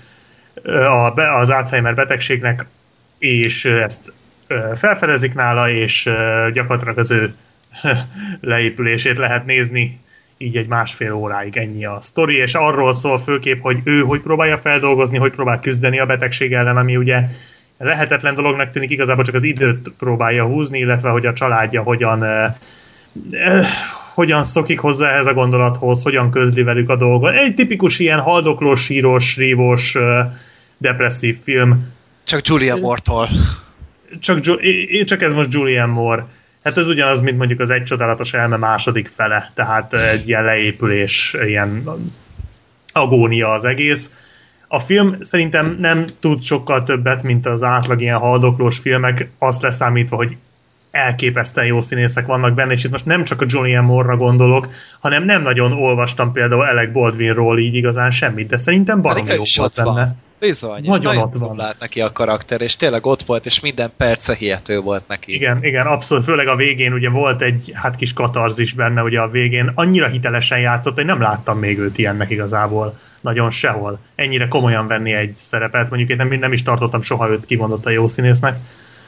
az Alzheimer betegségnek, és ezt felfedezik nála, és gyakorlatilag az ő leépülését lehet nézni így egy másfél óráig, ennyi a sztori, és arról szól főképp, hogy ő hogy próbálja feldolgozni, hogy próbál küzdeni a betegség ellen, ami ugye lehetetlen dolognak tűnik, igazából csak az időt próbálja húzni, illetve hogy a családja hogyan eh, eh, hogyan szokik hozzá ehhez a gondolathoz, hogyan közli velük a dolgot. Egy tipikus ilyen haldoklós, síros, rívós, eh, depresszív film. Csak Julianne Moore-tól. Csak, csak ez most Julianne Moore. Hát ez ugyanaz, mint mondjuk az Egy csodálatos elme második fele, tehát egy ilyen leépülés, ilyen agónia az egész. A film szerintem nem tud sokkal többet, mint az átlag ilyen haldoklós filmek, azt leszámítva, hogy elképesztően jó színészek vannak benne, és itt most nem csak a Julianne Moore-ra gondolok, hanem nem nagyon olvastam például Alec Baldwinról így igazán semmit, de szerintem baromi jó volt benne. Van. Bizony, nagyon, és ott van. Lát neki a karakter, és tényleg ott volt, és minden perce hihető volt neki. Igen, igen, abszolút, főleg a végén ugye volt egy hát kis katarzis benne, ugye a végén annyira hitelesen játszott, hogy nem láttam még őt ilyennek igazából, nagyon sehol. Ennyire komolyan venni egy szerepet, mondjuk én nem, nem is tartottam soha őt kimondottan jó színésznek.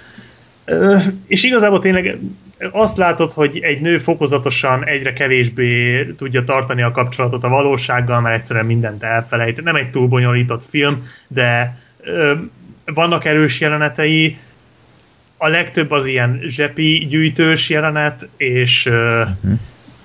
És igazából tényleg azt látod, hogy egy nő fokozatosan egyre kevésbé tudja tartani a kapcsolatot a valósággal, mert egyszerűen mindent elfelejt. Nem egy túl bonyolított film, de vannak erős jelenetei, a legtöbb az ilyen zsepi gyűjtős jelenet, és uh-huh.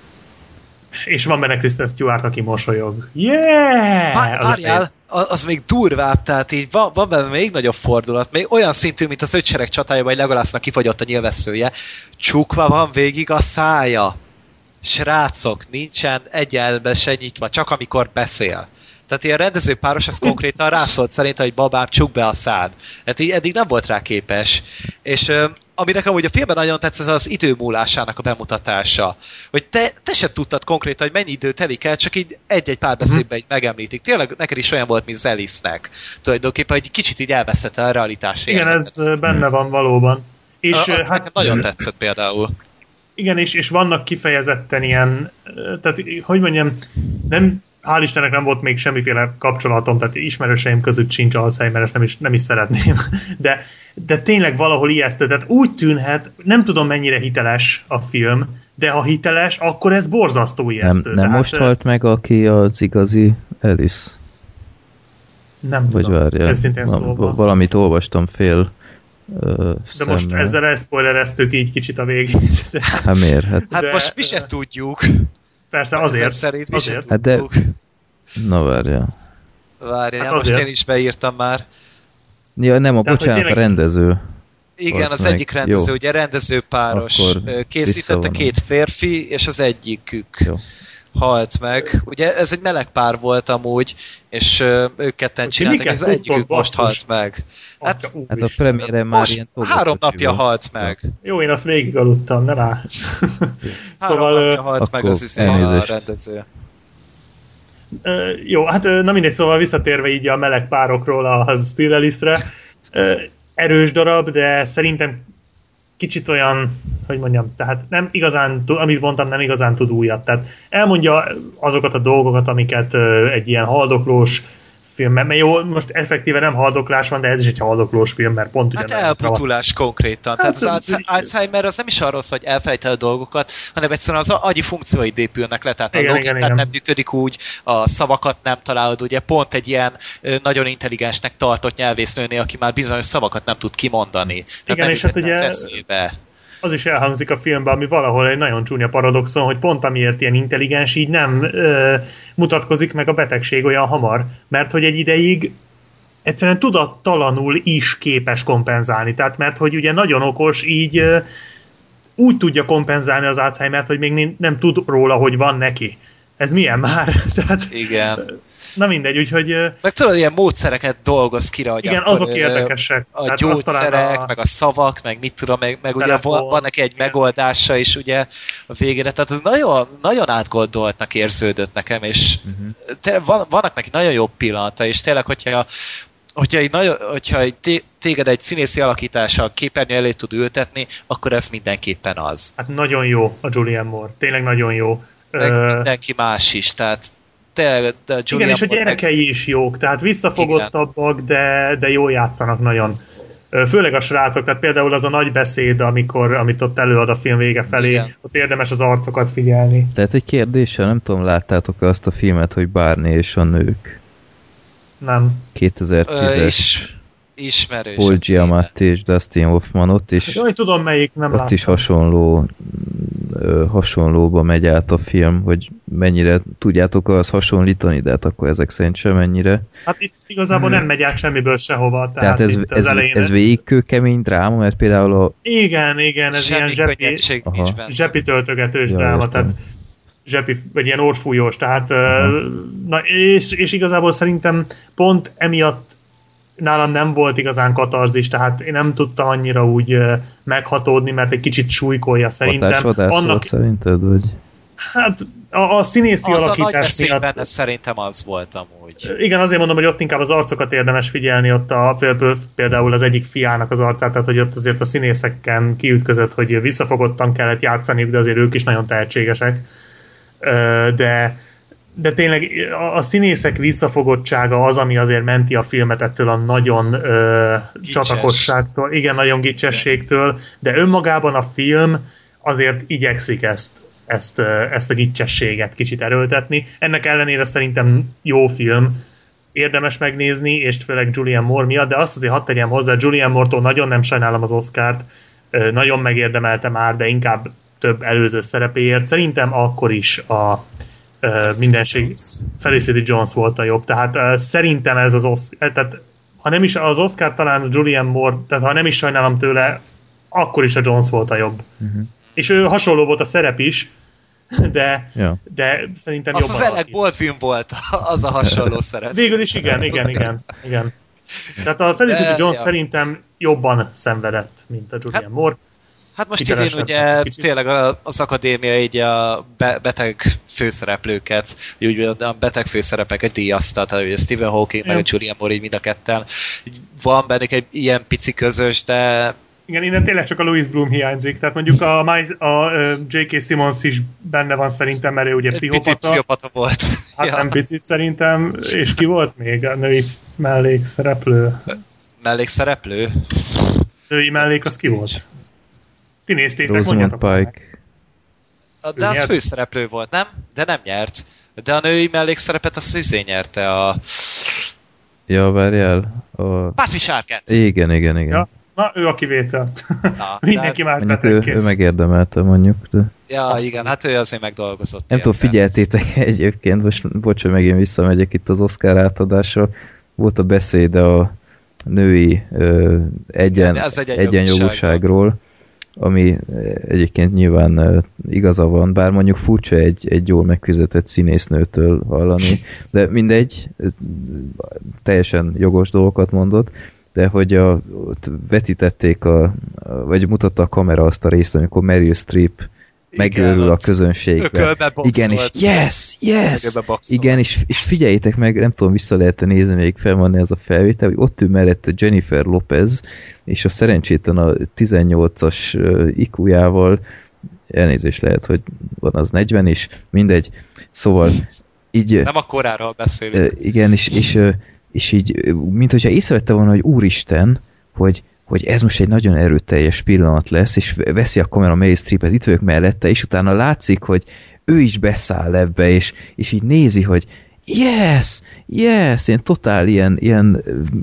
és van benne Kristen Stewart, aki mosolyog. Yeah! Várjál, az, az még durvább, tehát így van, van benne még nagyobb fordulat, még olyan szintű, mint az ötsereg csatájában, hogy Legolasnak kifogyott a nyilvesszője. Csukva van végig a szája. Srácok, nincsen egyelbe se nyitva, csak amikor beszél. Tehát ilyen rendezőpáros az konkrétan rászólt szerint, hogy babám, csuk be a szád. Hát így eddig nem volt rá képes. És ami nekem úgy a filmben nagyon tetsz, ez az idő múlásának a bemutatása. Hogy te, te se tudtad konkrétan, hogy mennyi idő telik el, csak így egy-egy párbeszédben így megemlítik. Tényleg neked is olyan volt, mint az Alice-nek. Tulajdonképpen, hogy kicsit így elveszette a realitás érzetet. Igen, ez benne van valóban. És az hát nagyon tetszett például. Igen, és, és vannak kifejezetten ilyen, tehát hogy mondjam, nem hál' Istennek nem volt még semmiféle kapcsolatom, tehát ismerőseim között sincs Alzheimer-es, nem is, nem is szeretném, de, de tényleg valahol ijesztő, tehát úgy tűnhet, nem tudom mennyire hiteles a film, de ha hiteles, akkor ez borzasztó ijesztő. Nem, nem tehát, most halt meg, aki az igazi Alice? Nem tudom, várja, őszintén szólva. Valamit olvastam fél Uh, de szemmel. Most ezzel elszpoilereztük így kicsit a végét. De, hát miért? Hát, hát de, most mi se tudjuk. Persze azért. Szerint mi azért. se hát de, na várja. Várjál, Hát most azért. én is beírtam már. Ja, nem, a Tehát, hogy bocsánat, tényleg- a rendező. Igen, Volt az meg. egyik rendező, Jó. ugye rendezőpáros Akkor készítette, visszavonom. két férfi, és az egyikük Jó. halt meg. Ugye ez egy meleg pár volt amúgy, és ö, ők ketten Hogy csináltak, és miket az egyikük tudtok, most basszus? halt meg. Hát Atya, Hát a úristen. premiére már most ilyen három napja tollakocsival. halt meg. Jó, én azt végig aludtam, nem áll. Három Szóval, napja ö, halt meg akkor az izé a elnézést. rendező. Ö, jó, hát ö, na mindegy, szóval visszatérve így a meleg párokról a Steel Alice-re, ö, erős darab, de szerintem kicsit olyan, hogy mondjam, tehát nem igazán, tud- amit mondtam, nem igazán tud újat. Tehát elmondja azokat a dolgokat, amiket ö, egy ilyen haldoklós film, mert jó, most effektíve nem haldoklás van, de ez is egy haldoklós film, mert pont Hát ugyanaz. elbutulás konkrétan. Tehát Hát, az Alz- Alzheimer az nem is arról szól, hogy elfelejted a dolgokat, hanem egyszerűen az agyi funkcióid épülnek le, tehát a Igen, logikát igen, igen. nem működik úgy, a szavakat nem találod, ugye pont egy ilyen ö, nagyon intelligensnek tartott nyelvésznőnél, aki már bizonyos szavakat nem tud kimondani. Tehát Igen, nem és jut hát egyszerűen ugye- az eszébe. Az is elhangzik a filmben, ami valahol egy nagyon csúnya paradoxon, hogy pont amiért ilyen intelligens, így nem ö, mutatkozik meg a betegség olyan hamar, mert hogy egy ideig egyszerűen tudattalanul is képes kompenzálni. Tehát mert hogy ugye nagyon okos, így ö, úgy tudja kompenzálni az Alzheimert, hogy még nem, nem tud róla, hogy van neki. Ez milyen már? Tehát, Igen. na mindegy, úgyhogy ö, Meg tudod, ilyen módszereket dolgoz ki, hogy igen, akkor, azok ö, érdekesek. a Tehát azt talán gyógyszerek, a- meg a szavak, meg mit tudom, meg, meg ugye Telefon, van, van neki egy igen. megoldása is ugye a végére, tehát ez nagyon, nagyon átgondoltnak érződött nekem, és uh-huh. te, van, vannak neki nagyon jó pillanata, és tényleg, hogyha hogyha, egy nagyon, hogyha egy té- téged egy színészi alakítással képernyő elé tud ültetni, akkor ez mindenképpen az. Hát nagyon jó a Julianne Moore. Tényleg nagyon jó. Meg Ö, mindenki más is, tehát tényleg, de Igen, Julianne és a Moore meg- gyerekei is jók, tehát visszafogottabbak, de, de jól játszanak nagyon. Ö, Főleg a srácok, tehát például az a nagy beszéd, amikor, amit ott előad a film vége felé, Igen. ott érdemes az arcokat figyelni. Tehát egy kérdéssel, nem tudom, láttátok-e azt a filmet, hogy Barney és a nők? Nem. kétezer-tízes Ö, is- ismerős. Paul a címe. Giamatti és Dustin Hoffman ott is. Jaj, tudom melyik, nem Ott láttam. is hasonló ö, hasonlóba megy át a film, hogy mennyire tudjátok az hasonlítani, de hát akkor ezek szerint sem mennyire. Hát itt igazából nem megy át semmiből sehova. Tehát, Tehát ez, itt az ez, elején... ez végig kőkemény dráma, mert például a... Igen, igen, ez ilyen Semmi zsepi, könnyedség Aha. nincs benne. zsepi töltögetős Ja, dráma, értem. tehát zsepi, vagy ilyen orfújós, tehát uh, na, és, és igazából szerintem pont emiatt nálam nem volt igazán katarzis, tehát én nem tudtam annyira úgy uh, meghatódni, mert egy kicsit súlykolja szerintem. Hatásvadász Annak, volt szerinted, vagy? hát a, a színészi Az a nagy alakítás beszéd miatt... benne szerintem az volt amúgy. Igen, azért mondom, hogy ott inkább az arcokat érdemes figyelni, ott a, például az egyik fiának az arcát, tehát hogy ott azért a színészeken kiütközött, hogy visszafogottan kellett játszaniuk, de azért ők is nagyon tehetségesek. Ö, De, de tényleg a, a színészek visszafogottsága az, ami azért menti a filmet ettől a nagyon ö, Gicses. csatakosságtól, igen, nagyon gicsességtől, de önmagában a film azért igyekszik ezt ezt, ö, ezt a gicsességet kicsit erőltetni. Ennek ellenére szerintem jó film, érdemes megnézni, és főleg Julianne Moore miatt, de azt azért hadd tegyem hozzá, Julianne Moore-tól nagyon nem sajnálom az Oscart, ö, nagyon megérdemelte már, de inkább több előző szerepéért. Szerintem akkor is a ö, mindenség Felicity Jones volt a jobb, tehát ö, szerintem ez az Oscar, tehát ha nem is az Oscar, talán Julianne Moore, tehát ha nem is sajnálom tőle, akkor is a Jones volt a jobb. Uh-huh. És ő hasonló volt a szerep is, de, Ja. de szerintem Az jobban az Alec alakít. Baldwin volt az a hasonló szerep. Végül is igen, igen, igen, igen. Tehát a Felicity De, Jones ja. szerintem jobban szenvedett, mint a Julianne Hát, Moore. Hát most Hitelesebb idén ugye kicsit. tényleg a- az akadémia így a be- beteg főszereplőket, úgy a beteg főszerepeket díjazta, tehát ugye Stephen Hawking, meg Ja. a Julianne Moore így mind a ketten. Így van bennük egy ilyen pici közös, de Igen, innen tényleg csak a Louis Bloom hiányzik, tehát mondjuk a, My- a, a jé ká. Simmons is benne van szerintem, mert ő ugye egy pici pszichopata. pszichopata volt. Hát Ja. nem picit szerintem, és ki volt még a női mellékszereplő? Mellékszereplő? Női mellék, az ki volt? Ti néztétek, Rosamund mondjátok már meg. Pike. De az nyert? főszereplő volt, nem? De nem nyert. De a női mellékszerepet azt izé nyerte a Ja, várjál. A... Patricia Arquette. Igen, igen, igen. Ja. Na, ő a kivétel. Na, Mindenki más beteg ő, ő megérdemelte mondjuk. De... Ja, abszolút. Igen, hát ő azért megdolgozott. Nem tudom, figyeltétek egyébként, most bocs, hogy megint visszamegyek itt az Oscar átadásra. Volt a beszéde a női ö, egyen, igen, egyenjogúságról, ami egyébként nyilván ö, igaza van, bár mondjuk furcsa egy, egy jól megfizetett színésznőtől hallani, de mindegy, teljesen jogos dolgokat mondott, de hogy a, ott vetítették, a, vagy mutatta a kamera azt a részt, amikor Meryl Streep megőrül a közönségbe. Igen, és yes, yes! Igen, és, és figyeljétek meg, nem tudom, vissza lehet nézni, még fel van ez a felvétel, hogy ott ül mellette Jennifer Lopez, és a szerencsétlen a tizennyolcas I Q-jával, elnézést lehet, hogy van az negyven is, mindegy. Szóval így... Nem a koráról beszélünk. Igen, és, és, és így, mint hogyha észrevette volna, hogy úristen, hogy hogy ez most egy nagyon erőteljes pillanat lesz, és veszi a kamera Meryl Streepet, itt vagyok mellette, és utána látszik, hogy ő is beszáll ebbe, és, és így nézi, hogy yes, yes, ilyen totál ilyen, ilyen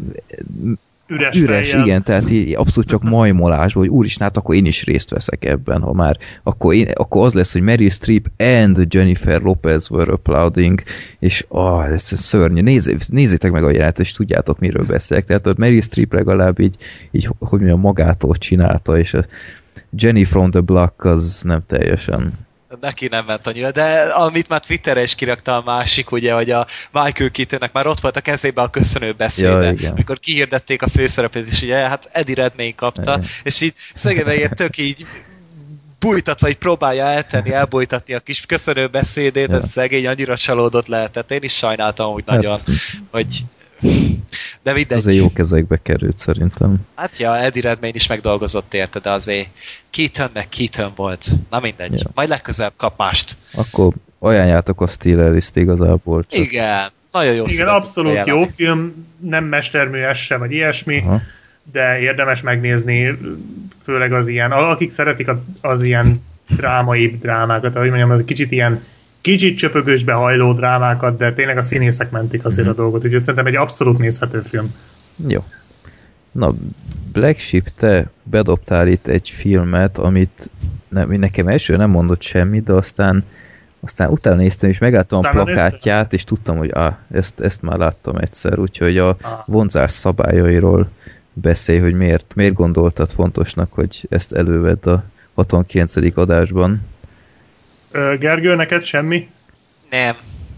üres, üres igen, tehát így abszolút csak majmolás, hogy úristen, hát akkor én is részt veszek ebben, ha már, akkor, én, akkor az lesz, hogy Meryl Streep and Jennifer Lopez were applauding, és ah, oh, ez szörnyű, Néz, nézzétek meg a jelenetet, és tudjátok, miről beszélek, tehát a Meryl Streep legalább így, így hogy mondjam, magától csinálta, és a Jenny from the Block az nem teljesen... Neki nem ment annyira, de amit már Twitterre is kirakta a másik, ugye, hogy a Michael Keatonnek már ott volt a kezében a köszönő beszéde, ja, amikor kihirdették a főszerepét, és ugye hát Eddie Redmayne kapta, igen. És így szegényen tök így bújtatva, így próbálja eltenni, elbújtatni a kis köszönő beszédét, ja. Ez szegény annyira csalódott lehetett. Én is sajnáltam úgy hát, nagyon, hogy... De mindegy. Azért jó kezekbe került szerintem. Hát ja, Eddie Redmayne is megdolgozott érte, de azért Keaton meg Keaton volt. Na mindegy, ja. Majd legközelebb kap mást. Akkor ajánljátok a Steel-Elist igazából. Csak. Igen, nagyon jó. Igen, abszolút jó film, nem mestermű ez sem, vagy ilyesmi, aha. De érdemes megnézni, főleg az ilyen, akik szeretik az ilyen drámai drámákat, ahogy mondjam, az kicsit ilyen kicsit csöpögősbe hajló drámákat, de tényleg a színészek mentik azért mm-hmm. a dolgot, úgyhogy szerintem egy abszolút nézhető film. Jó. Na, Black Sheep, te bedobtál itt egy filmet, amit nem, nekem első nem mondott semmit, de aztán, aztán utána néztem, és megláttam utána a plakátját, néztem? És tudtam, hogy ah, ezt, ezt már láttam egyszer, úgyhogy a ah. vonzás szabályairól beszélj, hogy miért, miért gondoltad fontosnak, hogy ezt elővedd a hatvankilencedik adásban. Gergő, neked semmi? Nem.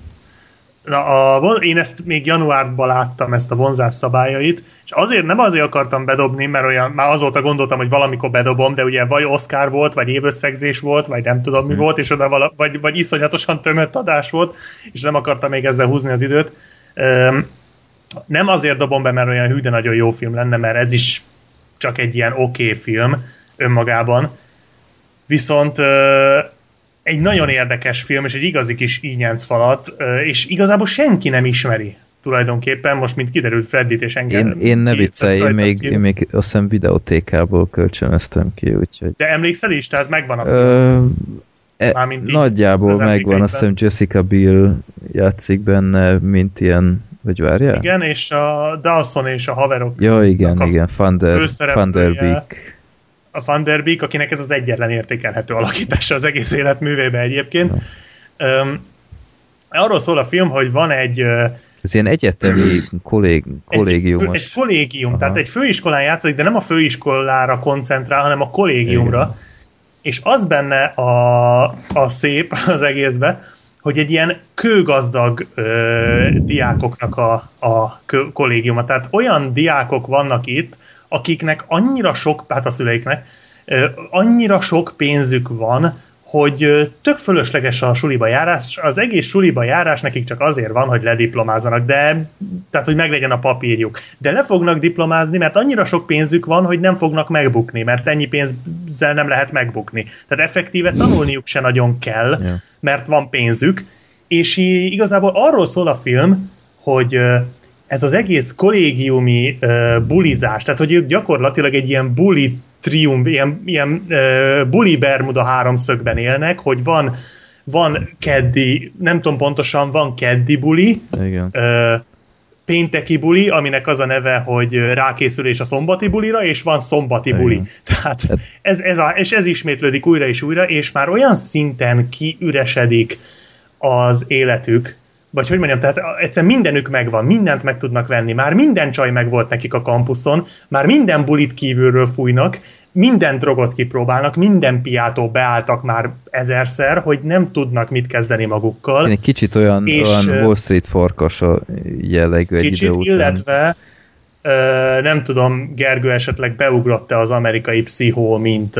Na, a, én ezt még januárban láttam, ezt a vonzás szabályait, és azért nem azért akartam bedobni, mert olyan, már azóta gondoltam, hogy valamikor bedobom, de ugye vagy Oscar volt, vagy évösszegzés volt, vagy nem tudom mi hmm. volt, és oda vala, vagy, vagy iszonyatosan tömött adás volt, és nem akartam még ezzel húzni az időt. Üm, nem azért dobom be, mert olyan hű, de nagyon jó film lenne, mert ez is csak egy ilyen oké okay film önmagában. Viszont egy nagyon érdekes film, és egy igazi kis ínyencfalat, és igazából senki nem ismeri tulajdonképpen, most mint kiderült Freddit és engem. Én, én ne viccelj, én még, én még azt hiszem videótékából kölcsönöztem ki, úgyhogy... De emlékszel is? Tehát megvan a film? Ö, e, nagyjából megvan, azt hiszem Jessica Biel játszik benne, mint ilyen, vagy várjál? Igen, és a Dawson és a haverok. Ja, igen, igen, Van der, Van der Beek. A Van der Beek, akinek ez az egyetlen értékelhető alakítása az egész életművébe egyébként. Ja. Um, arról szól a film, hogy van egy... Ez ilyen egyetemi kollég, kollégiumos. Egy, fő, egy kollégium, aha. Tehát egy főiskolán játszik, de nem a főiskolára koncentrál, hanem a kollégiumra. Igen. És az benne a, a szép az egészben, hogy egy ilyen kőgazdag ö, diákoknak a, a kollégiuma. Tehát olyan diákok vannak itt, akiknek annyira sok, hát a szüleiknek, annyira sok pénzük van, hogy tök fölösleges a suliba járás, az egész suliba járás nekik csak azért van, hogy lediplomázzanak, de, tehát hogy meglegyen a papírjuk. De le fognak diplomázni, mert annyira sok pénzük van, hogy nem fognak megbukni, mert ennyi pénzzel nem lehet megbukni. Tehát effektíve tanulniuk se nagyon kell, mert van pénzzük, és igazából arról szól a film, hogy ez az egész kollégiumi uh, bulizás, tehát hogy ők gyakorlatilag egy ilyen buli triumf, ilyen, ilyen uh, buli Bermuda háromszögben élnek, hogy van, van keddi, nem tudom pontosan, van keddi buli, igen. Uh, pénteki buli, aminek az a neve, hogy rákészülés a szombati bulira, és van szombati buli. Igen. Tehát ez, ez a, és ez ismétlődik újra és újra, és már olyan szinten kiüresedik az életük, vagy hogy mondjam, tehát egyszerűen mindenük megvan, mindent meg tudnak venni, már minden csaj meg volt nekik a kampuszon, már minden bulit kívülről fújnak, minden drogot kipróbálnak, minden piától beálltak már ezerszer, hogy nem tudnak mit kezdeni magukkal. Egy kicsit olyan, és, olyan Wall Street farkasa jellegű egy idő után. Illetve nem tudom, Gergő esetleg beugrott-e az Amerikai Pszichó, mint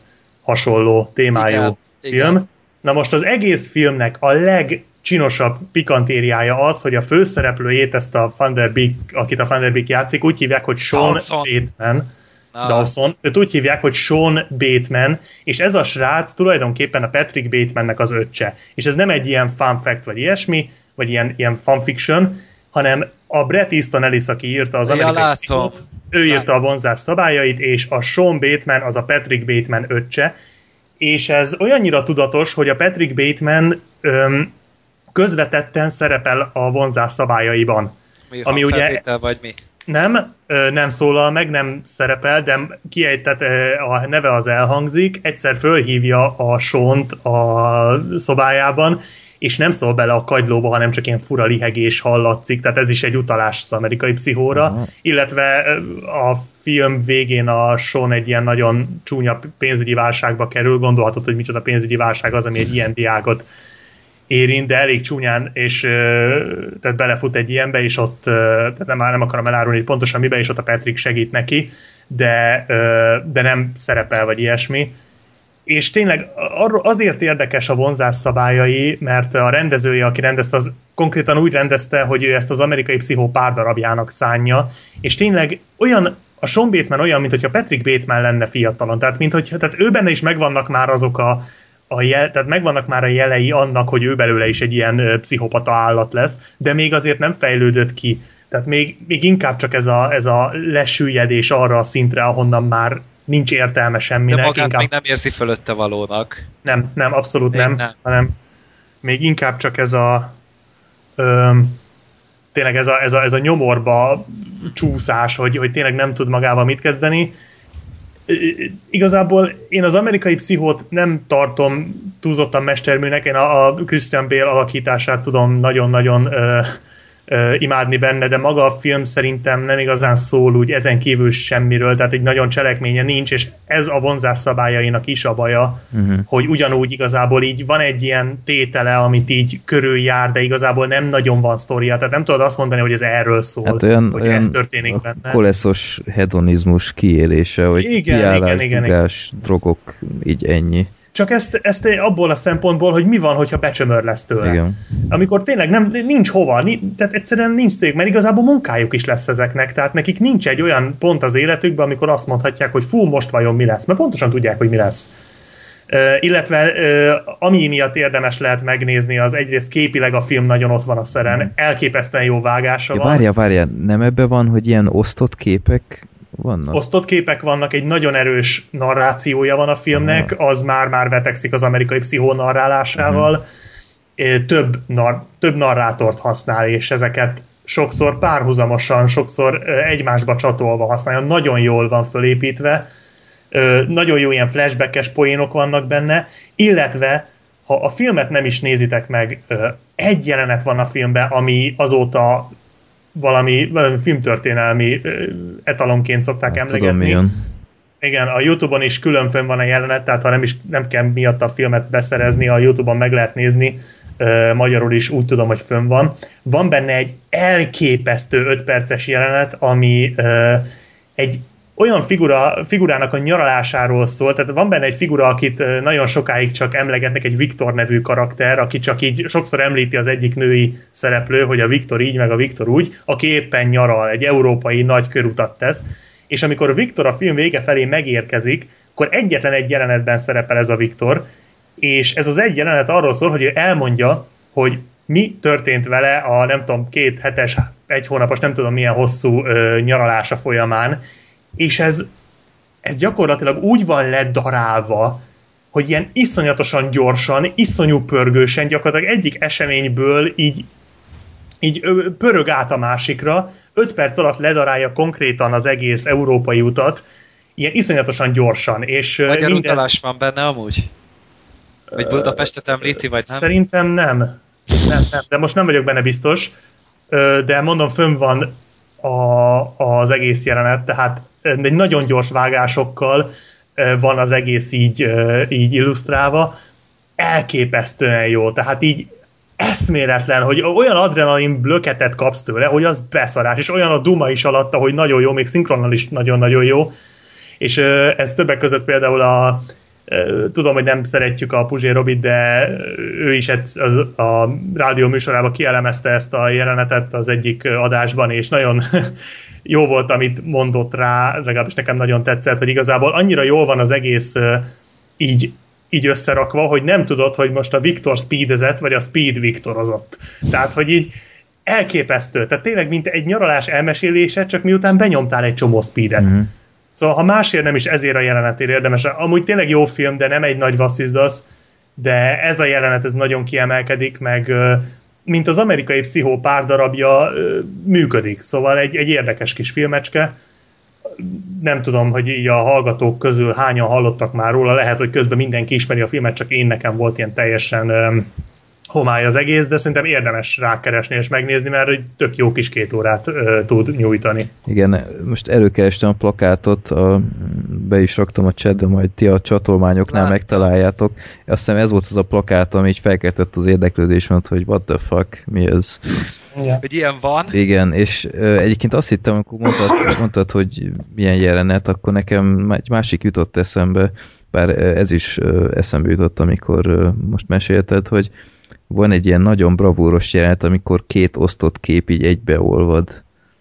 hasonló témájú igen, film. Igen. Na most az egész filmnek a legcsinosabb pikantériája az, hogy a főszereplőjét, ezt a Van Der Beek, akit a Van Der Beek játszik, úgy hívják, hogy Sean Dawson. Bateman. Ah. Dawson. Őt úgy hívják, hogy Sean Bateman, és ez a srác tulajdonképpen a Patrick Batemannek az öccse. És ez nem egy ilyen fun fact, vagy ilyesmi, vagy ilyen, ilyen fanfiction, hanem a Bret Easton Ellis, aki írta az Amerikai Pszichót, ő írta a vonzás szabályait, és a Sean Bateman az a Patrick Bateman öccse, és ez olyannyira tudatos, hogy a Patrick Bateman öm, közvetetten szerepel a vonzás szabályaiban. Mi, ami ugye vagy mi? Nem, nem szólal meg, nem szerepel, de kiejtett, a neve az elhangzik, egyszer fölhívja a Sean-t a szobájában, és nem szól bele a kagylóba, hanem csak ilyen fura lihegés hallatszik, tehát ez is egy utalás az Amerikai Pszichóra, uh-huh. illetve a film végén a Sean egy ilyen nagyon csúnya pénzügyi válságba kerül, gondolhatod, hogy micsoda pénzügyi válság az, ami egy ilyen diákot érint, de elég csúnyán, és tehát belefut egy ilyenbe, és ott, tehát nem, nem akarom elárulni, hogy pontosan miben, és ott a Patrick segít neki, de, de nem szerepel, vagy ilyesmi. És tényleg azért érdekes a vonzás szabályai, mert a rendezője, aki rendezte, az konkrétan úgy rendezte, hogy ő ezt az Amerikai Pszichó pár darabjának szánja, és tényleg olyan, a Sean Bateman olyan, mint hogyha Patrick Bateman lenne fiatalon, tehát, mint hogy, tehát ő benne is megvannak már azok a, a jel, tehát megvannak már a jelei annak, hogy ő belőle is egy ilyen ö, pszichopata állat lesz, de még azért nem fejlődött ki. Tehát még, még inkább csak ez a, ez a lesüllyedés arra a szintre, ahonnan már nincs értelme semminek. De magát inkább... még nem érzi fölötte valónak. Nem, nem, abszolút nem, nem, hanem még inkább csak ez a ö, tényleg ez a, ez a, ez a nyomorba csúszás, hogy, hogy tényleg nem tud magával mit kezdeni. Igazából én az Amerikai Pszichót nem tartom túlzottan mesterműnek, én a, a Christian Bale alakítását tudom nagyon-nagyon ö, ö, imádni benne, de maga a film szerintem nem igazán szól úgy ezen kívül semmiről, tehát egy nagyon cselekménye nincs, és ez a vonzás szabályainak is a baja, uh-huh. hogy ugyanúgy igazából így van egy ilyen tétele, amit így körüljár, de igazából nem nagyon van sztoria, tehát nem tudod azt mondani, hogy ez erről szól, hát olyan, hogy olyan ez történik benne. Koleszos hedonizmus kiélése, hogy igen, kiállás, igen, dugás, igen, drogok, így ennyi. Csak ezt, ezt abból a szempontból, hogy mi van, hogyha becsömör lesz tőle. Igen. Amikor tényleg nem, nincs hova, tehát egyszerűen nincs cég, mert igazából munkájuk is lesz ezeknek, tehát nekik nincs egy olyan pont az életükben, amikor azt mondhatják, hogy fú, most vajon mi lesz, mert pontosan tudják, hogy mi lesz. Uh, illetve uh, ami miatt érdemes lehet megnézni, az egyrészt képileg a film nagyon ott van a szeren, elképesztően jó vágása ja, van. Várja, várja, nem ebben van, hogy ilyen osztott képek vannak? Osztott képek vannak, egy nagyon erős narrációja van a filmnek, uh-huh. az már-már vetekszik az Amerikai Pszichó narrálásával, uh-huh. több, nar- több narrátort használ, és ezeket sokszor párhuzamosan, sokszor egymásba csatolva használja, nagyon jól van fölépítve, nagyon jó ilyen flashbackes poénok vannak benne, illetve ha a filmet nem is nézitek meg, egy jelenet van a filmben, ami azóta valami, valami filmtörténelmi etalonként szokták hát, emlegetni. Tudom, igen, a YouTube-on is külön fönn van a jelenet, tehát ha nem is nem kell miatt a filmet beszerezni, a YouTube-on meg lehet nézni, magyarul is úgy tudom, hogy fönn van. Van benne egy elképesztő öt perces jelenet, ami egy olyan figura, figurának a nyaralásáról szól, tehát van benne egy figura, akit nagyon sokáig csak emlegetnek, egy Viktor nevű karakter, aki csak így sokszor említi az egyik női szereplő, hogy a Viktor így, meg a Viktor úgy, aki éppen nyaral, egy európai nagy körutat tesz, és amikor Viktor a film vége felé megérkezik, akkor egyetlen egy jelenetben szerepel ez a Viktor, és ez az egy jelenet arról szól, hogy ő elmondja, hogy mi történt vele a nem tudom, két hetes, egy hónapos, nem tudom milyen hosszú ö, nyaralása folyamán, és ez, ez gyakorlatilag úgy van ledarálva, hogy ilyen iszonyatosan gyorsan, iszonyú pörgősen, gyakorlatilag egyik eseményből így, így pörög át a másikra, öt perc alatt ledarálja konkrétan az egész európai utat, ilyen iszonyatosan gyorsan. És magyar mindez... utalás van benne amúgy? Vagy Budapestet említi, vagy nem? Szerintem nem. nem, nem. De most nem vagyok benne biztos. De mondom, fönn van a, az egész jelenet, tehát egy nagyon gyors vágásokkal van az egész így, így illusztrálva. Elképesztően jó. Tehát így eszméletlen, hogy olyan adrenalin blöketet kapsz tőle, hogy az beszarás, és olyan a duma is alatta, hogy nagyon jó, még szinkronnal is nagyon-nagyon jó. És ez többek között például a tudom, hogy nem szeretjük a Puzsé Robit, de ő is egy, az, a rádió műsorában kielemezte ezt a jelenetet az egyik adásban, és nagyon jó volt, amit mondott rá, legalábbis nekem nagyon tetszett, hogy igazából annyira jól van az egész így, így összerakva, hogy nem tudod, hogy most a Viktor speedezett, vagy a Speed Viktorozott. Tehát, hogy így elképesztő. Tehát tényleg, mint egy nyaralás elmesélése, csak miután benyomtál egy csomó speedet. Mm-hmm. Szóval, ha másért nem is ezért a jelenetére érdemes. Amúgy tényleg jó film, de nem egy nagy vasszizdasz, de ez a jelenet, ez nagyon kiemelkedik, meg mint az Amerikai Pszichó pár darabja működik. Szóval egy, egy érdekes kis filmecske. Nem tudom, hogy így a hallgatók közül hányan hallottak már róla, lehet, hogy közben mindenki ismeri a filmet, csak én nekem volt ilyen teljesen homály az egész, de szerintem érdemes rákeresni és megnézni, mert egy tök jó kis két órát ö, tud nyújtani. Igen, most előkerestem a plakátot, a, be is raktam a chatbe, majd ti a csatolmányoknál Lát. megtaláljátok. Azt hiszem ez volt az a plakát, ami így felkeltett az érdeklődésemet, hogy what the fuck, mi ez? Ja. Hogy ilyen van. Igen, és ö, egyébként azt hittem, amikor mondtad, mondtad, hogy milyen jelenet, akkor nekem egy másik jutott eszembe, bár ez is ö, eszembe jutott, amikor ö, most mesélted, hogy van egy ilyen nagyon bravúros jelenet, amikor két osztott kép így egybeolvad.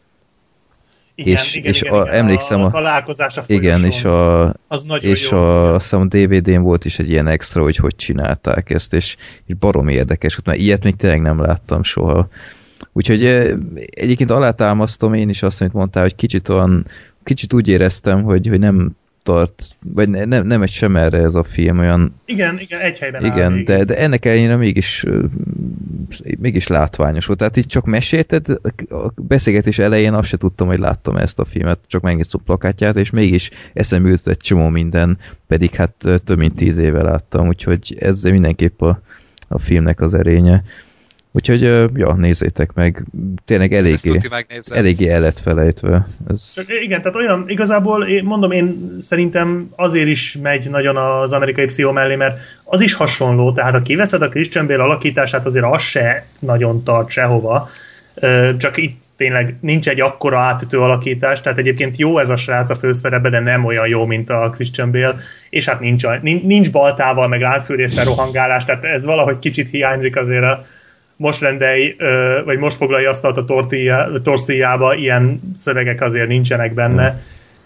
Igen, és, igen, és igen, a, igen. emlékszem a, a találkozás a igen, és a, az és jó. a, azt hiszem a dé vé dén volt is egy ilyen extra, hogy hogy csinálták ezt, és, és baromi érdekes, mert ilyet még tényleg nem láttam soha. Úgyhogy egyébként alátámasztom én is azt, amit mondtál, hogy kicsit olyan, kicsit úgy éreztem, hogy, hogy nem tart, vagy nem, nem egy sem erre ez a film, olyan... Igen, igen, egy helyben igen, áll. de, de ennek ellenére mégis mégis látványos volt. Tehát így csak mesélted, a beszélgetés elején azt se tudtam, hogy láttam ezt a filmet, csak megnéztem a plakátját, és mégis eszembe jutott egy csomó minden, pedig hát több mint tíz éve láttam, úgyhogy ez mindenképp a, a filmnek az erénye. Úgyhogy, ja, nézzétek meg, tényleg eléggé, eléggé el lett felejtve. Ez... Igen, tehát olyan, igazából mondom, én szerintem azért is megy nagyon az Amerikai Pszichó mellé, mert az is hasonló, tehát ha kiveszed a Christian Bale alakítását, azért az se nagyon tart sehova, csak itt tényleg nincs egy akkora átütő alakítás, tehát egyébként jó ez a srác a főszerepben, de nem olyan jó, mint a Christian Bale, és hát nincs, nincs baltával, meg láncfűrésszel rohangálás, tehát ez valahogy kicsit hiányzik azért a most rendelj, vagy most foglalja asztalt a torszíjába, ilyen szövegek azért nincsenek benne.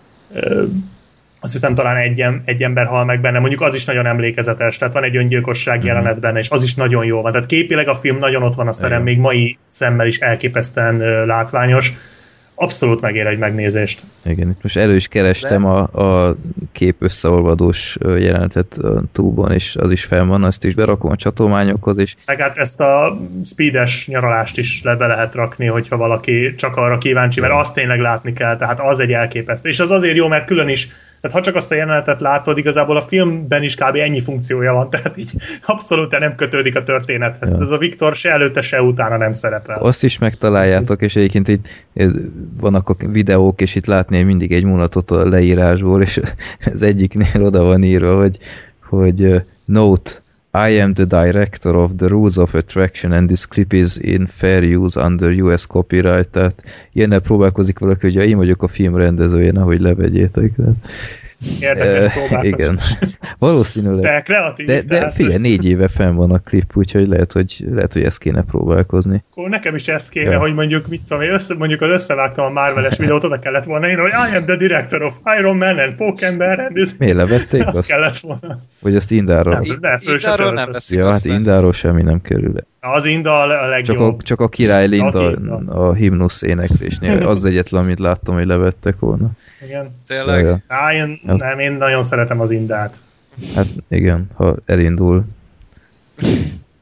Azt hiszem talán egy, egy ember hal meg benne, mondjuk az is nagyon emlékezetes, tehát van egy öngyilkosság jelenet benne, és az is nagyon jó van. Tehát képileg a film nagyon ott van a szerem, még mai szemmel is elképesztően látványos. Abszolút megér egy megnézést. Igen, itt most elő is kerestem a, a kép összeolvadós jelenetet a túlban, és az is fenn van, azt is berakom a csatolmányokhoz. És... Meg hát ezt a speedes nyaralást is le be lehet rakni, hogyha valaki csak arra kíváncsi, mert azt tényleg látni kell, tehát az egy elképesztő. És az azért jó, mert külön is, tehát ha csak azt a jelenetet látod, igazából a filmben is kb. Ennyi funkciója van, tehát így abszolút nem kötődik a történethez. Ja. Ez a Viktor se előtte, se utána nem szerepel. Azt is megtaláljátok, és egyébként itt vannak a videók, és itt látni mindig egy mulatot a leírásból, és az egyiknél oda van írva, hogy, hogy note, I am the director of the Rules of Attraction and this clip is in fair use under U S copyright, tehát ilyennel próbálkozik valaki, hogy ja, én vagyok a film rendezője, nehogy levegyétek. Érdekes uh, igen. Valószínűleg. De kreatív. De, de figyelj, négy éve fenn van a klip, úgyhogy lehet, hogy, lehet, hogy ezt kéne próbálkozni. Akkor nekem is ezt kéne, ja. hogy mondjuk, mit tudom, össze, mondjuk az összevágtam a Marvel-es videót, oda kellett volna írni, hogy I am the director of Iron Man and Pókember and this... Miért levették azt? Azt kellett volna. Vagy azt Indáról? Nem, de Indáról nem veszik. Ja, hát Indáról semmi nem kerül. Az Inda a legjobb. Csak a, csak a király Linda a, a himnusz éneklésnél. Az egyetlen, amit láttam, hogy levettek volna. Igen. Tényleg? Ja, Á, én, nem, én nagyon szeretem az Indát. Hát igen, ha elindul.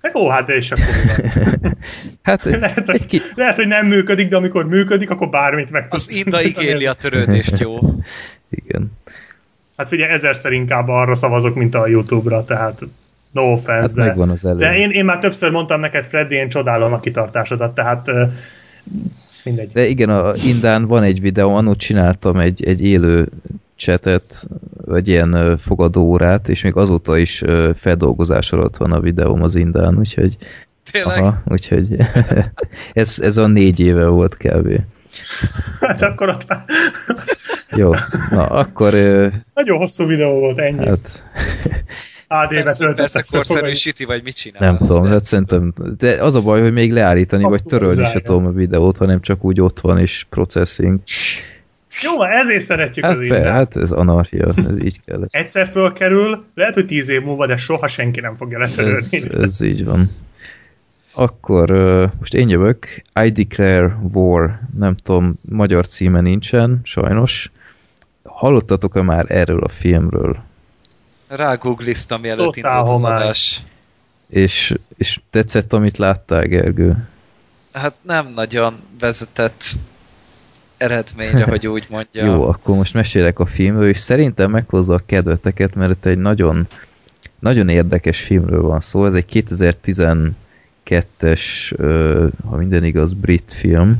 Jó, hát de is akkor hát, lehet, hogy, ki... lehet, hogy nem működik, de amikor működik, akkor bármit meg az Inda ígéli a törődést, jó. Igen. Hát figyelj, ezerszer inkább arra szavazok, mint a YouTube-ra, tehát no offense, hát de, megvan az elő. de én, én már többször mondtam neked, Freddy, én csodálom a kitartásodat, tehát uh, mindegy. De igen, a Indán van egy videó, annól csináltam egy, egy élő chatet, vagy ilyen fogadóórát, és még azóta is feldolgozás alatt van a videóm az Indán, úgyhogy tényleg? Aha, úgyhogy ez, ez a négy éve volt kb. Hát akkor ott már... Jó, na akkor... Nagyon hosszú videó volt, ennyi. Hát... á dé-be persze, persze korszerűsíti, vagy mit csinál? Nem tudom, hát szerintem... De az a baj, hogy még leállítani, vagy törölni se tudom a videót, hanem csak úgy ott van, és processing. Jó, már ezért szeretjük hát az Indát. Hát ez anarchia, ez így kell. Lesz. Egyszer fölkerül, lehet, hogy tíz év múlva, de soha senki nem fogja letörölni. Ez, ez így van. Akkor uh, most én jövök. I Declare War, nem tudom, magyar címe nincsen, sajnos. Hallottatok-e már erről a filmről? Rágoogliztam, mielőtt indult az adás. És, és tetszett, amit láttál, Gergő? Hát nem nagyon vezetett eredményre, hogy úgy mondjam. Jó, akkor most mesélek a filmről, és szerintem meghozza a kedveteket, mert egy nagyon, nagyon érdekes filmről van szó. Ez egy kétezer-tizenkettes, ha minden igaz, brit film.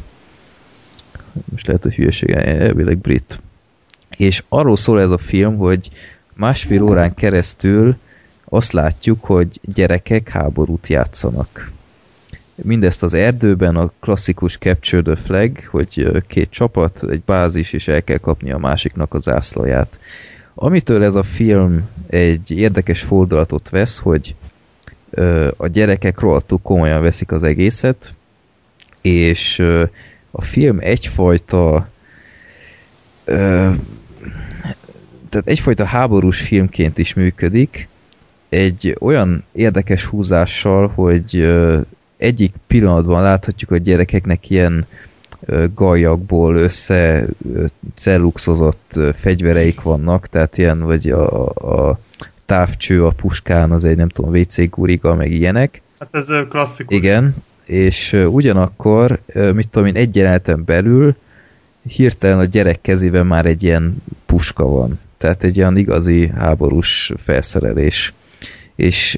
Most lehet, hogy hülyeség, elvileg brit. És arról szól ez a film, hogy másfél órán keresztül azt látjuk, hogy gyerekek háborút játszanak. Mindezt az erdőben, a klasszikus Capture the Flag, hogy két csapat, egy bázis, és el kell kapni a másiknak a zászlaját. Amitől ez a film egy érdekes fordulatot vesz, hogy a gyerekek rohadtul komolyan veszik az egészet, és a film egyfajta tehát egyfajta háborús filmként is működik, egy olyan érdekes húzással, hogy egyik pillanatban láthatjuk, hogy gyerekeknek ilyen gallyakból össze celluxozott fegyvereik vannak, tehát ilyen, vagy a, a távcső a puskán, az egy nem tudom, vé cé guriga, meg ilyenek. Hát ez klasszikus. Igen, és ugyanakkor, mit tudom én, egy jeleneten belül hirtelen a gyerek kezében már egy ilyen puska van. Tehát egy ilyen igazi háborús felszerelés. És,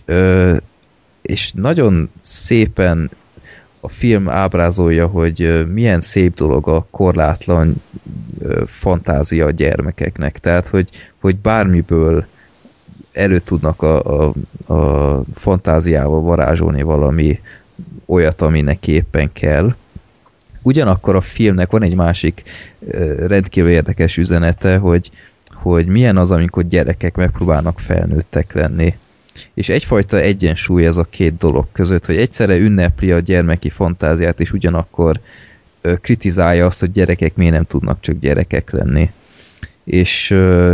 és nagyon szépen a film ábrázolja, hogy milyen szép dolog a korlátlan fantázia a gyermekeknek. Tehát, hogy, hogy bármiből elő tudnak a, a, a fantáziával varázsolni valami olyat, ami neki éppen kell. Ugyanakkor a filmnek van egy másik rendkívül érdekes üzenete, hogy, hogy milyen az, amikor gyerekek megpróbálnak felnőttek lenni. És egyfajta egyensúly ez a két dolog között, hogy egyszerre ünnepli a gyermeki fantáziát, és ugyanakkor kritizálja azt, hogy gyerekek miért nem tudnak csak gyerekek lenni. És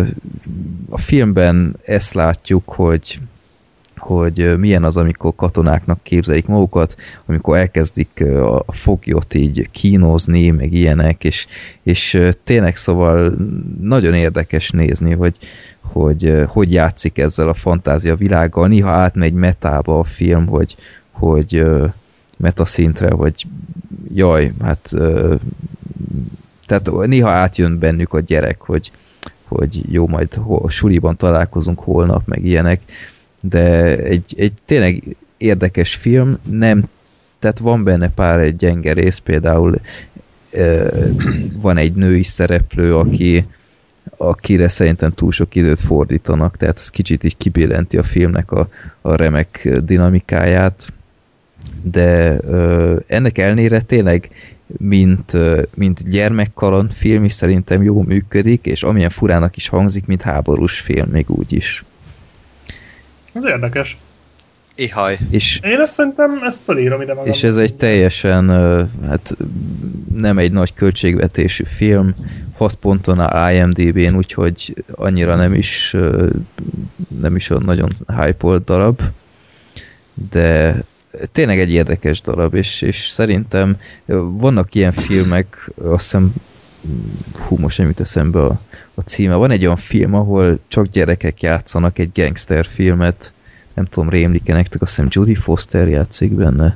a filmben ezt látjuk, hogy hogy milyen az, amikor katonáknak képzelik magukat, amikor elkezdik a foglyot így kínozni, meg ilyenek, és, és tényleg szóval nagyon érdekes nézni, hogy hogy, hogy játszik ezzel a fantázia világgal. Néha átmegy metába a film, hogy, hogy metaszintre, hogy jaj, hát tehát néha átjön bennük a gyerek, hogy, hogy jó, majd a suliban találkozunk holnap, meg ilyenek, de egy, egy tényleg érdekes film, nem, tehát van benne pár egy gyenge rész, például e, van egy női szereplő, aki, akire szerintem túl sok időt fordítanak, tehát ez kicsit így kibillenti a filmnek a, a remek dinamikáját, de e, ennek ellenére tényleg mint, mint gyermekkaland film is szerintem jó működik, és amilyen furának is hangzik, mint háborús film, még úgy is. Ez érdekes. Ihaj. És én ezt szerintem, ezt felírom ide magam. És ez egy teljesen, hát nem egy nagy költségvetésű film, hat ponton a I M D B-n, úgyhogy annyira nem is nem is olyan nagyon hype-olt darab, de tényleg egy érdekes darab, és, és szerintem vannak ilyen filmek, azt hiszem, hú, most nem jut eszembe a, a címe. Van egy olyan film, ahol csak gyerekek játszanak egy gangster filmet, nem tudom, rémlik-e nektek, azt hiszem Jodie Foster játszik benne.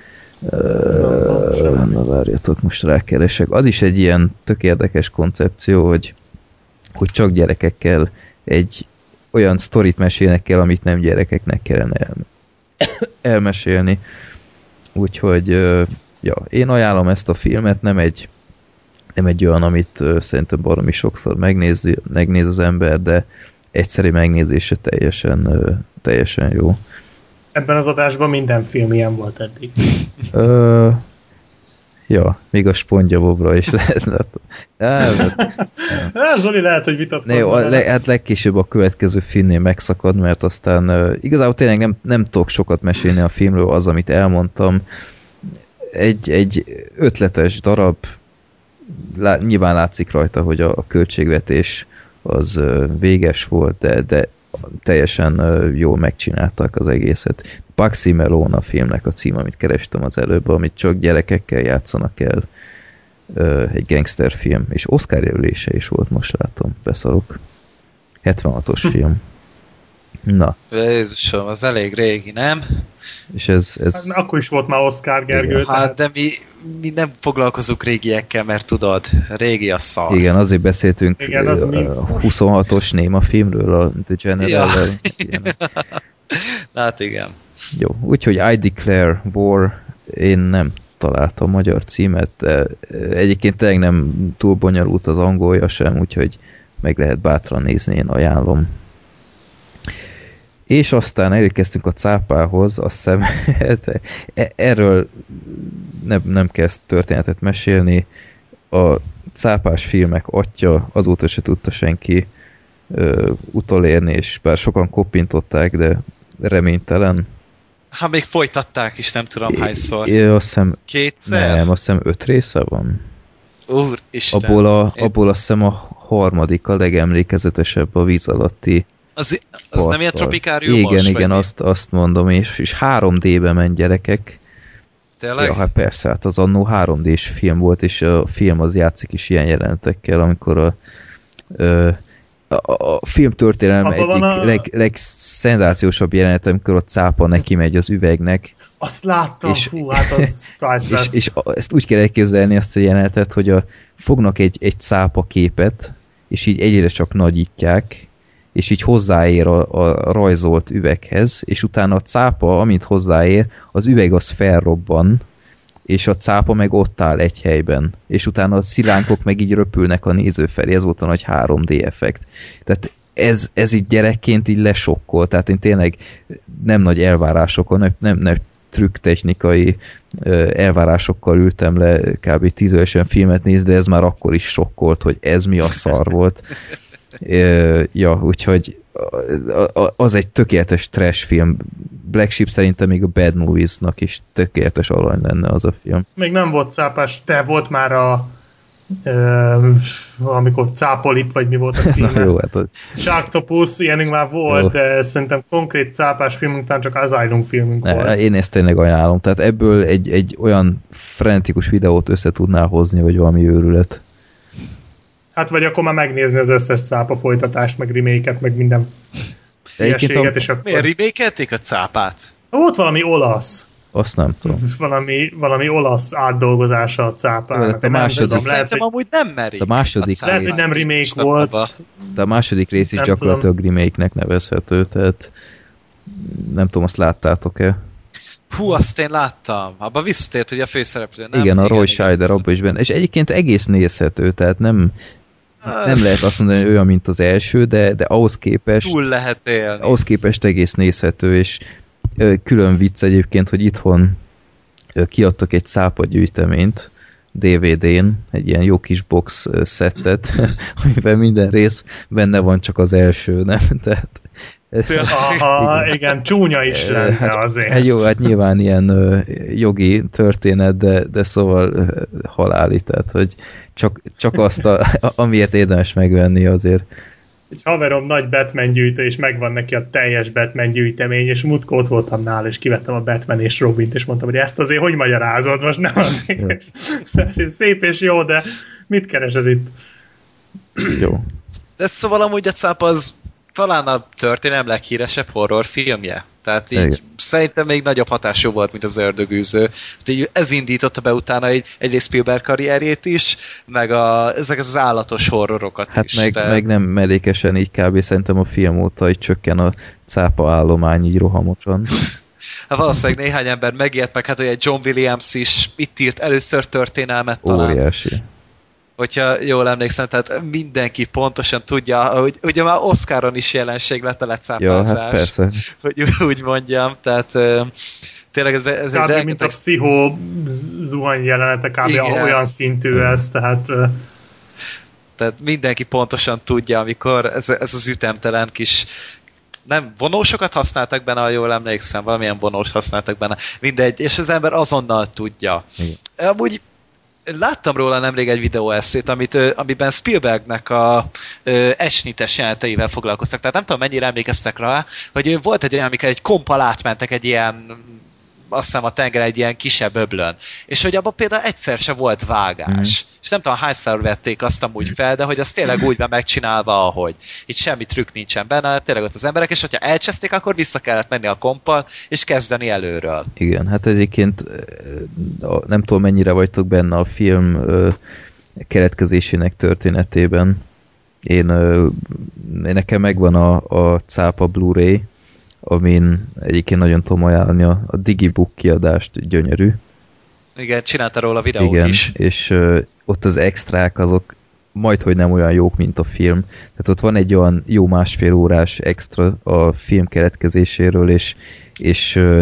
Uh, na várjatok, most rákeresek. Az is egy ilyen tök érdekes koncepció, hogy, hogy csak gyerekekkel egy olyan sztorit mesélnek kell, amit nem gyerekeknek kellene el, elmesélni. Úgyhogy uh, ja, én ajánlom ezt a filmet, nem egy nem egy olyan, amit uh, szerintem baromi sokszor megnézi, megnéz az ember, de egyszerű megnézése teljesen, uh, teljesen jó. Ebben az adásban minden film ilyen volt eddig. Ö, ja, még a Spongyabobra is lehet. Zoli lehet, hogy vitatkozni. Jó, le, hát legkésőbb a következő filmnél megszakad, mert aztán uh, igazából tényleg nem, nem tudok sokat mesélni a filmről, az, amit elmondtam. Egy, egy ötletes darab, lá, nyilván látszik rajta, hogy a, a költségvetés az uh, véges volt, de, de teljesen uh, jól megcsinálták az egészet. Bugsy Malone a filmnek a cím, amit kerestem az előbb, amit csak gyerekekkel játszanak el. Uh, egy gangsterfilm, és Oscar jelölése is volt, most látom, beszarok. hetvenhatos film. Na. Jézusom, az elég régi, nem? És ez... ez... Hát, akkor is volt már Oscar, Gergő. Hát, tehát... de mi, mi nem foglalkozunk régiekkel, mert tudod, régi a szar. Igen, azért beszéltünk igen, az a huszonhatos néma filmről, a The General-el. Ja. Hát igen. Jó, úgyhogy I Declare War, én nem találtam magyar címet, de egyébként tényleg nem túl bonyolult az angolja sem, úgyhogy meg lehet bátran nézni, én ajánlom. És aztán elérkeztünk a cápához, azt hiszem, erről nem, nem kell történetet mesélni. A cápás filmek atya, azóta se tudta senki ö, utolérni, és bár sokan koppintották, de reménytelen. Hát még folytatták is, nem tudom hányszor. É, azt hiszem, kétszer? Nem, azt hiszem öt része van. Úristen. Abból, a, abból azt hiszem a harmadik, a legemlékezetesebb a víz alatti. Az, az nem ilyen tropikáriumos? Igen, igen, azt, azt mondom, és, és három dé-be ment gyerekek. Tényleg? Ja, hát persze, hát az annó három dés film volt, és a film az játszik is ilyen jelenetekkel, amikor a, a, a, a film történelem Abba egyik a... leg, legszenzációsabb jelenet, amikor a cápa neki megy az üvegnek. Azt láttam, és, fú, hát az és, és ezt úgy kell elképzelni, ezt a jelenetet, hogy a, fognak egy, egy cápa képet, és így egyre csak nagyítják, és így hozzáér a, a rajzolt üveghez, és utána a cápa, amint hozzáér, az üveg az felrobban, és a cápa meg ott áll egy helyben, és utána a szilánkok meg így röpülnek a néző felé, ez volt a nagy három dé effekt. Tehát ez, ez így gyerekként így lesokkolt, tehát én tényleg nem nagy elvárásokkal, nem, nem, nem trükktechnikai elvárásokkal ültem le kb. tíz évesen filmet nézni, de ez már akkor is sokkolt, hogy ez mi a szar volt. Ja, úgyhogy az egy tökéletes trash film. Black Sheep szerintem még a Bad Movies-nak is tökéletes alany lenne az a film. Még nem volt cápás, de volt már a e, amikor cápolip, vagy mi volt a címe. Na, jó, hát a... Sharktopus, ilyenünk már volt, jó. De szerintem konkrét cápás filmünk, után csak Asylum filmünk ne, volt. Én ezt tényleg ajánlom. Tehát ebből egy, egy olyan frenetikus videót össze tudnál hozni, hogy valami őrület. Hát vagy akkor már megnézni az összes cápa folytatást, meg remake-et, meg minden hülyeséget, és akkor... Miért remake-elték a cápát? Volt valami olasz. Azt nem tudom. Valami, valami olasz átdolgozása a cápának. A második... Nem, lehet, hogy... amúgy nem merik. A második a lehet, hogy nem remake volt. De a második rész is gyakorlatilag remake-nek nevezhető, tehát nem tudom, azt láttátok-e? Hú, azt én láttam. Abba visszatért, hogy a főszereplő nem. Igen, a Roy Scheider abban is benne. És egyébként egész nézhető, tehát nem, nem lehet azt mondani, hogy olyan, mint az első, de, de ahhoz képest... Túl lehet élni. Ahhoz képest egész nézhető, és külön vicc egyébként, hogy itthon kiadtak egy cápa gyűjteményt dé vé dén, egy ilyen jó kis box szettet, amiben minden rész benne van, csak az első, nem? Tehát... Aha, igen, csúnya is lenne hát, azért. Hát jó, hát nyilván ilyen ö, jogi történet, de, de szóval ö, haláli, tehát hogy csak, csak azt, a, amiért érdemes megvenni azért. Egy haverom nagy Batman gyűjtő, és megvan neki a teljes Batman gyűjtemény, és múltkor ott voltam nála, és kivettem a Batman és Robint, és mondtam, hogy ezt azért hogy magyarázod? Most nem azért. Szép és jó, de mit keres ez itt? Jó. De szóval amúgy a cápa az talán a történelem leghíresebb horrorfilmje. Tehát így Igen. szerintem még nagyobb hatású volt, mint az Ördögűző. Így ez indította be utána egy, egyrészt Spielberg karrierjét is, meg a, ezek az állatos horrorokat Hát is. meg, Tehát... meg nem mellékesen így kb. Szerintem a film óta így csökken a cápa állomány így rohamosan. Hát valószínűleg néhány ember megijedt, meg hát ugye John Williams is itt írt először történelmet talán. Óriási. Hogyha jól emlékszem, tehát mindenki pontosan tudja, hogy ugye már Oscaron is jelenség lett a lecápázás. Ja, hát persze. Hogy úgy mondjam, tehát uh, tényleg ez, ez kb. egy rengeteg... mint a pszichó zuhany jelenete, kb. Igen. Olyan szintű ez, tehát... Uh... Tehát mindenki pontosan tudja, amikor ez, ez az ütemtelen kis... Nem, vonósokat használtak benne, ha jól emlékszem, valamilyen vonós használtak benne. Mindegy, és az ember azonnal tudja. Igen. Amúgy láttam róla nemrég egy videóesszét, amit, amiben Spielbergnek a esnites jeleneteivel foglalkoztak. Tehát nem tudom, mennyire emlékeztek rá, hogy volt egy olyan, amikor egy kompal átmentek egy ilyen, azt hiszem a tenger egy ilyen kisebb öblön. És hogy abban például egyszer se volt vágás. Mm. És nem tudom, hányszor vették azt amúgy fel, de hogy az tényleg úgy van megcsinálva, ahogy. Itt semmi trükk nincsen benne, tényleg ott az emberek, és hogyha elcseszték, akkor vissza kellett menni a kompal, és kezdeni előről. Igen, hát egyébként nem tudom, mennyire vagytok benne a film keletkezésének történetében. Én, én nekem megvan a, a cápa Blu-ray, amin egyébként nagyon tudom ajánlani a, a Digibook kiadást, gyönyörű. Igen, csinálta róla videót Igen, is. és uh, ott az extrák azok majdhogy nem olyan jók, mint a film. Tehát ott van egy olyan jó másfél órás extra a film keletkezéséről, és, és uh,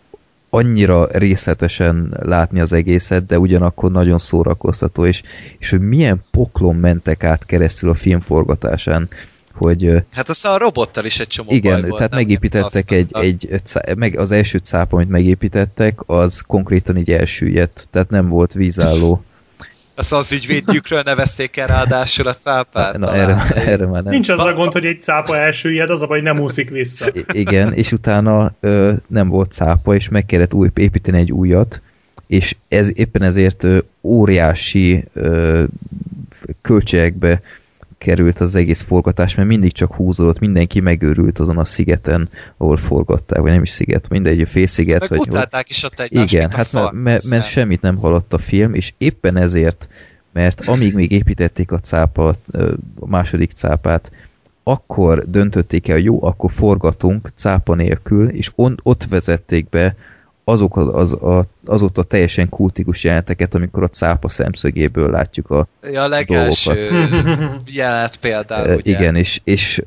annyira részletesen látni az egészet, de ugyanakkor nagyon szórakoztató, és, és hogy milyen poklon mentek át keresztül a film forgatásán, hogy... Hát aztán a robottal is egy csomó igen, baj volt. tehát megépítettek egy, egy, meg az első cápa, amit megépítettek, az konkrétan így elsüllyedt, tehát nem volt vízálló. Azt az ügyvédjükről nevezték el ráadásul a cápát? Na, erre, erre már nem. Nincs az a gond, hogy egy cápa elsüllyed, az a baj, nem úszik vissza. I- igen, és utána ö, nem volt cápa, és meg kellett új, építeni egy újat, és ez éppen ezért ö, óriási ö, költségekbe került az egész forgatás, mert mindig csak húzódott, mindenki megőrült azon a szigeten, ahol forgatták, vagy nem is sziget, mindegy, félsziget. Meg vagy utálták is ott egymást, igen, hát mert, mert, mert semmit nem hallott a film, és éppen ezért, mert amíg még építették a cápa, a második cápát, akkor döntötték el, hogy jó, akkor forgatunk cápa nélkül, és on, ott vezették be azok az, az, az, azóta teljesen kultikus jeleneteket, amikor a cápa szemszögéből látjuk a, ja, a legelső jelenet például, ugye? Igen, és, és,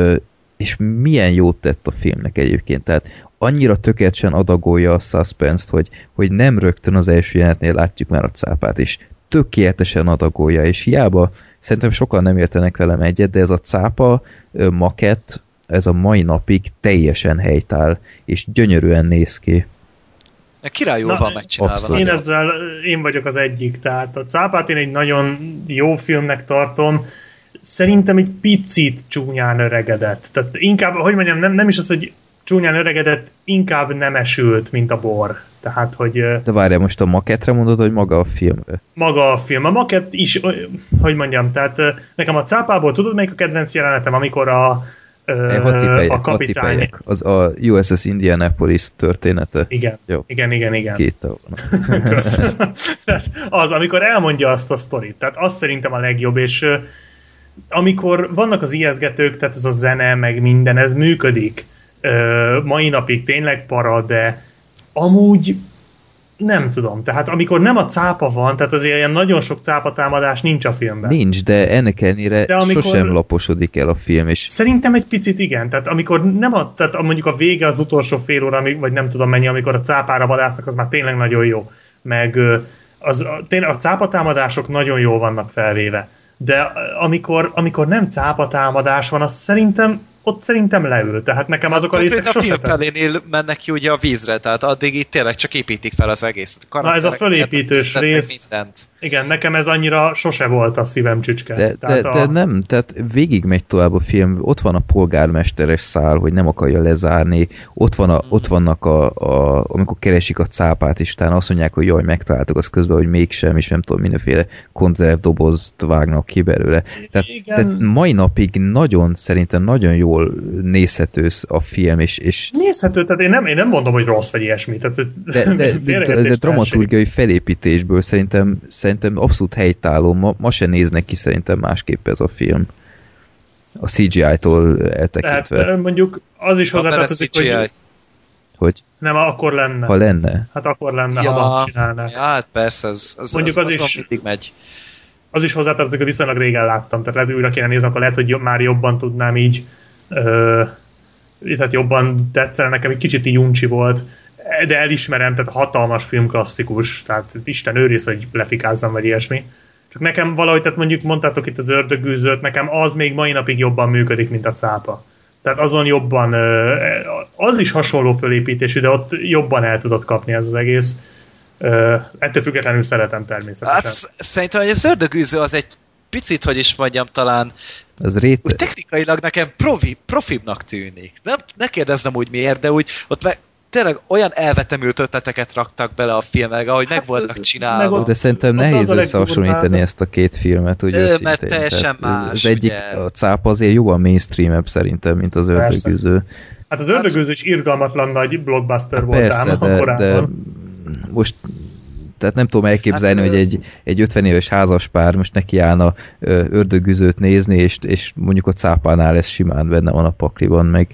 és milyen jót tett a filmnek egyébként, tehát annyira tökéletesen adagolja a suspense-t, hogy, hogy nem rögtön az első jelenetnél látjuk már a cápát, és tökéletesen adagolja, és hiába szerintem sokan nem értenek velem egyet, de ez a cápa makett, ez a mai napig teljesen helytáll, és gyönyörűen néz ki. Királyul Na, van megcsinálva. Abszolút. Én ezzel, én vagyok az egyik, tehát a cápát én egy nagyon jó filmnek tartom, szerintem egy picit csúnyán öregedett. Tehát inkább, hogy mondjam, nem, nem is az, hogy csúnyán öregedett, inkább nem esült, mint a bor. Tehát, hogy... De várjál, most a makettre mondod, hogy maga a filmre? Maga a film. A makett is, hogy mondjam, tehát nekem a cápából tudod, melyik a kedvenc jelenetem, amikor a Hatipelyek, a kapitány. Az a U S S Indianapolis története. Igen, Jó. igen, igen, igen. Két Köszönöm. Az, amikor elmondja azt a sztorit. Tehát az szerintem a legjobb, és uh, amikor vannak az ijesztgetők, tehát ez a zene, meg minden, ez működik. Uh, mai napig tényleg para, de amúgy nem tudom. Tehát amikor nem a cápa van, tehát azért ilyen nagyon sok cápatámadás nincs a filmben. Nincs, de ennek ellenére de amikor... sosem laposodik el a film. És... Szerintem egy picit igen. Tehát amikor nem a, tehát mondjuk a vége az utolsó fél óra, vagy nem tudom mennyi, amikor a cápára vadásznak, az már tényleg nagyon jó. Meg az, tényleg a cápatámadások nagyon jól vannak felvéve. De amikor, amikor nem cápatámadás van, az szerintem ott szerintem leül, tehát nekem azok a részek sosem. A filmpelénél mennek ki ugye a vízre, tehát addig itt tényleg csak építik fel az egészet. Na ez a fölépítős rész, igen, nekem ez annyira sose volt a szívem csücske. De, tehát de, a... de nem, tehát végig megy tovább a film, ott van a polgármesteres szál, hogy nem akarja lezárni, ott, van a, hmm. ott vannak, a, a, amikor keresik a cápát, és talán azt mondják, hogy jaj, megtaláltak az közben, hogy mégsem, és nem tudom, mindenféle konzervdobozt vágnak ki belőle. Tehát, tehát mai napig nagyon, szerintem nagyon jó jól nézhető a film, és... és nézhető, tehát én nem, én nem mondom, hogy rossz vagy ilyesmi. Tehát, de, de, de, de dramaturgiai felépítésből szerintem, szerintem abszolút helytálló. Ma, ma se néznek ki szerintem másképp ez a film. A cé gé í-tól eltekintve. Tehát mondjuk az is hozzátartozik, hogy... Hogy? Nem, akkor lenne. Ha lenne? Hát akkor lenne, ja, ha ma csinálnák. Ja, hát persze, az, az, mondjuk az, az, az, is, mindig megy. Az is hozzátartozik, hogy viszonylag régen láttam, tehát lehet, hogy újra kéne nézni, akkor lehet, hogy jobb, már jobban tudnám így, ö, tehát jobban tetszene, nekem egy kicsit így uncsi volt, de elismerem, tehát hatalmas film klasszikus, tehát Isten őriz, hogy lefikázzam, vagy ilyesmi. Csak nekem valahogy, tehát mondjuk mondtátok itt az Ördögűzőt, nekem az még mai napig jobban működik, mint a cápa. Tehát azon jobban, az is hasonló fölépítésű, de ott jobban el tudott kapni ez az egész. Ettől függetlenül szeretem természetesen. Hát szerintem, hogy az Ördögűző az egy picit, hogy is mondjam, talán az réte... úgy technikailag nekem profi, profibnak tűnik. Nem, ne kérdezzem úgy miért, de úgy ott meg tényleg olyan elvetemült ötleteket raktak bele a filmekbe, ahogy hát, meg voltak csinálva. De szerintem nehéz összehasonlítani ezt a két filmet, úgy őszintén. Mert teljesen tehát más. Az egyik, ugye... a cápa azért jóval mainstream-ebb szerintem, mint az Ördögűző. Hát az Ördögűző is irgalmatlan nagy blockbuster hát volt persze, ám de, korábban. De most tehát nem tudom elképzelni, hát, hogy egy, egy ötven éves házaspár most nekiállna Ördögűzőt nézni, és, és mondjuk a cápánál ez simán benne van a pakliban, meg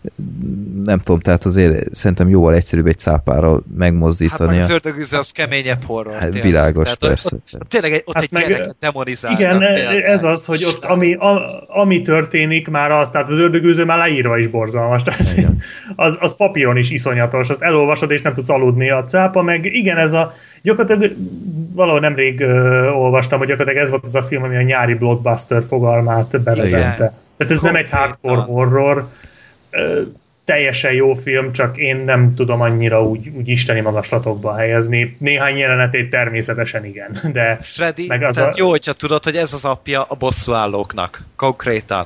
nem tudom, tehát azért szerintem jóval egyszerűbb egy cápára megmozdítani. Hát meg az Ördögűző az keményebb horror. Hát, világos, tehát persze. Ott, ott, tényleg egy, ott hát egy meg, gyereket demonizáltak. Igen, tényleg. Ez az, hogy ott ami, a, ami történik már az, tehát az Ördögűző már leírva is borzalmas. Tehát az, az papíron is iszonyatos, azt elolvasod és nem tudsz aludni. A cápa, meg igen, ez a gyakorlatilag valahol nemrég ö, olvastam, hogy gyakorlatilag ez volt az a film, ami a nyári blockbuster fogalmát bevezette. Tehát ez nem egy hardcore horror, ö, teljesen jó film, csak én nem tudom annyira úgy, úgy isteni magaslatokba helyezni. Néhány jelenetét természetesen igen, de... Freddy, meg az tehát a... jó, hogyha tudod, hogy ez az apja a bosszúállóknak. Konkrétan.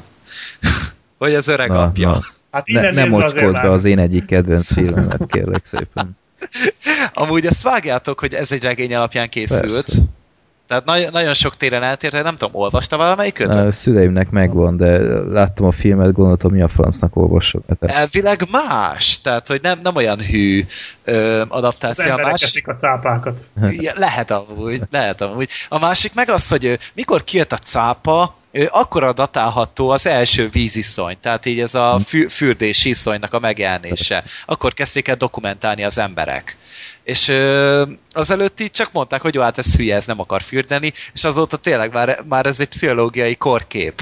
Hogy az öreg na, apja. Na. Hát ne, nem mocskodd be az én egyik kedvenc filmemet, kérlek szépen. Amúgy ezt vágjátok, hogy ez egy regény alapján készült. Persze. Tehát na- nagyon sok téren eltért, nem tudom, olvasta valamelyiköt? A szüleimnek megvan, de láttam a filmet, gondoltam, mi a francnak olvasok. Elvileg más, tehát hogy nem, nem olyan hű ö, adaptáció. Az emberek más... eszik a cápákat. Ja, lehet amúgy, lehet amúgy. A másik meg az, hogy mikor kijött a cápa, akkora datálható az első víziszony, tehát így ez a fü- fürdési iszonynak a megjelenése. Akkor kezdték el dokumentálni az emberek. És ö, azelőtt így csak mondták, hogy jó, hát ez hülye, ez nem akar fürdeni, és azóta tényleg már, már ez egy pszichológiai korkép,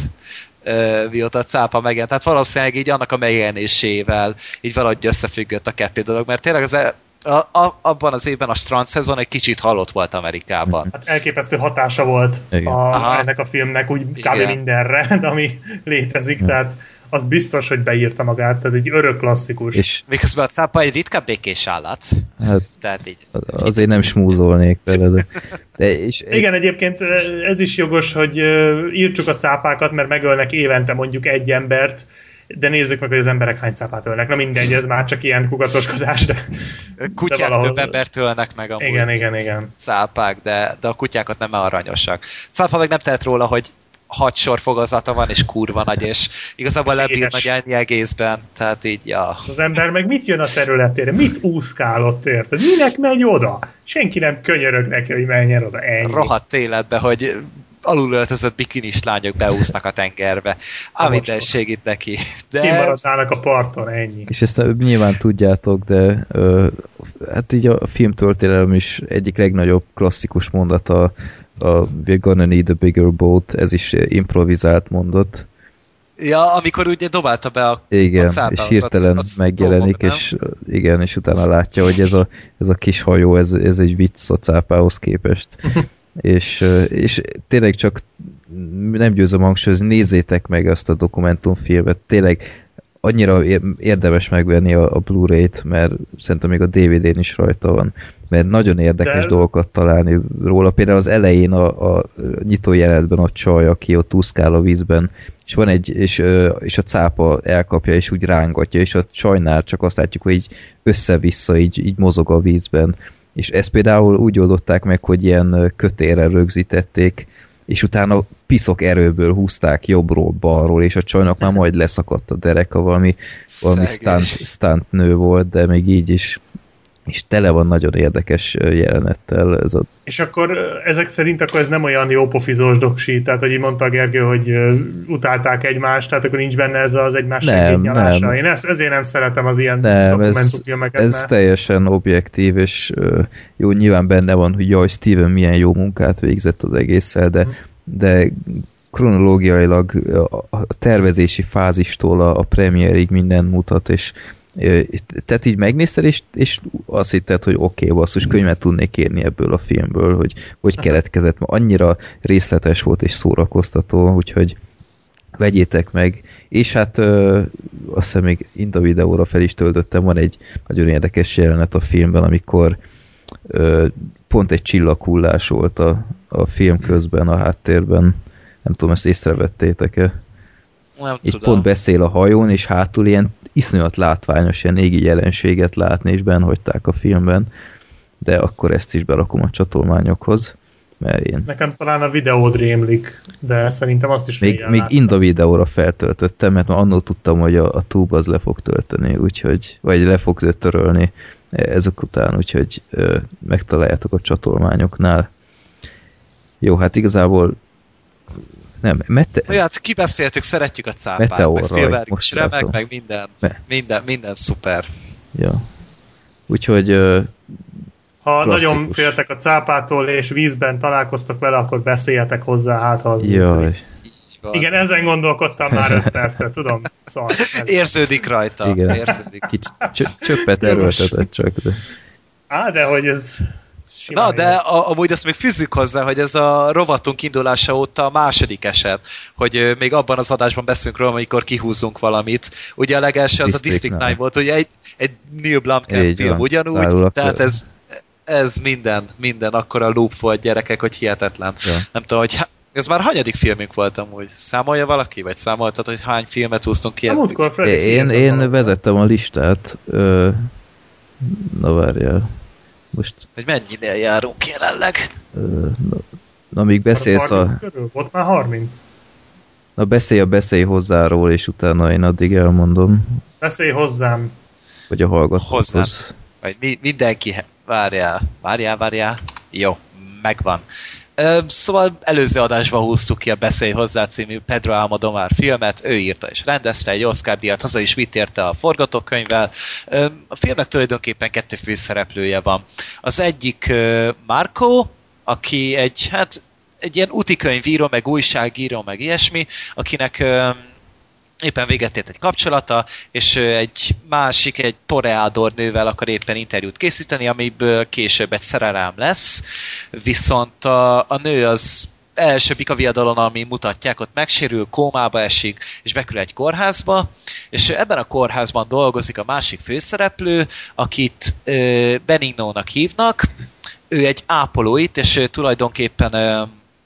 ö, mióta a cápa megjelent. Tehát valószínűleg így annak a megjelenésével így valahogy összefüggött a kettő dolog, mert tényleg az el, A, a, abban az évben a strandszezon egy kicsit halott volt Amerikában. Hát elképesztő hatása volt a, ennek a filmnek úgy kb. Mindenre, ami létezik, ja. Tehát az biztos, hogy beírta magát, tehát egy örök klasszikus. És miközben a cápa egy ritka békés állat. Hát tehát így, azért nem smúzolnék vele, de... de és, igen, egyébként ez is jogos, hogy írtsuk a cápákat, mert megölnek évente mondjuk egy embert, de nézzük meg, hogy az emberek hány cápát ölnek. Na mindegy, ez már csak ilyen kugatoskodás, de... Kutyák de valahol... több embert ölnek meg amúgy. Igen, igen, igen. Cápák, de, de a kutyákat nem aranyosak. Cápa meg nem tehet róla, hogy hat sor fogazata van, és kurva nagy, és igazából lebír megjelni egészben, tehát így, ja. Az ember meg mit jön a területére? Mit úszkál ott, érted? Minek megy oda? Senki nem könyörög neki, hogy menjen oda, ennyi. Rohadt életbe, hogy alulöltözött bikinis lányok beúsznak a tengerbe. A minden segít neki. De kimaradnának a parton, ennyi. És ezt nyilván tudjátok, de ö, hát így a filmtörténelem is egyik legnagyobb klasszikus mondata a We're gonna need a bigger boat, ez is improvizált mondat. Ja, amikor ugye dobálta be a igen, a cápa, és hirtelen az, az megjelenik, dolgok, és igen, és utána látja, hogy ez a, ez a kis hajó, ez, ez egy vicc a cápához képest. és, és tényleg csak nem győzöm hangsúlyozni, nézzétek meg ezt a dokumentumfilmet, tényleg annyira érdemes megvenni a, a Blu-ray-t, mert szerintem még a dé vé dén is rajta van, mert nagyon érdekes de... dolgokat találni róla. Például az elején a, a nyitó jelenetben a csaj, aki ott úszkál a vízben, és van egy, és, és a cápa elkapja, és úgy rángatja, és a csajnál csak azt látjuk, hogy így össze-vissza, így, így mozog a vízben. És ezt például úgy oldották meg, hogy ilyen kötélre rögzítették és utána piszok erőből húzták jobbról, balról, és a csajnak már majd leszakadt a dereka, valami, valami stunt, stunt nő volt, de még így is, és tele van nagyon érdekes jelenettel. Ez a... És akkor ezek szerint akkor ez nem olyan jópofizós doksi, tehát hogy így mondta Gergő, hogy utálták egymást, tehát akkor nincs benne ez az egymás segédnyalása. Én ezt, ezért nem szeretem az ilyen dokumentumfilmeket. Ez, ez mert... teljesen objektív, és jó, nyilván benne van, hogy jaj, Steven milyen jó munkát végzett az egésszel, de, de kronológiailag a tervezési fázistól a, a premierig mindent mutat, és tehát így megnézted, és, és azt hitted, hogy oké, okay, basszus, könyvet tudnék írni ebből a filmből, hogy hogy keletkezett, mert annyira részletes volt és szórakoztató, úgyhogy vegyétek meg. És hát ö, azt hiszem még Inda videóra fel is töltöttem, van egy nagyon érdekes jelenet a filmben, amikor ö, pont egy csillaghullás volt a, a film közben, a háttérben. Nem tudom, ezt észrevettétek-e? Nem így tudom. Pont beszél a hajón, és hátul ilyen iszonyat látványos, ilyen égi jelenséget látni, és benhagyták a filmben, de akkor ezt is berakom a csatolmányokhoz, mert én... Nekem talán a videód rémlik, de szerintem azt is még, még Inda videóra feltöltöttem, mert már annól tudtam, hogy a, a tube az le fog tölteni, úgyhogy, vagy le fog törölni ezek után, úgyhogy ö, megtaláljátok a csatolmányoknál. Jó, hát igazából nem, mete... Olyat, kibeszéltük, szeretjük a cápát, Meteorraj, meg Spielberg most is remek, látom. meg minden, Me- minden, minden szuper. Ja. Úgyhogy uh, ha klasszikus. Nagyon féltek a cápától, és vízben találkoztak vele, akkor beszéljetek hozzá, hát ha az Jaj. Igen, ezen gondolkodtam már öt percet, tudom. Szar. Érződik rajta. Igen. Érződik. Kicsit csö- csöppet erőltetett csak. De... Á, de hogy ez... Na, de a, amúgy azt még fűzzük hozzá, hogy ez a rovatunk indulása óta a második eset, hogy ö, még abban az adásban beszélünk róla, amikor kihúzunk valamit. Ugye a legelső az District a District kilenc volt, ugye egy, egy Neil Blomkamp film ugyanúgy, Zárulak tehát ez, ez minden, minden akkora loop volt, gyerekek, hogy hihetetlen. Ja. Nem tudom, hogy ez már hanyadik filmünk volt amúgy? Számolja valaki? Vagy számoltad, hogy hány filmet húztunk ki? Én, én vezettem a listát. Ö, na várjál. Most... Hogy mennyinél járunk jelenleg? Na, na még beszélsz a... Körül? Volt már harminc. Na beszélj a beszélj hozzáról, és utána én addig elmondom. Beszélj hozzám. Vagy a hallgatókhoz. Hozzám. Vagy mi, mindenki... Várjál, várjál, várjál. Jó, megvan. Szóval előző adásban húztuk ki a Beszélj hozzá című Pedro Almodovar filmet, ő írta és rendezte, egy Oscar-díjat haza is vitt érte a forgatókönyvvel. A filmnek tulajdonképpen kettő főszereplője van. Az egyik Marco, aki egy, hát, egy ilyen utikönyvíró, meg újságíró, meg ilyesmi, akinek éppen véget ért egy kapcsolata, és egy másik, egy toreador nővel akar éppen interjút készíteni, amiből később egy szerelem lesz, viszont a, a nő az elsőbbik a viadalon, ami mutatják, ott megsérül, kómába esik, és bekerül egy kórházba, és ebben a kórházban dolgozik a másik főszereplő, akit ö, Benignónak hívnak, ő egy ápoló itt, és ő tulajdonképpen ö,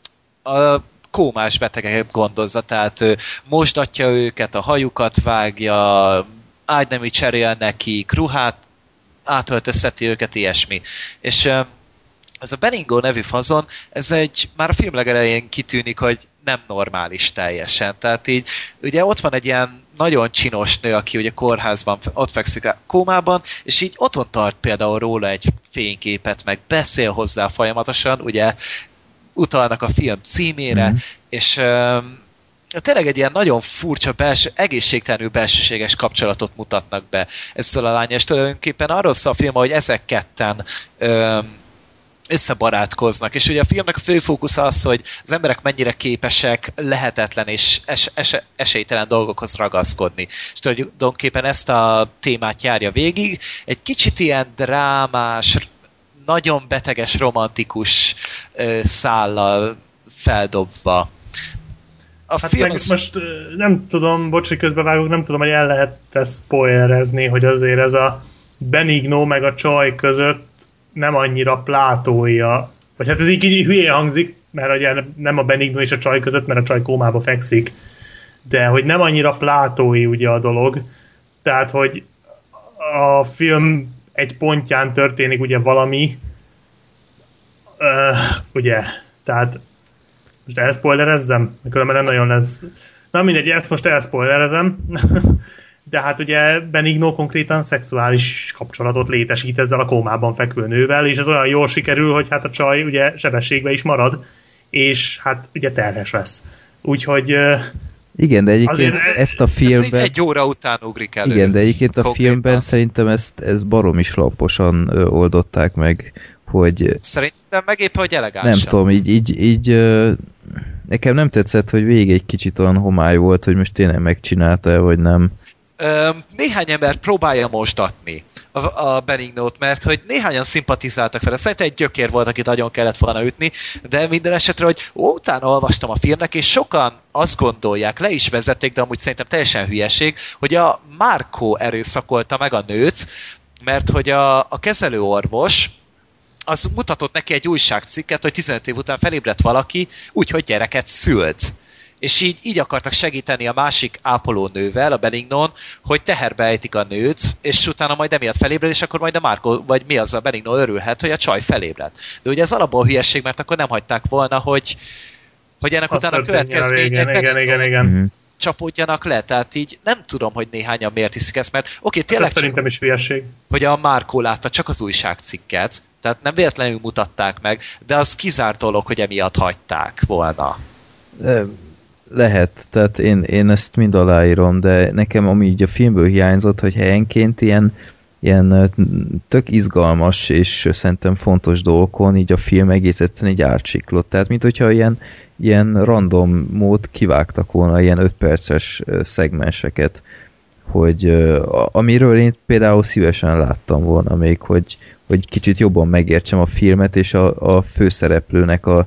a kómás betegeket gondozza, tehát ő mosdatja őket, a hajukat vágja, ágynemű cserél nekik, ruhát átöltözteti őket, ilyesmi. És ez a Benigno nevű fazon, ez egy, már a film legelején kitűnik, hogy nem normális teljesen. Tehát így, ugye ott van egy ilyen nagyon csinos nő, aki ugye kórházban ott fekszik a kómában, és így otthon tart például róla egy fényképet, meg beszél hozzá folyamatosan, ugye utalnak a film címére, mm. és um, tényleg egy ilyen nagyon furcsa, belső, egészségtelenül belsőséges kapcsolatot mutatnak be ezzel a lányjal, és tulajdonképpen arról szól a film, hogy ezek ketten um, összebarátkoznak, és ugye a filmnek a fő fókusz az, hogy az emberek mennyire képesek lehetetlen és es- es- esélytelen dolgokhoz ragaszkodni. És tulajdonképpen ezt a témát járja végig. Egy kicsit ilyen drámás, nagyon beteges, romantikus ö, szállal feldobva. A hát film az... most nem tudom, bocs, hogy közbevágok, nem tudom, hogy el lehet ezt spoilerezni, hogy azért ez a Benigno meg a csaj között nem annyira plátója. Vagy hát ez így, így hülyén hangzik, mert ugye nem a Benigno és a csaj között, mert a csaj kómába fekszik. De hogy nem annyira plátói ugye a dolog. Tehát, hogy a film egy pontján történik ugye valami, uh, ugye, tehát Most elszpoilerezzem? Különben nem nagyon lesz. Na mindegy, ezt most elszpoilerezem. De hát ugye Benigno konkrétan szexuális kapcsolatot létesít ezzel a kómában fekvő nővel, és ez olyan jól sikerül, hogy hát a csaj ugye sebességbe is marad, és hát ugye terhes lesz. Úgyhogy... Igen, de egyébként ez, ezt a filmben... Ez egy óra után ugrik elő. Igen, de egyébként a konkrétan. filmben szerintem ezt, ezt baromi slamposan oldották meg, hogy... Szerintem meg éppen, hogy elegánsan. Nem tudom, így, így, így nekem nem tetszett, hogy végig egy kicsit olyan homály volt, hogy most tényleg megcsinálta, vagy nem. Néhány ember próbálja mostatni a, a Benignót, mert hogy néhányan szimpatizáltak vele. Szerintem egy gyökér volt, akit nagyon kellett volna ütni, de minden esetre, hogy ó, utána olvastam a filmnek, és sokan azt gondolják, le is vezették, de amúgy szerintem teljesen hülyeség, hogy a Marco erőszakolta meg a nőt, mert hogy a, a kezelőorvos az mutatott neki egy újságcikket, hogy tizenöt év után felébredt valaki, úgyhogy gyereket szült. És így, így akartak segíteni a másik ápolónővel, a Benignon, hogy teherbe ejtik a nőt, és utána majd emiatt felébred, és akkor majd a Marco, vagy mi az, a Benigno örülhet, hogy a csaj felébredt. De ugye ez alapból hülyesség, mert akkor nem hagyták volna, hogy, hogy ennek azt utána a következmények igen, igen, igen, igen. csapódjanak le. Tehát így nem tudom, hogy néhányan miért hiszik ezt, mert oké, okay, tényleg hát szerintem is hülyesség. Hogy a Marco látta csak az újságcikket, tehát nem véletlenül mutatták meg, de az kizárt dolog, hogy emiatt hagyták volna. De... Lehet, tehát én, én ezt mind aláírom, de nekem ami így a filmből hiányzott, hogy helyenként ilyen, ilyen tök izgalmas és szerintem fontos dolgokon így a film egész egyszerűen így átsiklott. Tehát mint hogyha ilyen, ilyen random mód kivágtak volna ilyen öt perces szegmenseket, hogy amiről én például szívesen láttam volna még, hogy, hogy kicsit jobban megértsem a filmet és a, a főszereplőnek a,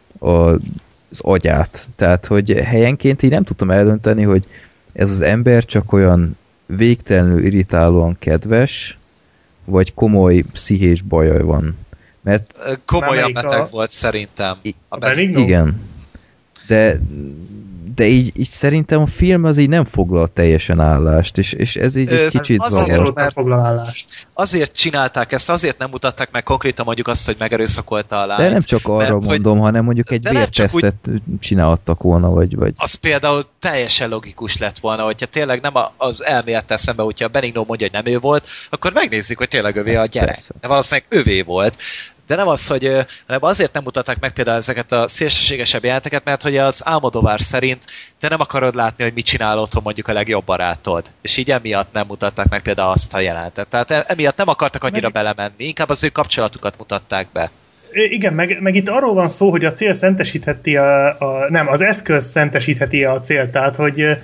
a az agyát. Tehát, hogy helyenként így nem tudtam eldönteni, hogy ez az ember csak olyan végtelenül irritálóan kedves, vagy komoly pszichés bajaj van. Mert komolyan beteg a... volt szerintem. A Benigno? Igen. De de így, így szerintem a film az így nem foglal teljesen állást, és, és ez így egy kicsit zavar. Azért, azért csinálták ezt, azért nem mutatták meg konkrétan mondjuk azt, hogy megerőszakolta a lányt. De nem csak arra mert, mondom, hogy, hanem mondjuk egy vértesztet úgy, csinálhattak volna, vagy, vagy... Az például teljesen logikus lett volna, hogyha tényleg nem az elmélettel szemben, hogyha a Benigno mondja, hogy nem ő volt, akkor megnézzük, hogy tényleg övé a gyerek. Persze. De valószínűleg övé volt. De nem az, hogy hanem azért nem mutatták meg például ezeket a szélsőségesebb jelenteket, mert hogy az Almodóvar szerint te nem akarod látni, hogy mit csinál otthon mondjuk a legjobb barátod. És így emiatt nem mutatták meg például azt a jelentet. Tehát emiatt nem akartak annyira meg... belemenni, inkább az ő kapcsolatukat mutatták be. Igen, meg, meg itt arról van szó, hogy a cél szentesítheti a, a... Nem, az eszköz szentesítheti a célt, tehát hogy e,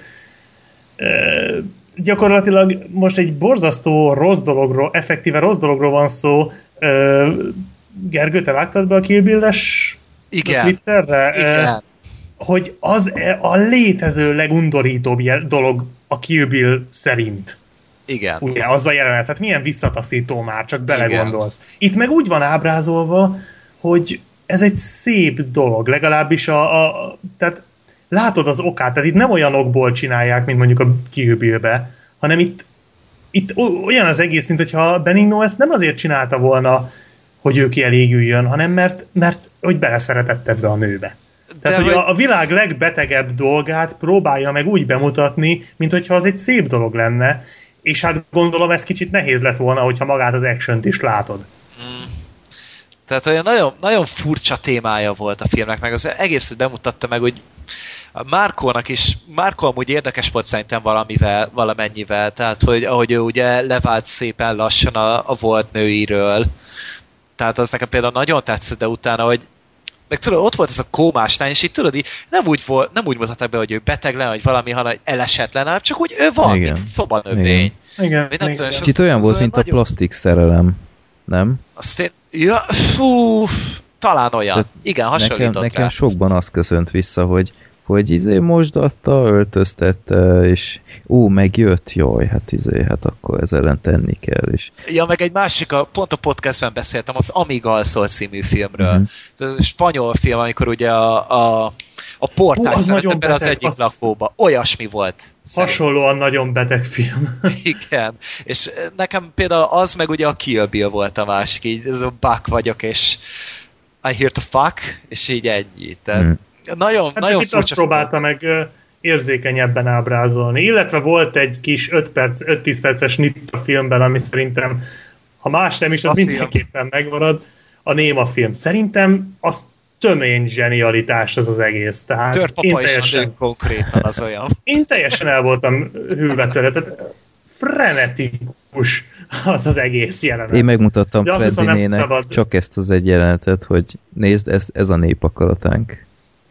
gyakorlatilag most egy borzasztó rossz dologról, effektíve rossz dologról van szó. E, Gergő, te vágtad be a Kill Bill-es Twitterre? Igen. Hogy az a létező legundorítóbb dolog a Kill Bill szerint. Igen. Ugye, az a jelenet. Hát milyen visszataszító már, csak belegondolsz. Igen. Itt meg úgy van ábrázolva, hogy ez egy szép dolog, legalábbis a, a tehát látod az okát, tehát itt nem olyan okból csinálják, mint mondjuk a Kill Bill-be, hanem itt, itt olyan az egész, mint hogyha Benigno ezt nem azért csinálta volna, hogy ő kielégüljön, hanem mert, mert hogy beleszeretett ebbe a nőbe. Tehát, hogy, hogy a, a világ legbetegebb dolgát próbálja meg úgy bemutatni, mint hogyha az egy szép dolog lenne, és hát gondolom ez kicsit nehéz lett volna, hogyha magát az action-t is látod. Mm. Tehát olyan nagyon, nagyon furcsa témája volt a filmnek, meg az egészet bemutatta meg, hogy a Markónak is, Markó amúgy érdekes volt szerintem valamivel, valamennyivel, tehát hogy ahogy ő ugye levált szépen lassan a, a volt nőiről, tehát az nekem például nagyon tetszett, de utána, hogy meg tudod, ott volt ez a kómás lány, és így tudod, így nem úgy, volt, nem úgy mutatták be, hogy ő beteg lenne, vagy valami, hanem elesetlen, hanem csak úgy ő van, igen, mint szobanövény. Igen, igen. igen. Itt olyan volt, mint nagyon... a plastik szerelem, nem? Azt én, ja, fú, talán olyan. De igen, hasonlított nekem, nekem sokban az köszönt vissza, hogy hogy izé mosdatta, öltöztette, és ó, megjött, jaj, hát izé, hát akkor ez ellen tenni kell is. Ja, meg egy másik, a, pont a podcastben beszéltem, az Amigal szól című filmről. Mm-hmm. Ez egy spanyol film, amikor ugye a, a, a portás szeretett bele az egyik az... lakóba. Olyasmi volt. Hasonlóan szerint. Nagyon beteg film. Igen, és nekem például az, meg ugye a Kill Bill volt a másik, így ez a Buck vagyok, és I hear to fuck, és így ennyi. Tehát mm. Nagyon, hát nagyon csak itt azt próbálta meg érzékenyebben ábrázolni. Illetve volt egy kis öt-tíz perces nit a filmben, ami szerintem, ha más nem is, az a mindenképpen film. Megmarad. A Néma film. Szerintem az tömény zsenialitás az az egész. Tehát Törpapa is teljesen, konkrétan az olyan. Én teljesen el voltam hűve tőle. Tehát frenetikus az az egész jelenet. Én megmutattam Freddinének csak ezt az egy jelenetet, hogy nézd, ez, ez a népakaratánk.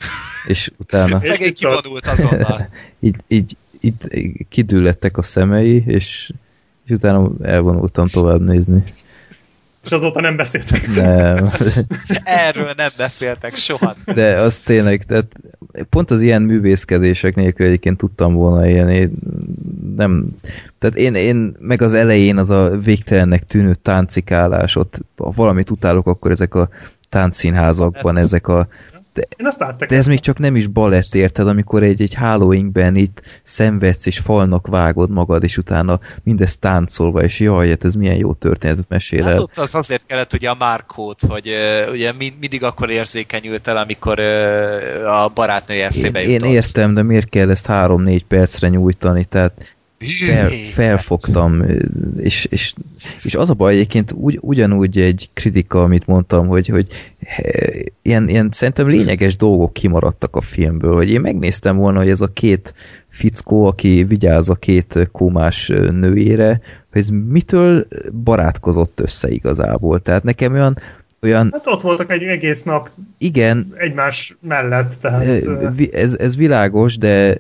És utána... Szegény kivonult azonnal. így, így, így kidüllettek a szemei, és, és utána elvonultam tovább nézni. És azóta nem beszéltek. Nem. Erről nem beszéltek soha. De az tényleg, tehát pont az ilyen művészkedések nélkül egyébként tudtam volna élni. Nem, tehát én, én meg az elején az a végtelennek tűnő táncikálás, ott ha valamit utálok, akkor ezek a táncszínházakban, ezek a De, de ez még csak nem is balett, érted, amikor egy, egy hálóinkben itt szenvedsz és falnak vágod magad, és utána mindezt táncolva, és jaj, hát ez milyen jó történetet mesél el. Hát ott az azért kellett ugye a Márkót, hogy uh, ugye mindig akkor érzékenyült el, amikor uh, a barátnője eszébe én, jutott. Én értem, de miért kell ezt három-négy percre nyújtani, tehát Fel, felfogtam, és, és, és az a baj egyébként ugy, ugyanúgy egy kritika, amit mondtam, hogy, hogy ilyen, ilyen szerintem lényeges dolgok kimaradtak a filmből, hogy én megnéztem volna, hogy ez a két fickó, aki vigyáz a két kómás nőjére, hogy ez mitől barátkozott össze igazából. Tehát nekem olyan olyan... Hát ott voltak egy egész nap igen, egymás mellett. Tehát... Ez, ez világos, de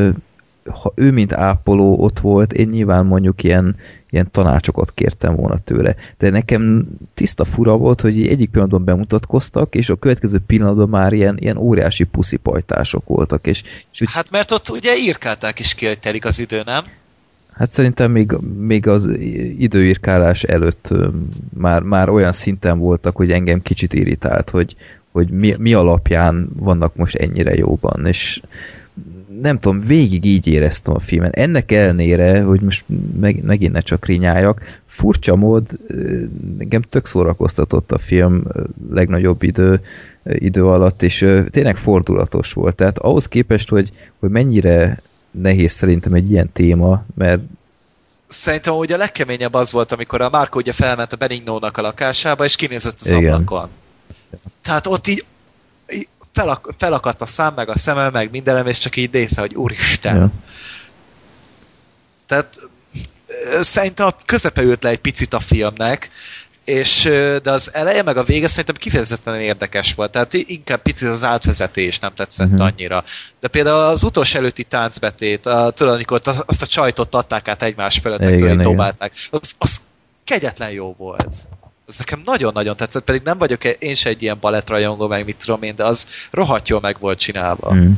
ha ő, mint ápoló ott volt, én nyilván mondjuk ilyen, ilyen tanácsokat kértem volna tőle. De nekem tiszta fura volt, hogy egyik pillanatban bemutatkoztak, és a következő pillanatban már ilyen, ilyen óriási puszipajtások voltak. És, és úgy... Hát mert ott ugye írkálták is ki, hogy telik az idő, nem? Hát szerintem még, még az időírkálás előtt már, már olyan szinten voltak, hogy engem kicsit irritált, hogy, hogy mi, mi alapján vannak most ennyire jóban, és nem tudom, végig így éreztem a filmen. Ennek ellenére, hogy most meg, megint ne csak rinyáljak, furcsa mód, engem tök szórakoztatott a film legnagyobb idő, idő alatt, és tényleg fordulatos volt. Tehát ahhoz képest, hogy, hogy mennyire nehéz szerintem egy ilyen téma, mert szerintem ugye a legkeményebb az volt, amikor a Márko ugye felment a Benignónak a lakásába, és kinézett az igen. ablakon. Tehát ott így Felak, felakadt a szám, meg a szemem, meg mindenem, és csak így nézze, hogy úristen. Ja. Tehát szerintem a közepe ült le egy picit a filmnek, és, de az eleje meg a vége szerintem kifejezetten érdekes volt. Tehát inkább picit az átvezetés nem tetszett uh-huh. annyira. De például az utolsó előtti táncbetét, a, tudod, amikor azt a csajtot adták át egymás felett, meg tudod, dobálták, az, az kegyetlen jó volt. Ez nekem nagyon-nagyon tetszett, pedig nem vagyok én se egy ilyen balettrajongó, meg mit tudom én, de az rohadt jól meg volt csinálva. Mm.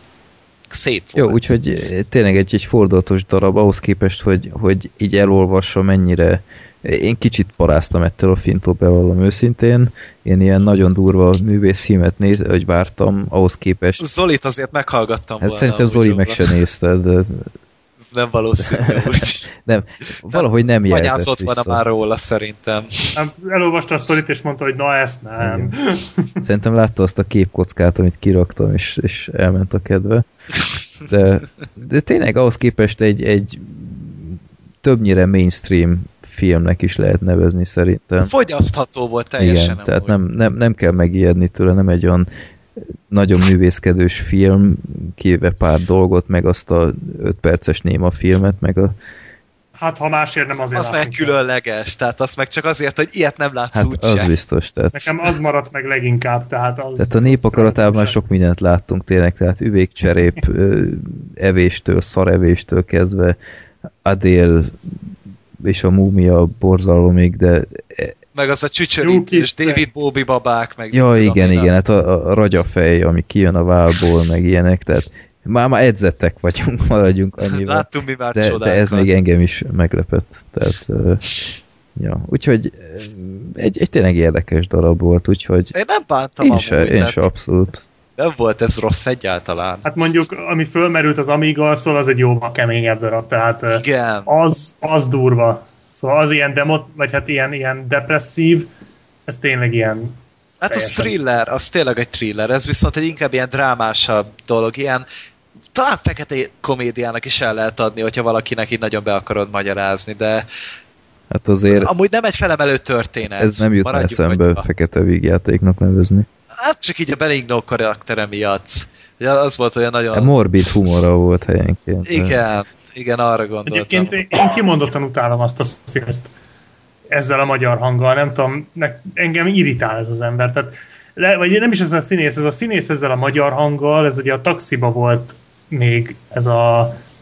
Szép volt. Jó, úgyhogy tényleg egy, egy fordulatos darab, ahhoz képest, hogy, hogy így elolvassa mennyire... Én kicsit paráztam ettől a filmtől, bevallom őszintén. Én ilyen nagyon durva művészfilmet néz, hogy vártam, ahhoz képest... Zolit azért meghallgattam hát volna. Szerintem Zoli meg se nézte, de... Nem valószínű, úgy. Nem, valahogy nem jelzett anyázott vissza. volna már róla, szerintem. Elolvasta a sztorit, és mondta, hogy na ezt nem. Igen. Szerintem látta azt a képkockát, amit kiraktam, és, és elment a kedve. De, de tényleg ahhoz képest egy, egy többnyire mainstream filmnek is lehet nevezni szerintem. Fogyasztható volt teljesen. Igen, tehát nem, nem, nem kell megijedni tőle, nem egy olyan nagyon művészkedős film, kivéve pár dolgot, meg azt a öt perces néma filmet, meg a... Hát, ha másért nem azért az meg különleges, tehát az meg csak azért, hogy ilyet nem látsz hát úgyse. az biztos, tehát... Nekem az maradt meg leginkább, tehát az... Tehát a népakaratában már sok mindent láttunk tényleg, tehát üvégcserép, evéstől, szarevéstől kezdve, Adél és a múmia borzalomig, de... Meg az a csücsörítés, David Bowie babák, meg... Ja, igen, igen, hát a, a ragyafej, ami kijön a válból, meg ilyenek, tehát már, már edzettek vagyunk, maradjunk annyival. Láttunk mi már de, csodákat. De ez még engem is meglepett. Tehát, uh, ja. Úgyhogy egy, egy tényleg érdekes darab volt, úgyhogy... Én nem bántam én se, amúgy, én se, abszolút. Nem volt ez rossz egyáltalán. Hát mondjuk, ami fölmerült az Amiga, szól, az egy jóval keményebb darab, tehát igen. Az, az durva. Szóval az ilyen demot, vagy hát ilyen, ilyen depresszív, ez tényleg ilyen Hát az thriller, az tényleg egy thriller, ez viszont egy inkább ilyen drámásabb dolog, ilyen talán fekete komédiának is el lehet adni, hogyha valakinek így nagyon be akarod magyarázni, de hát azért amúgy nem egy felemelő történet. Ez nem jut eszembe fekete vígjátéknak nevezni. Hát csak így a Benigno karaktere miatt. Ugye az volt olyan nagyon... Morbid humora volt helyenként. Igen, igen, arra gondoltam. Egyébként én kimondottan utálom azt a színészt ezzel a magyar hanggal, nem tudom, ne, engem irritál ez az ember, tehát le, vagy nem is ez a színész, ez a színész ezzel a magyar hanggal, ez ugye a Taxiba volt még ez a,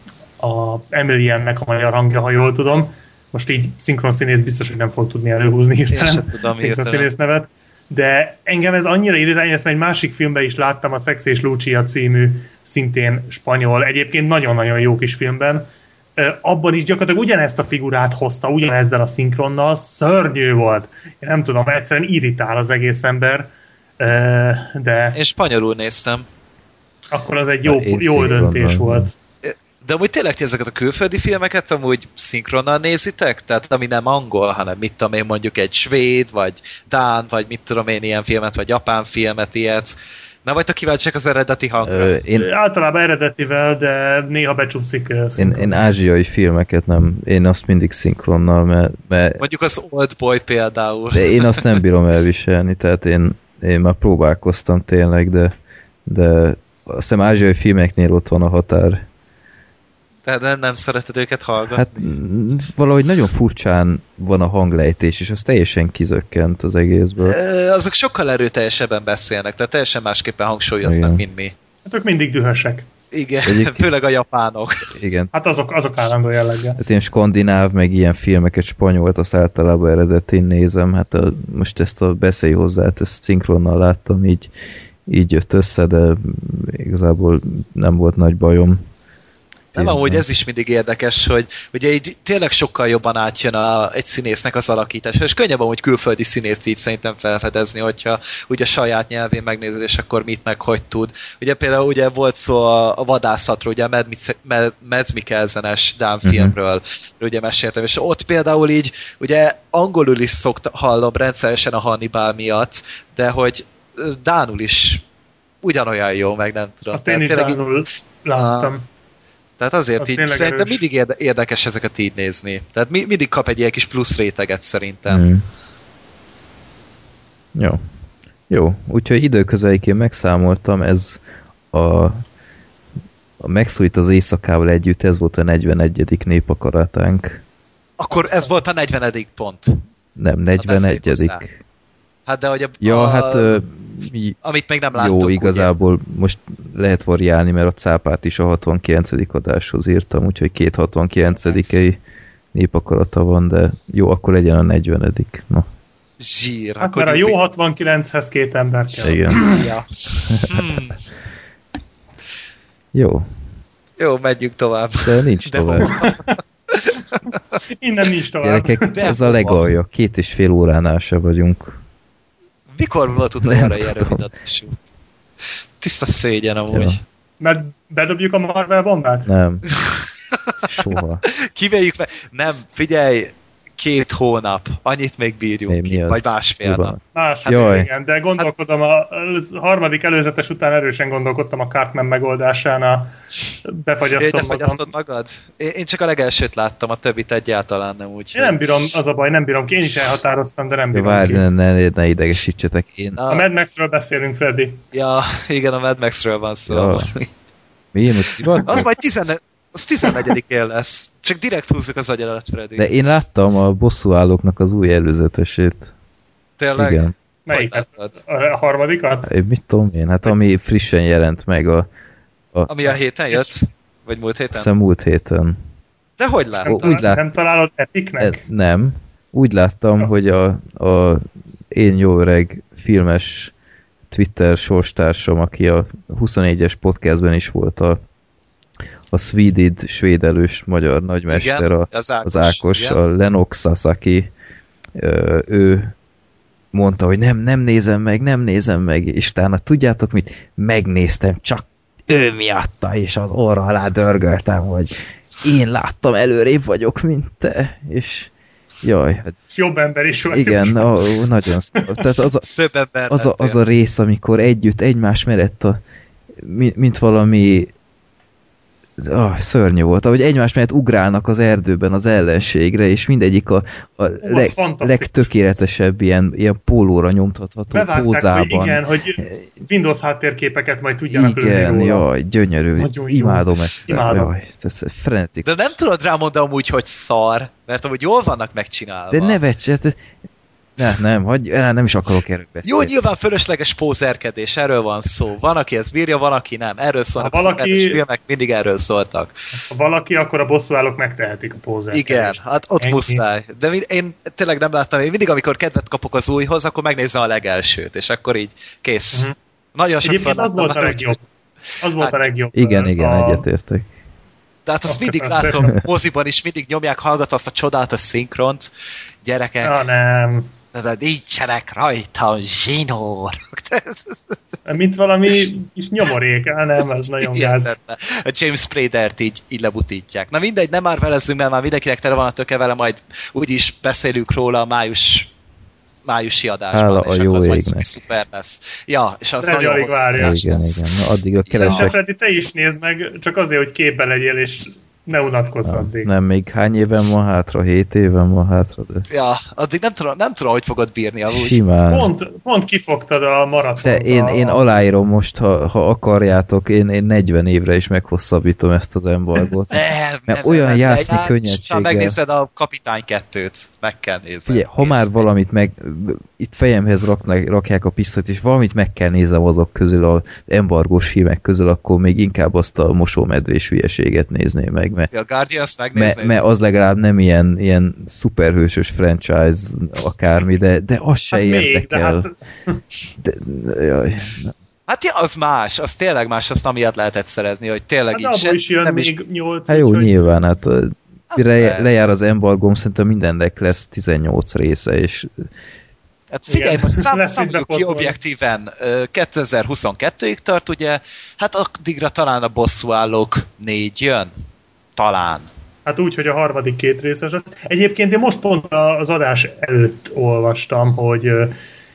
a Emiliennek a magyar hangja, ha jól tudom. Most így szinkron színész biztos, hogy nem fog tudni előhúzni hirtelen szinkron színész nevet. De engem ez annyira irritál, ezt egy másik filmben is láttam, a Sex és Lucia című, szintén spanyol, egyébként nagyon-nagyon jó kis filmben. Abban is gyakorlatilag ugyanezt a figurát hozta, ugyanezzel a szinkronnal, szörnyű volt. Én nem tudom, egyszerűen irritál az egész ember, de... Én spanyolul néztem. Akkor az egy jó, jó döntés volt. De amúgy tényleg ti ezeket a külföldi filmeket amúgy szinkronnal nézitek? Tehát ami nem angol, hanem mit tudom én, mondjuk egy svéd, vagy dán, vagy mit tudom én, ilyen filmet, vagy japán filmet, ilyet. Nem vagytok kíváncsiak az eredeti hangra? Ö, én... Általában eredetivel, de néha becsúszik. Én, én ázsiai filmeket nem, én azt mindig szinkronnal, mert... mert... Mondjuk az Old Boy például. De én azt nem bírom elviselni, tehát én, én már próbálkoztam tényleg, de, de azt hiszem ázsiai filmeknél ott van a határ. Tehát nem, nem szereted őket hallgatni? Hát valahogy nagyon furcsán van a hanglejtés, és az teljesen kizökkent az egészből. E, azok sokkal erőteljesebben beszélnek, tehát teljesen másképpen hangsúlyoznak, igen, mint mi. Hát ők mindig dühösek. Igen, egyébként... főleg a japánok. Igen. Hát azok, azok állandó jelleggel. Hát én skandináv, meg ilyen filmeket, spanyolt, azt általában eredetén nézem. Hát a, most ezt a beszélj hozzá, ezt szinkronnal láttam, így, így jött össze, de igazából nem volt nagy bajom. Nem, amúgy ez is mindig érdekes, hogy ugye így tényleg sokkal jobban átjön a, egy színésznek az alakítása, és könnyebb amúgy külföldi színészt így szerintem felfedezni, hogyha ugye saját nyelvén megnézed, és akkor mit meg hogy tud. Ugye például ugye volt szó a, a vadászatról, ugye a Mads Mikkelsen-es dán filmről, uh-huh. ugye meséltem, és ott például így, ugye angolul is szokta, hallom rendszeresen a Hannibal miatt, de hogy dánul is ugyanolyan jó, meg nem tudom. Azt én is dánul láttam. A, Tehát azért az így szerintem erős. Mindig érde- érdekes ezeket így nézni. Tehát mi- mindig kap egy ilyen kis plusz réteget szerintem. Mm. Jó. Jó. Úgyhogy időközelikén megszámoltam, ez a, a Megszólít az éjszakával együtt, ez volt a negyvenegyedik népakaratánk. Akkor ez volt a negyvenedik pont. Nem, negyvenegyedik. Hát de hogy a... Ja, a, hát... Ö, amit még nem láttuk. Jó, igazából ugye? Most lehet variálni, mert a cápát is a hatvankilencedik adáshoz írtam, úgyhogy két hatvankilencedikei népakarata van, de jó, akkor legyen a negyvenedik. Na. Zsír. Hát mert a jó hatvankilenchez két ember kell. Igen. Ja. hmm. Jó. Jó, megyünk tovább. De nincs de tovább. Innen nincs tovább. Gyerekek, de ez a legalja. Két és fél óránál se vagyunk. Mikor volt utoljára ilyen rövid adású? Tiszta szégyen amúgy. Ja. Mert bedobjuk a Marvel bombát? Nem. Soha. Kiveljük meg. Nem, figyelj, két hónap. Annyit még bírjunk ki. Vagy másfél nap. Másfél, hát, igen. De gondolkodom, a harmadik előzetes után erősen gondolkodtam a Cartman megoldásán, a befagyasztom magam. magad? Én, én csak a legelsőt láttam, a többit egyáltalán nem úgy. Én nem bírom, az a baj, nem bírom ki. Én is elhatároztam, de nem bírom várj, ki. Ne, ne, ne idegesítsetek. Én... A, a Mad Maxről beszélünk, Freddy. Ja, igen, a Mad Maxről van szó. Ja. Mi? Most az majd tizennegy az tizennegyedikén lesz. Csak direkt húzzuk az agyalat, Freddy. De én láttam a bosszúállóknak az új előzetesét. Tényleg? Igen. Melyiket? A harmadikat? Én mit tudom én, hát ami frissen jelent meg a... a ami a héten jött? Vagy múlt héten? Hiszem múlt héten. De hogy látod? Nem, talál, lát... nem találod epiknek? Nem. Úgy láttam, ja. hogy a, a én jó öreg filmes Twitter sorstársam, aki a huszonnégyes podcastben is volt a a Swedid, svédelős magyar nagymester, igen, a, az Ákos, az Ákos a Lennox Sasaki, ő mondta, hogy nem, nem nézem meg, nem nézem meg, és utána tudjátok mit? Megnéztem, csak ő miatta, és az orra alá dörgöltem, hogy én láttam, előrébb vagyok, mint te, és Jaj, hát jobb ember is vagyok. igen, a, nagyon. Tehát az a, Több ember az, a, az a rész, amikor együtt, egymás mellett a, mint valami oh, szörnyű volt, ahogy egymás mellett ugrálnak az erdőben az ellenségre, és mindegyik a, a leg, legtökéletesebb ilyen, ilyen pólóra nyomtatható Bevágták, pózában. Hogy igen, hogy Windows háttérképeket majd tudjanak lőni igen, róla. jaj, gyönyörű. Nagyon jó. Imádom ezt. Imádom. Jaj, ez frenetikus. De nem tudod rámondani amúgy, hogy szar, mert amúgy jól vannak megcsinálva. De nevetsz, hát ne, nem, hagyj, nem is akarok erről beszélni. Jó, nyilván fölösleges pózerkedés, erről van szó. Van, aki ezt bírja, van, aki nem. Erről szólnak ha valaki... a szuperhős filmek, mindig erről szóltak. Ha valaki, akkor a bosszúállók megtehetik a pózerkedést. Igen, hát ott Ennyi. muszáj. De én tényleg nem láttam, én mindig, amikor kedvet kapok az újhoz, akkor megnézem a legelsőt, és akkor így kész. Uh-huh. Nagyon sokszor Egyébként az volt a legjobb. Az volt hát, a legjobb. Igen, igen, a... egyetértek. Tehát azt mindig látom, moziban is mindig nyomják, hallgat azt a csodálatos szinkront. Gyerekek, Ja, nem. de nincsenek rajta zsinórok. Mint valami kis nyomorék, á, nem, ez nagyon gáz. A James Spader-t így, így lebutítják. Na mindegy, nem már velezzünk, mert már mindenkinek tele van a töke vele, majd úgyis beszélünk róla a május májusi adásban, Hála és a jó akkor az majd égnek. szuper lesz. Ja, és az Freddy nagyon alig hosszú várja. adás Igen, lesz. igen. Na, addigra De keresek. Freddy, te is nézd meg, csak azért, hogy képbe legyél, és ne unatkozz addig. Nem, még hány éven van hátra? Hét éven van hátra, de Ja, addig nem tudom, nem tudom, hogy fogod bírni amúgy. simán. Pont, pont kifogtad a maratont. De én, a... én aláírom most, ha, ha akarjátok, én, én negyven évre is meghosszabbítom ezt az embargót. Nem, Mert nem, olyan nem, jászni nem, könnyedséggel. megnézed a Kapitány kettőt, meg kell nézni. Figyelj, ha már valamit meg, itt fejemhez raknak, rakják a pisztolyt, és valamit meg kell néznem azok közül, az embargós filmek közül, akkor még inkább azt a mosómedvés hülyeséget nézném meg, mert A Guardians mert megnéznéd? me az legalább nem ilyen, ilyen szuperhősös franchise akármi, de, de az se Hát még, érdekel. de hát... De, jaj. Hát ja, az más, az tényleg más, azt amiatt lehetett szerezni, hogy tényleg Hát így abból se, is jön nem még nyolc. Hát jó, úgyhogy- nyilván, hát Hát le, persze. lejár az embargóm, szerintem mindennek lesz tizennyolc része, és Hát figyelj, Igen. most szám, Lesz számoljuk itt ki bepotolni. objektíven, ö, kétezer-huszonkettőig tart, ugye, hát addigra talán a bosszúállók négy jön. Talán. Hát úgy, hogy a harmadik két részes az. Egyébként én most pont az adás előtt olvastam, hogy ö,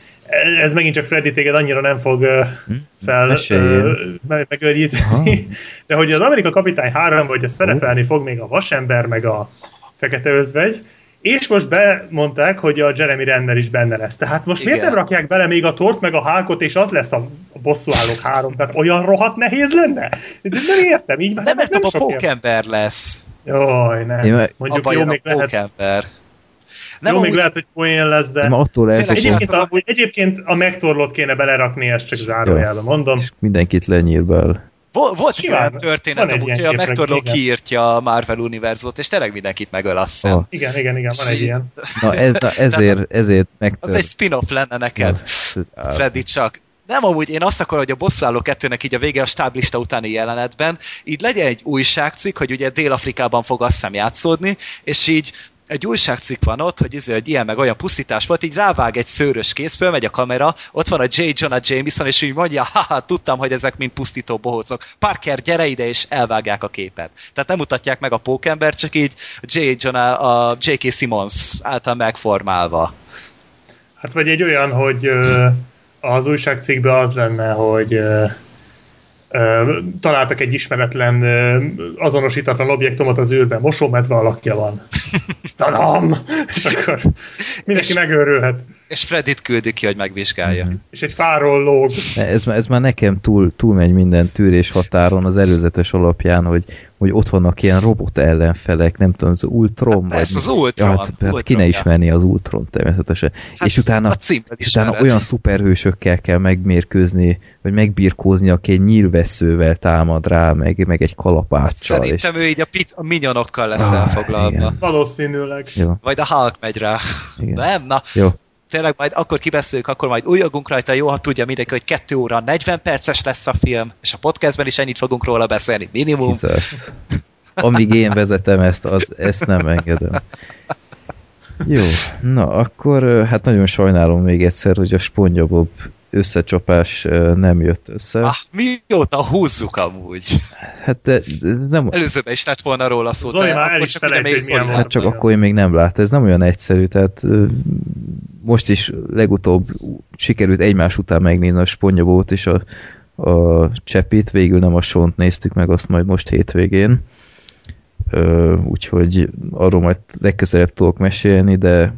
ez megint csak Freddy téged annyira nem fog ö, fel Meséljél. ö, meg- megörjíteni, de hogy az Amerika Kapitány három, hogy szerepelni fog még a Vasember, meg a Fekete Özvegy, és most bemondták, hogy a Jeremy Renner is benne lesz. Tehát most miért Igen. nem rakják bele még a Tort, meg a Hulkot, és az lesz a bosszúállók három? Tehát olyan rohadt nehéz lenne? De nem értem, így már Nem, mert nem a sok értem. pókember lesz. Jaj, nem. Én meg- Mondjuk Abba jó, jön még a lehet, pókember. nem jó, még amúgy- lehet, hogy poén lesz, de ma attól Tényleg elkopom, ilyen- egyébként a, egyébként a megtorlót kéne belerakni, ezt csak zárójelben mondom. és mindenkit lenyírbál. Vol- volt egy Simán. olyan Van történet, egy amúgy, ilyen hogy a képregény, megtorló igen. kiírtja a Marvel univerzumot, és tényleg mindenkit megöl, azt hiszem. Ah. Igen, igen, igen, van egy ilyen. Na, ez, na ezért, ezért Az megtört. egy spin-off lenne neked, Ez- Freddy, csak. Nem, amúgy én azt akarom, hogy a Bosszúálló kettőnek így a vége a stáblista utáni jelenetben, így legyen egy újságcikk, hogy ugye Dél-Afrikában fog azt hiszem játszódni, és így egy újságcikk van ott, hogy, izé, hogy ilyen meg olyan pusztítás volt, így rávág egy szőrös kéz, fölmegy a kamera, ott van a J. Jonah Jameson, és így mondja, haha, tudtam, hogy ezek mind pusztító bohócok. Parker, gyere ide, és elvágják a képet. Tehát nem mutatják meg a pókember, csak így J. Jonah, a J K. Simmons által megformálva. Hát vagy egy olyan, hogy ö, az újságcikkben az lenne, hogy ö, ö, találtak egy ismeretlen, ö, azonosítatlan objektumot az űrben, mosómedve alakja van. Tadam! És akkor mindenki És- megőrülhet. És Freddit küldi ki, hogy megvizsgálja. Mhm. És egy fáról lóg. Ez, ez már nekem túl, túlmegy minden tűrés határon az előzetes alapján, hogy, hogy ott vannak ilyen robot ellenfelek, nem tudom, az Ultron, Hát persze, vagy... az Ultron, Ja, hát, hát Ultron, ki ne ja. ismerni az Ultron természetesen. Hát és utána, a címből és utána ismered. olyan szuperhősökkel kell megmérkőzni, vagy megbirkózni, aki egy nyílvesszővel támad rá, meg, meg egy kalapáccsal. Szerintem és... ő így a, pit, a minyonokkal lesz Ah, elfoglalva. igen. Valószínűleg. Jó, Vagy a Hulk megy rá. igen. Nem? Na, Jó. tényleg majd akkor kibeszéljük, akkor majd újjogunk rajta, jó, ha tudja mindenki, hogy kettő óra negyven perces lesz a film, és a podcastben is ennyit fogunk róla beszélni, minimum. Kizárt. Amíg én vezetem ezt, az, ezt nem engedem. Jó, na akkor hát nagyon sajnálom még egyszer, hogy a SpongeBob összecsapás nem jött össze. Ah, mióta húzzuk amúgy? Hát de ez nem... Előzőben is lett volna róla szó. Zoli már el is felejt, hogy Hát csak akkor én még nem láttam. Ez nem olyan egyszerű, tehát most is legutóbb sikerült egymás után megnézni a Spongybobot és a, a Csepit, végül nem a Sont néztük meg, azt majd most hétvégén. Úgyhogy arról majd legközelebb tudok mesélni, de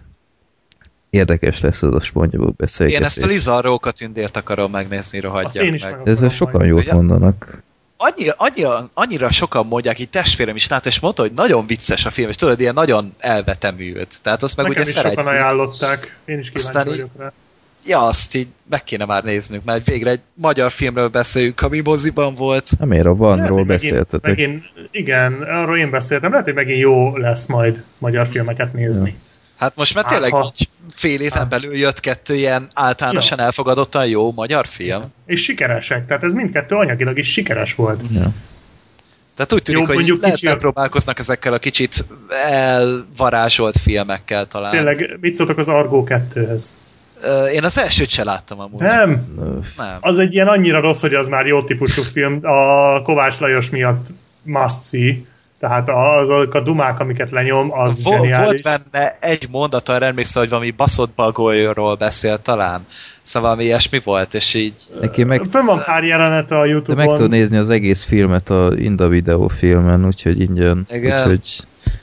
érdekes lesz az a Spongybobok beszélgetés. Én ezt a Liza Róka tündért akarom megnézni, rohadjak meg. meg Ezzel sokan jót ugye? mondanak. Annyi, annyi, annyira sokan mondják, így testvérem is látta, és mondta, hogy nagyon vicces a film, és tudod, ilyen nagyon elvetemült. Tehát azt meg nekem ugye is szeretjük. sokan ajánlották, én is kíváncsi Aztán vagyok rá. Ja, azt így meg kéne már néznünk, mert végre egy magyar filmről beszéljünk, ami moziban volt. Nem miért, a Vanról beszéltetek. Megint, igen, arról én beszéltem. Lehet, hogy megint jó lesz majd magyar filmeket nézni. Ja. Hát most már tényleg hát, így fél éven hát. belül jött kettő ilyen általánosan ja. elfogadottan jó magyar film. Ja. És sikeresek, tehát ez mindkettő anyagilag is sikeres volt. Ja. Tehát úgy tűnik, jó, hogy lehet kicsi... megpróbálkoznak ezekkel a kicsit elvarázsolt filmekkel talán. Tényleg, mit szóltok az Argo kettőhöz? Én az elsőt se láttam amúgy. Nem. Nem. Az egy ilyen annyira rossz, hogy az már jó típusú film. A Kovács Lajos miatt must see. Tehát azok a dumák, amiket lenyom, az Vol- zseniális. Volt benne egy mondat, arra emlékszem, hogy valami baszott bagolyról beszél talán. Szóval valami ilyesmi volt, és így... Meg... Fönn van pár jelenet a YouTube-on. De meg tudod nézni az egész filmet a Inda Video filmen, úgyhogy ingyen. Igen. Úgyhogy...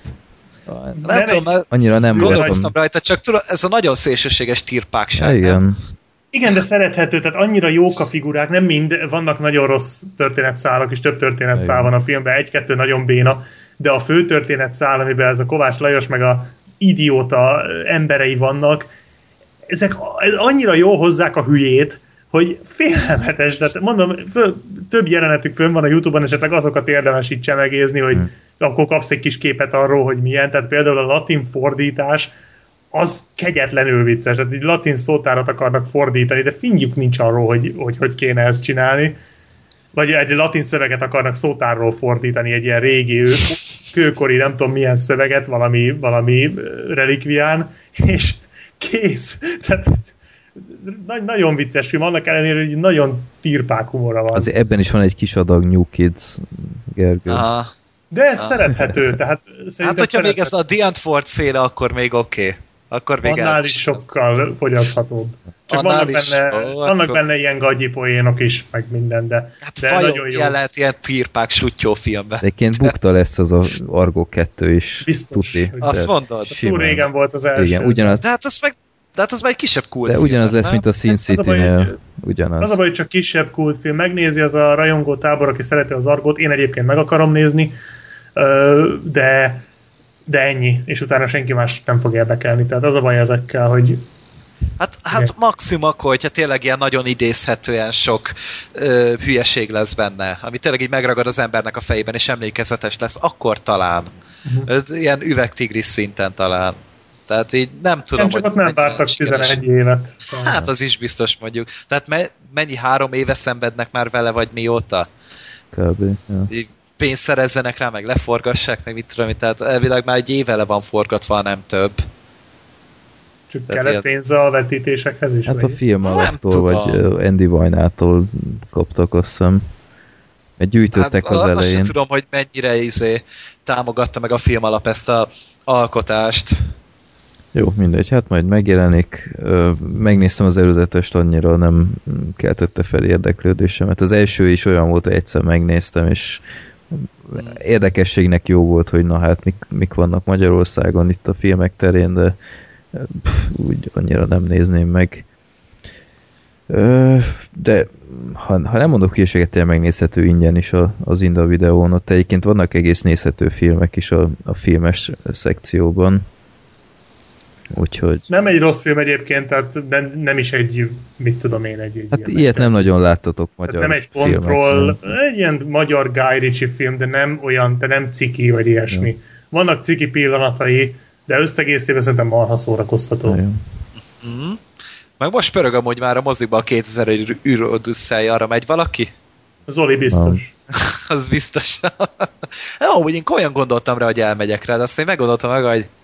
Nem, nem tudom, mert annyira nem gondolkoztam rajta, csak tudod, ez a nagyon szélsőséges tirpákság. Igen. Nem? Igen, de szerethető, tehát annyira jók a figurák, nem mind, vannak nagyon rossz történetszálak, és több történetszál van a filmben, egy-kettő nagyon béna, de a fő történetszál, amiben ez a Kovács Lajos meg az idióta emberei vannak, ezek annyira jól hozzák a hülyét, hogy félelmetes, tehát mondom, föl, több jelenetük fönn van a YouTube-on, esetleg azokat érdemes így csemegézni, hogy hmm. akkor kapsz egy kis képet arról, hogy milyen, tehát például a latin fordítás, az kegyetlenül vicces, tehát így latin szótárat akarnak fordítani, de fingjuk nincs arról, hogy hogy, hogy kéne ezt csinálni. Vagy egy latin szöveget akarnak szótárról fordítani, egy ilyen régi, kőkori, nem tudom milyen szöveget, valami, valami relikvián, és kész. Tehát nagyon vicces film, annak ellenére, hogy nagyon tirpák humora van. Azért ebben is van egy kis adag New Kids, Gergő. Aha. De ez Aha. szerethető, tehát hát, hogyha még ez a The Antwoord féle, akkor még oké. Okay. Akkor még annál is sokkal fogyaszthatóbb. Csak annál vannak, is, benne, ó, vannak akkor... benne ilyen gagyi poénok is, meg minden, de, hát de nagyon jó. Hát lehet ilyen tirpák sutyó filmben. Egyébként bukta lesz az a Argo kettő is. Biztos. Tuti. Azt mondod. Túl régen volt az első. Igen, ugyanaz. De hát az meg De hát az már egy kisebb kultfilm. De ugyanaz lesz, mint a Sin City-nél. Ugyanaz. Az a baj, hogy csak kisebb kultfilm. Megnézi az a rajongó tábor, aki szereti az Argót. Én egyébként meg akarom nézni, de, de ennyi. És utána senki más nem fog érdekelni. Tehát az a baj ezekkel, hogy Hát, hát maximum akkor, hogyha tényleg ilyen nagyon idézhetően sok ö, hülyeség lesz benne, ami tényleg így megragad az embernek a fejében, és emlékezetes lesz, akkor talán. Uh-huh. Ilyen üvegtigris szinten talán. Tehát így nem tudom, nem, csak hogy... nem vártak tizenegy évet. Hát az is biztos mondjuk. Tehát me- mennyi három éve szenvednek már vele, vagy mióta? Kb. Ja. Pénzt szerezzenek rá, meg leforgassák, meg mit tudom, tehát elvileg már egy éve le van forgatva, nem több. Csak tehát kellett ilyen... pénze a vetítésekhez is? Hát vagy? A film alattól, vagy Andy Vajnától kaptak, azt hiszem. Mert gyűjtöttek hát, az elején. Azt sem tudom, hogy mennyire izé támogatta meg a film alap ezt az alkotást. Jó, mindegy, hát majd megjelenik. Megnéztem az előzetest, annyira nem keltette fel érdeklődésemet. Az első is olyan volt, hogy egyszer megnéztem, és érdekességnek jó volt, hogy na hát mik, mik vannak Magyarországon itt a filmek terén, de pff, úgy annyira nem nézném meg. De ha, ha nem mondok hülyeséget, tényleg megnézhető ingyen is az Inda videón, ott egyébként vannak egész nézhető filmek is a, a filmes szekcióban. Úgyhogy... Nem egy rossz film egyébként, tehát nem, nem is egy, mit tudom én, egy, egy hát ilyen ilyet nem nagyon láttatok magyar nem egy Control, egy ilyen magyar Guy Ritchie film, de nem olyan, de nem ciki, vagy ilyesmi. Ja. Vannak ciki pillanatai, de összegészében szerintem marha szórakoztató. Ja. Mm-hmm. Meg most pörög amúgy már a moziba a kétezer űrodüsszeja, arra megy valaki? Zoli biztos. Az biztos. Nem, amúgy én komolyan gondoltam rá, hogy elmegyek rá, de azt én meggondoltam meg, hogy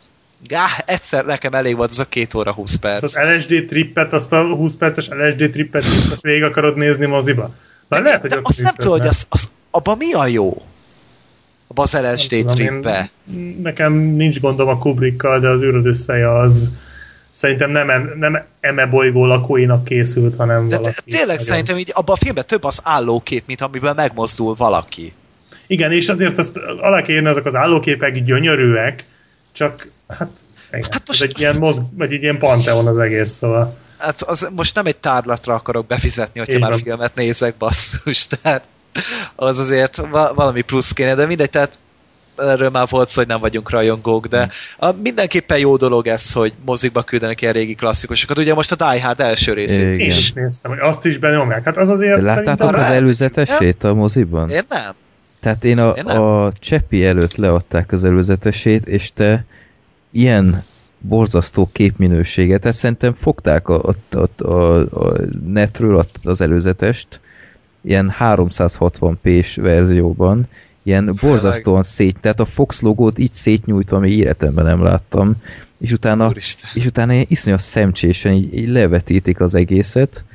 Gá, egyszer nekem elég volt az a két óra húsz perc. Az el es dé trippet, azt a húsz perces el es dé trippet biztos végig akarod nézni moziba? Bár lehet, hogy de azt nem tudom, hogy az, az, abban mi a jó? Abban az el es dé trippbe. Nekem nincs gondom a Kubrickkal, de az űröd összeje az szerintem nem, nem eme bolygó lakóinak készült, hanem de valaki. Tényleg nagyon... szerintem így abban a filmben több az állókép, mint amiből megmozdul valaki. Igen, és azért azt alá kell írni, azok az állóképek gyönyörűek, csak hát, igen, hát most... ez egy ilyen mozg, vagy egy ilyen panteon az egész, szóval. Hát az, most nem egy tárlatra akarok befizetni, hogyha már filmet nézek, basszus, tehát az azért valami plusz kéne, de mindegy, tehát erről már volt szó, hogy nem vagyunk rajongók, de a, mindenképpen jó dolog ez, hogy mozikba küldenek ilyen régi klasszikusokat. Ugye most a Die Hard első részét Én is néztem, hogy azt is benyomják. Hát az azért láttátok az előzetesét a moziban? Én nem. Tehát én a, én a Cseppi előtt leadták az előzetesét, és te ilyen borzasztó képminőséget, tehát szerintem fogták a, a, a, a, a netről az előzetest, ilyen háromszázhatvan pé-s verzióban, ilyen borzasztóan szét, tehát a Fox logót így szétnyújtva még életemben nem láttam, és utána, és utána ilyen iszonyat szemcsésen így, így levetítik az egészet,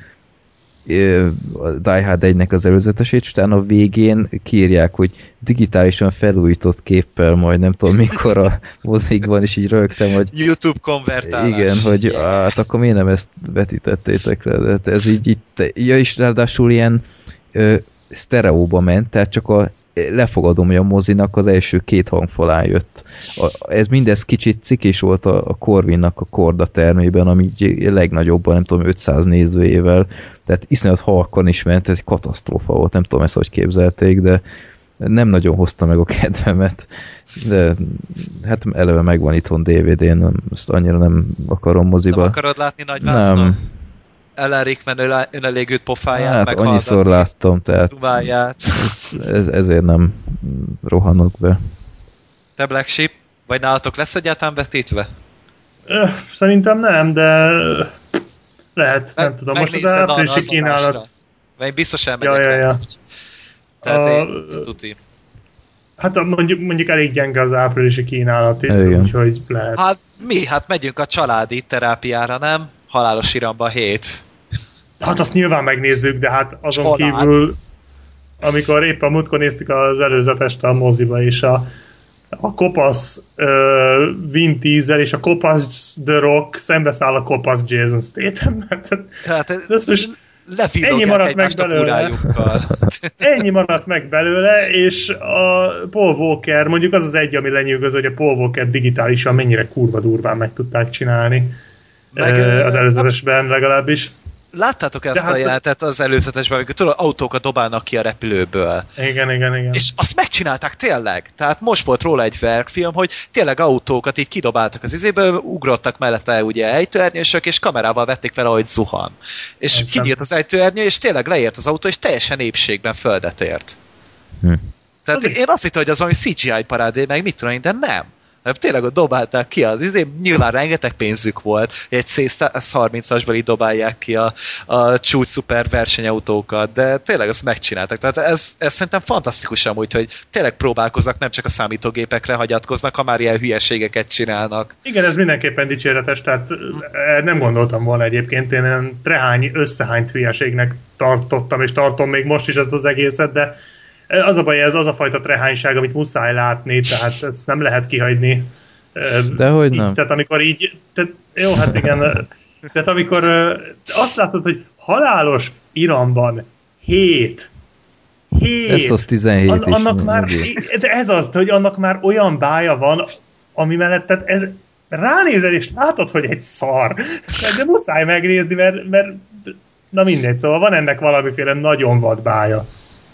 a Die Hard egynek az előzetesét, és utána a végén kiírják, hogy digitálisan felújított képpel majd nem tudom mikor a mozikban, és így rögtem, hogy YouTube konvertálás. Igen, hogy yeah. hát akkor miért nem ezt vetítettétek le, de ez így, így ja, és ráadásul ilyen ö, sztereóba ment, tehát csak a lefogadom, hogy a mozinak az első két hangfalán jött. A, ez mindez kicsit cikis volt a, a Corvinnak a Korda termében, ami legnagyobban, nem tudom, ötszáz nézőjével, tehát iszonyat halkan is ment, ez egy katasztrófa volt, nem tudom ezt, hogy képzelték, de nem nagyon hozta meg a kedvemet, de hát eleve megvan itthon dé vé dén, ezt annyira nem akarom moziba. Nem akarod látni nagyvásznon? Nem. Ellen Rickman önelégült pofáját, hát annyiszor láttam, tehát ez, ez, ezért nem rohanok be. Te Black Sheep? Vagy nálatok lesz egyáltalán vetítve? Szerintem nem, de lehet, nem Meg, tudom. Most az áprilisi kínálat... Vagy biztos elmegyek. Ja, ja, ja. Tehát a... én, tuti. Hát mondjuk, mondjuk elég gyenge az áprilisi kínálat, úgyhogy lehet. Hát mi? Hát megyünk a családi terápiára, nem? Halálos iramban hét. Hát azt nyilván megnézzük, de hát azon Család. kívül, amikor éppen múltkor néztük az előzetest a moziba, és a, a kopasz uh, Vin Diesel és a kopasz The Rock szembeszáll a kopasz Jason Statham. Tehát ez most ennyi maradt meg belőle. Ennyi maradt meg belőle, és a Paul Walker, mondjuk az az egy, ami lenyűgöz, hogy a Paul Walker digitálisan mennyire kurva durván meg tudták csinálni. Meg, az előzetesben legalábbis. Láttátok ezt hát, a jelentet az előzetesben, amikor tudod, autókat dobálnak ki a repülőből. Igen, igen, igen. És azt megcsinálták tényleg. Tehát most volt róla egy verkfilm, hogy tényleg autókat így kidobáltak az izéből, ugrottak mellette ugye ejtőernyősök, és kamerával vették fel, ahogy zuhan. És Egyszer. kinyílt az ejtőernyő, és tényleg leért az autó, és teljesen épségben földet ért. Hm. Tehát az én azt hittem, hogy az valami cé gé í parádé, meg mit tudom én, de nem. Nem, tényleg ott dobálták ki az izé, nyilván rengeteg pénzük volt, egy C száz harmincasból így dobálják ki a, a csúcs szuper versenyautókat, de tényleg azt megcsináltak. Tehát ez, ez szerintem fantasztikus amúgy, hogy tényleg próbálkoznak, nem csak a számítógépekre hagyatkoznak, ha már ilyen hülyeségeket csinálnak. Igen, ez mindenképpen dicséretes, tehát nem gondoltam volna egyébként, én ilyen trehány, összehányt hülyeségnek tartottam, és tartom még most is ezt az egészet, de az a baj, ez az a fajta trehányság, amit muszáj látni, tehát ezt nem lehet kihagyni. Dehogy így, nem. Tehát amikor így, tehát, jó, hát igen, tehát amikor azt látod, hogy halálos iramban hét, hét, ez az tizenhét an, is. Annak már, de ez az, hogy annak már olyan bája van, ami mellett, tehát ez ránézel és látod, hogy egy szar. De muszáj megnézni, mert, mert na mindegy, szóval van ennek valamiféle nagyon vad bája.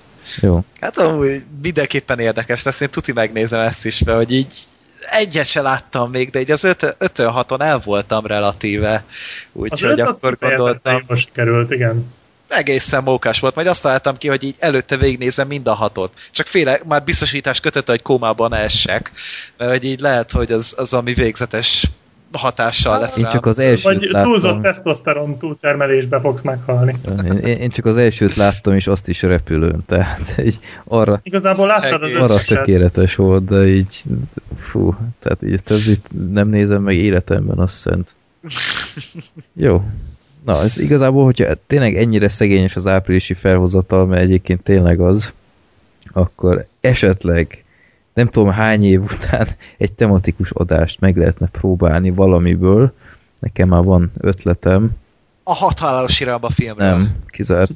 Jó. Hát amúgy mindenképpen érdekes lesz, én tuti megnézem ezt is, mert hogy így egyet se láttam még, de így az ötön haton el voltam relatíve, úgyhogy akkor gondoltam. Most került, igen. Egészen mókás volt, majd azt találtam ki, hogy így előtte végignézem mind a hatot. Csak féle, már biztosítás kötötte, hogy kómában ne essek, mert hogy így lehet, hogy az, az ami végzetes hatással lesz Én rám. csak az elsőt Vagy láttam. túlzott tesztoszteron túltermelésbe fogsz meghalni. Én, én csak az elsőt láttam, és azt is repülőn, tehát így arra, Igazából láttad az arra összeset. tökéletes volt, de így fú, tehát így többit nem nézem meg életemben, azt szent. Jó. Na, ez igazából, hogyha tényleg ennyire szegényes az áprilisi felhozatal, mert egyébként tényleg az, akkor esetleg nem tudom hány év után egy tematikus adást meg lehetne próbálni valamiből. Nekem már van ötletem. A hat halálos iramba filmről. Nem, kizárt.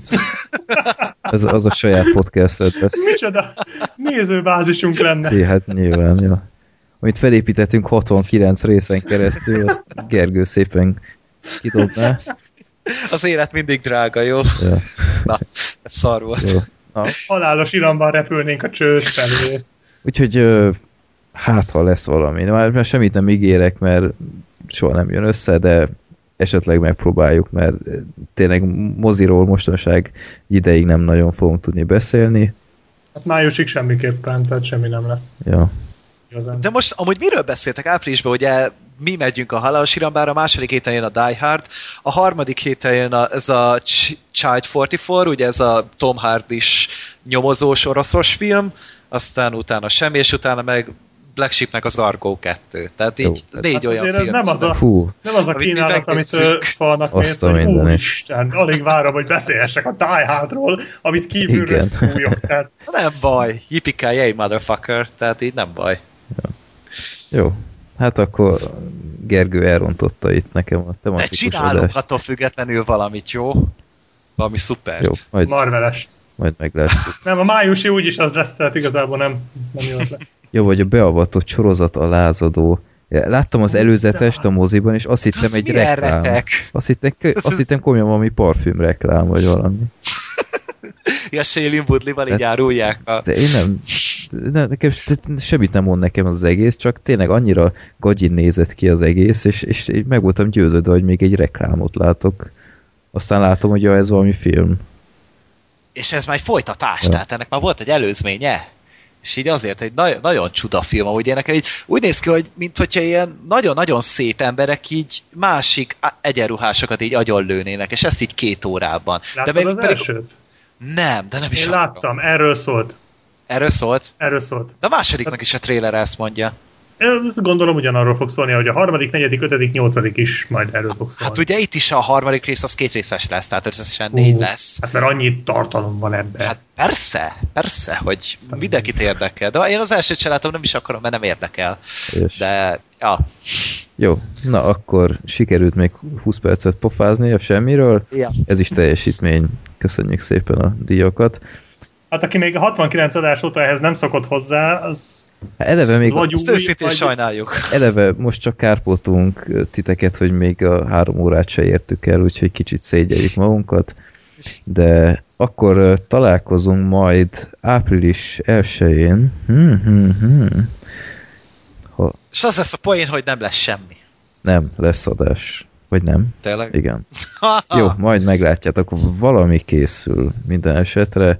Ez az a saját podcastet lesz. Micsoda nézőbázisunk lenne. É, hát nyilván, jó. Amit felépítettünk hatvankilenc részen keresztül, azt Gergő szépen kidobná. Az élet mindig drága, jó? Ja. Na, ez szar volt. Jó. Na, Halálos iramban repülnénk a csőd felé. úgyhogy ö, hát, ha lesz valami. Már, már semmit nem ígérek, mert soha nem jön össze, de esetleg megpróbáljuk, mert tényleg moziról mostanság ideig nem nagyon fogunk tudni beszélni. Hát májusig semmiképpen, tehát semmi nem lesz. Ja. Igazán. De most amúgy miről beszéltek áprilisban, ugye mi megyünk a halálos irambára, a második héten jön a Die Hard, a harmadik héten jön a, ez a Ch- Child negyvennégy, ugye ez a Tom Hardy-s nyomozós oroszos film, aztán utána semmi, és utána meg Black Sheepnek az Argo kettő. Tehát így Jó, négy Hát olyan azért ez film. nem az a, Fú. nem az a Amit kínálat, mi amit megnézzük. falnak Azt néz, a hogy minden is. úristen, alig várom, hogy beszélhessek a Die Hardról, amit kívülről Igen. fújok. Tehát Nem baj, yippee motherfucker, tehát így nem baj. Jó. Hát akkor Gergő elrontotta itt nekem a De tematikus csinálunk adást. attól függetlenül valamit, jó? Valami szupert. Jó, majd, Marvelest. majd meglátjuk. Nem, a májusi úgyis az lesz, tehát igazából nem, nem jó ötlet. Jó, vagy a beavatott sorozat a lázadó. Láttam az előzetest a moziban, és azt hittem Az egy milyen reklám. retek? Azt hittem, azt hittem komolyan valami parfüm reklám, vagy valami. Ja, Shailene Woodley-val így árulják a... De én nem, nem nekem semmit nem mond nekem az egész, csak tényleg annyira gagyin nézett ki az egész, és, és így meg voltam győződve, hogy még egy reklámot látok. Aztán látom, hogy ja, ez valami film. És ez már egy folytatás, Ja. tehát ennek már volt egy előzménye. És így azért egy nagyon, nagyon csuda film, ahogy én nekem így úgy néz ki, hogy mint hogyha ilyen nagyon-nagyon szép emberek így másik egyenruhásokat így agyonlőnének, és ezt így két órában. Láttad még az pedig- elsőt? Nem, de nem is Én akarom. láttam, erről szólt. Erről szólt? Erről szólt. De a másodiknak is a trailer ezt mondja. Én gondolom ugyanarról fog szólni, hogy a harmadik, negyedik, ötödik, nyolcadik is majd erről fog szólni. Hát ugye itt is a harmadik rész az két részes lesz, tehát összesen négy Ú, lesz. Hát mert annyi tartalom van ebben. Hát persze, persze, hogy mindenkit érdekel. De én az elsőt sem látom, nem is akarom, mert nem érdekel. És De, ja. jó, na akkor sikerült még húsz percet pofázni a semmiről. ja. Ez is teljesítmény. Köszönjük szépen a díjakat. Hát aki még a hatvankilenc adás óta ehhez nem szokott hozzá, az Hát eleve még vagy Ezt új, őszintén vagy... sajnáljuk. eleve most csak kárpótunk titeket, hogy még a három órát se értük el, úgyhogy kicsit szégyeljük magunkat. De akkor uh, találkozunk majd április elsején. Hmm, hmm, hmm. Ha És az lesz a poén, hogy nem lesz semmi. nem lesz adás. Vagy nem? Tényleg? Igen. Jó, majd meglátjátok, valami készül minden esetre.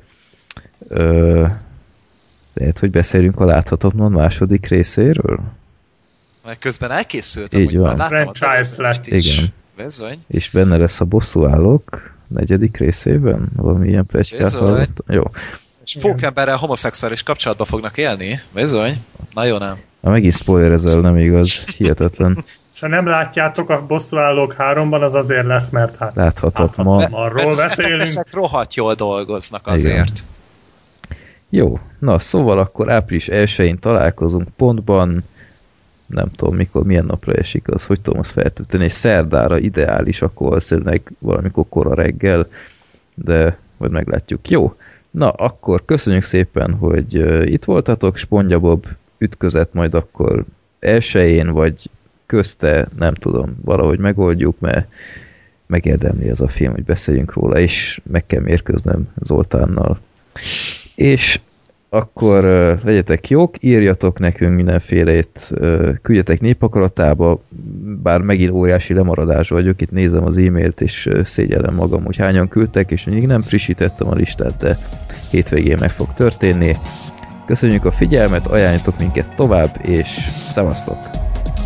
Ö, lehet, hogy beszélünk a Láthatatlan második részéről? Mert közben elkészült. Így amúgy van. már láttam az Franchise előzetest lett. is. Igen. Bizony. És benne lesz a bosszúállók negyedik részében? Valami ilyen pletykát Bizony. hallottam? Jó. És pókemberrel homoszexuális kapcsolatban fognak élni. Bizony. Nagyon nem. Na megint spoilerezel, nem igaz? Hihetetlen. És ha nem látjátok a Bosszúállók háromban, az azért lesz, mert hát Láthatatlan. Hát, arról Mert a beszélünk. szerepesek rohadt jól dolgoznak azért. Jó, na szóval akkor április elsején találkozunk pontban, nem tudom mikor, milyen napra esik az, hogy tudom azt feltölteni, egy szerdára ideális, akkor valószínűleg valamikor kora reggel, de majd meglátjuk. Jó, na akkor köszönjük szépen, hogy uh, itt voltatok, SpongeBob ütközet majd akkor elsején, vagy közte, nem tudom, valahogy megoldjuk, mert megérdemli ez a film, hogy beszéljünk róla, és meg kell mérkőznöm Zoltánnal. És akkor uh, legyetek jók, írjatok nekünk mindenfélét, uh, küldjetek népakaratába, bár megint óriási lemaradás vagyok, itt nézem az e-mailt, és uh, szégyellem magam, hogy hányan küldtek, és még nem frissítettem a listát, de hétvégén meg fog történni. Köszönjük a figyelmet, ajánljatok minket tovább, és szevasztok!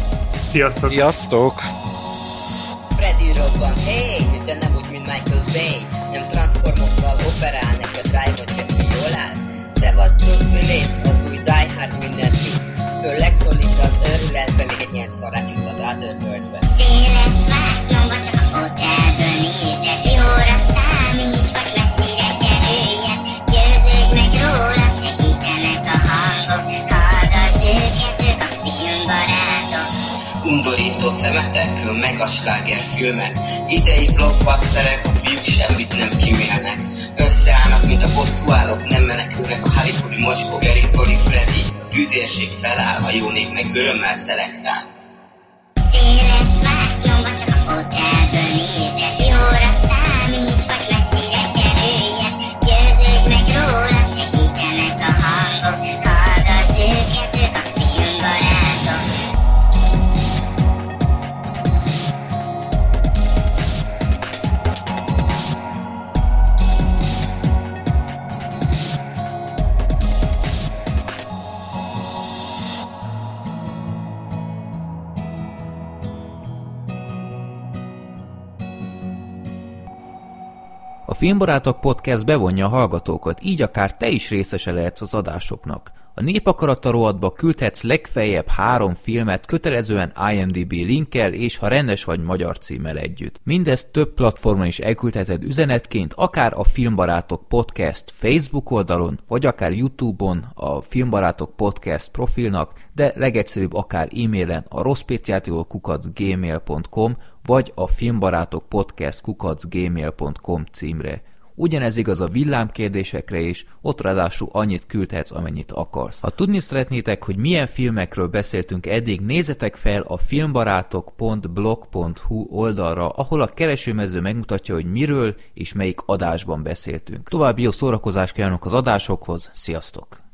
Sziasztok! Sziasztok! Freddy robban, hey, de nem úgy, mint Michael Bay. Nem transformokkal operál, neki a drive-ot csak ki jól áll. Szevasz Bruce Willis, az új Die Hard minden hisz. Főleg szólít az őrületbe, még egy ilyen szarát jut az Otherworldbe. Széles vásznomba csak a fotelből nézed, jóra számíts, vagy messzire kerüljet. Győződj meg róla, segítenek a hangok, hallgasd őket, ők a filmbarátok. Undorító szemetek, meg a slágerfilmek. Idei blockbusterek, a fiúk semmit nem kimélnek. Összeállnak, mint a bosszúállók, nem menekülnek a Hollywoodi mocskó, Geri, Zoli, Freddy. A tűzérség feláll, a jó nép meg örömmel szelektál. Széles vásznomba csak a fotelből nézed, jóra számíts, vagy messzire kerüljet. Győződj meg róla, segítenek a hangok, hallgasd őket, ők a filmbarátok. A Filmbarátok Podcast bevonja a hallgatókat, így akár te is részese lehetsz az adásoknak. A Népakarata rovatba küldhetsz legfeljebb három filmet kötelezően IMDb linkkel és ha rendes vagy magyar címmel együtt. Mindezt több platformon is elküldheted üzenetként, akár a Filmbarátok Podcast Facebook oldalon, vagy akár YouTube-on a Filmbarátok Podcast profilnak, de legegyszerűbb akár e-mailen a rosszpéciától kukac gmail pont com vagy a filmbarátok podcast kukac gmail pont com címre. Ugyanez igaz a villámkérdésekre is, ott ráadásul annyit küldhetsz, amennyit akarsz. Ha tudni szeretnétek, hogy milyen filmekről beszéltünk eddig, nézzetek fel a filmbarátok pont blog pont hu oldalra, ahol a keresőmező megmutatja, hogy miről és melyik adásban beszéltünk. További jó szórakozást kívánok az adásokhoz, sziasztok!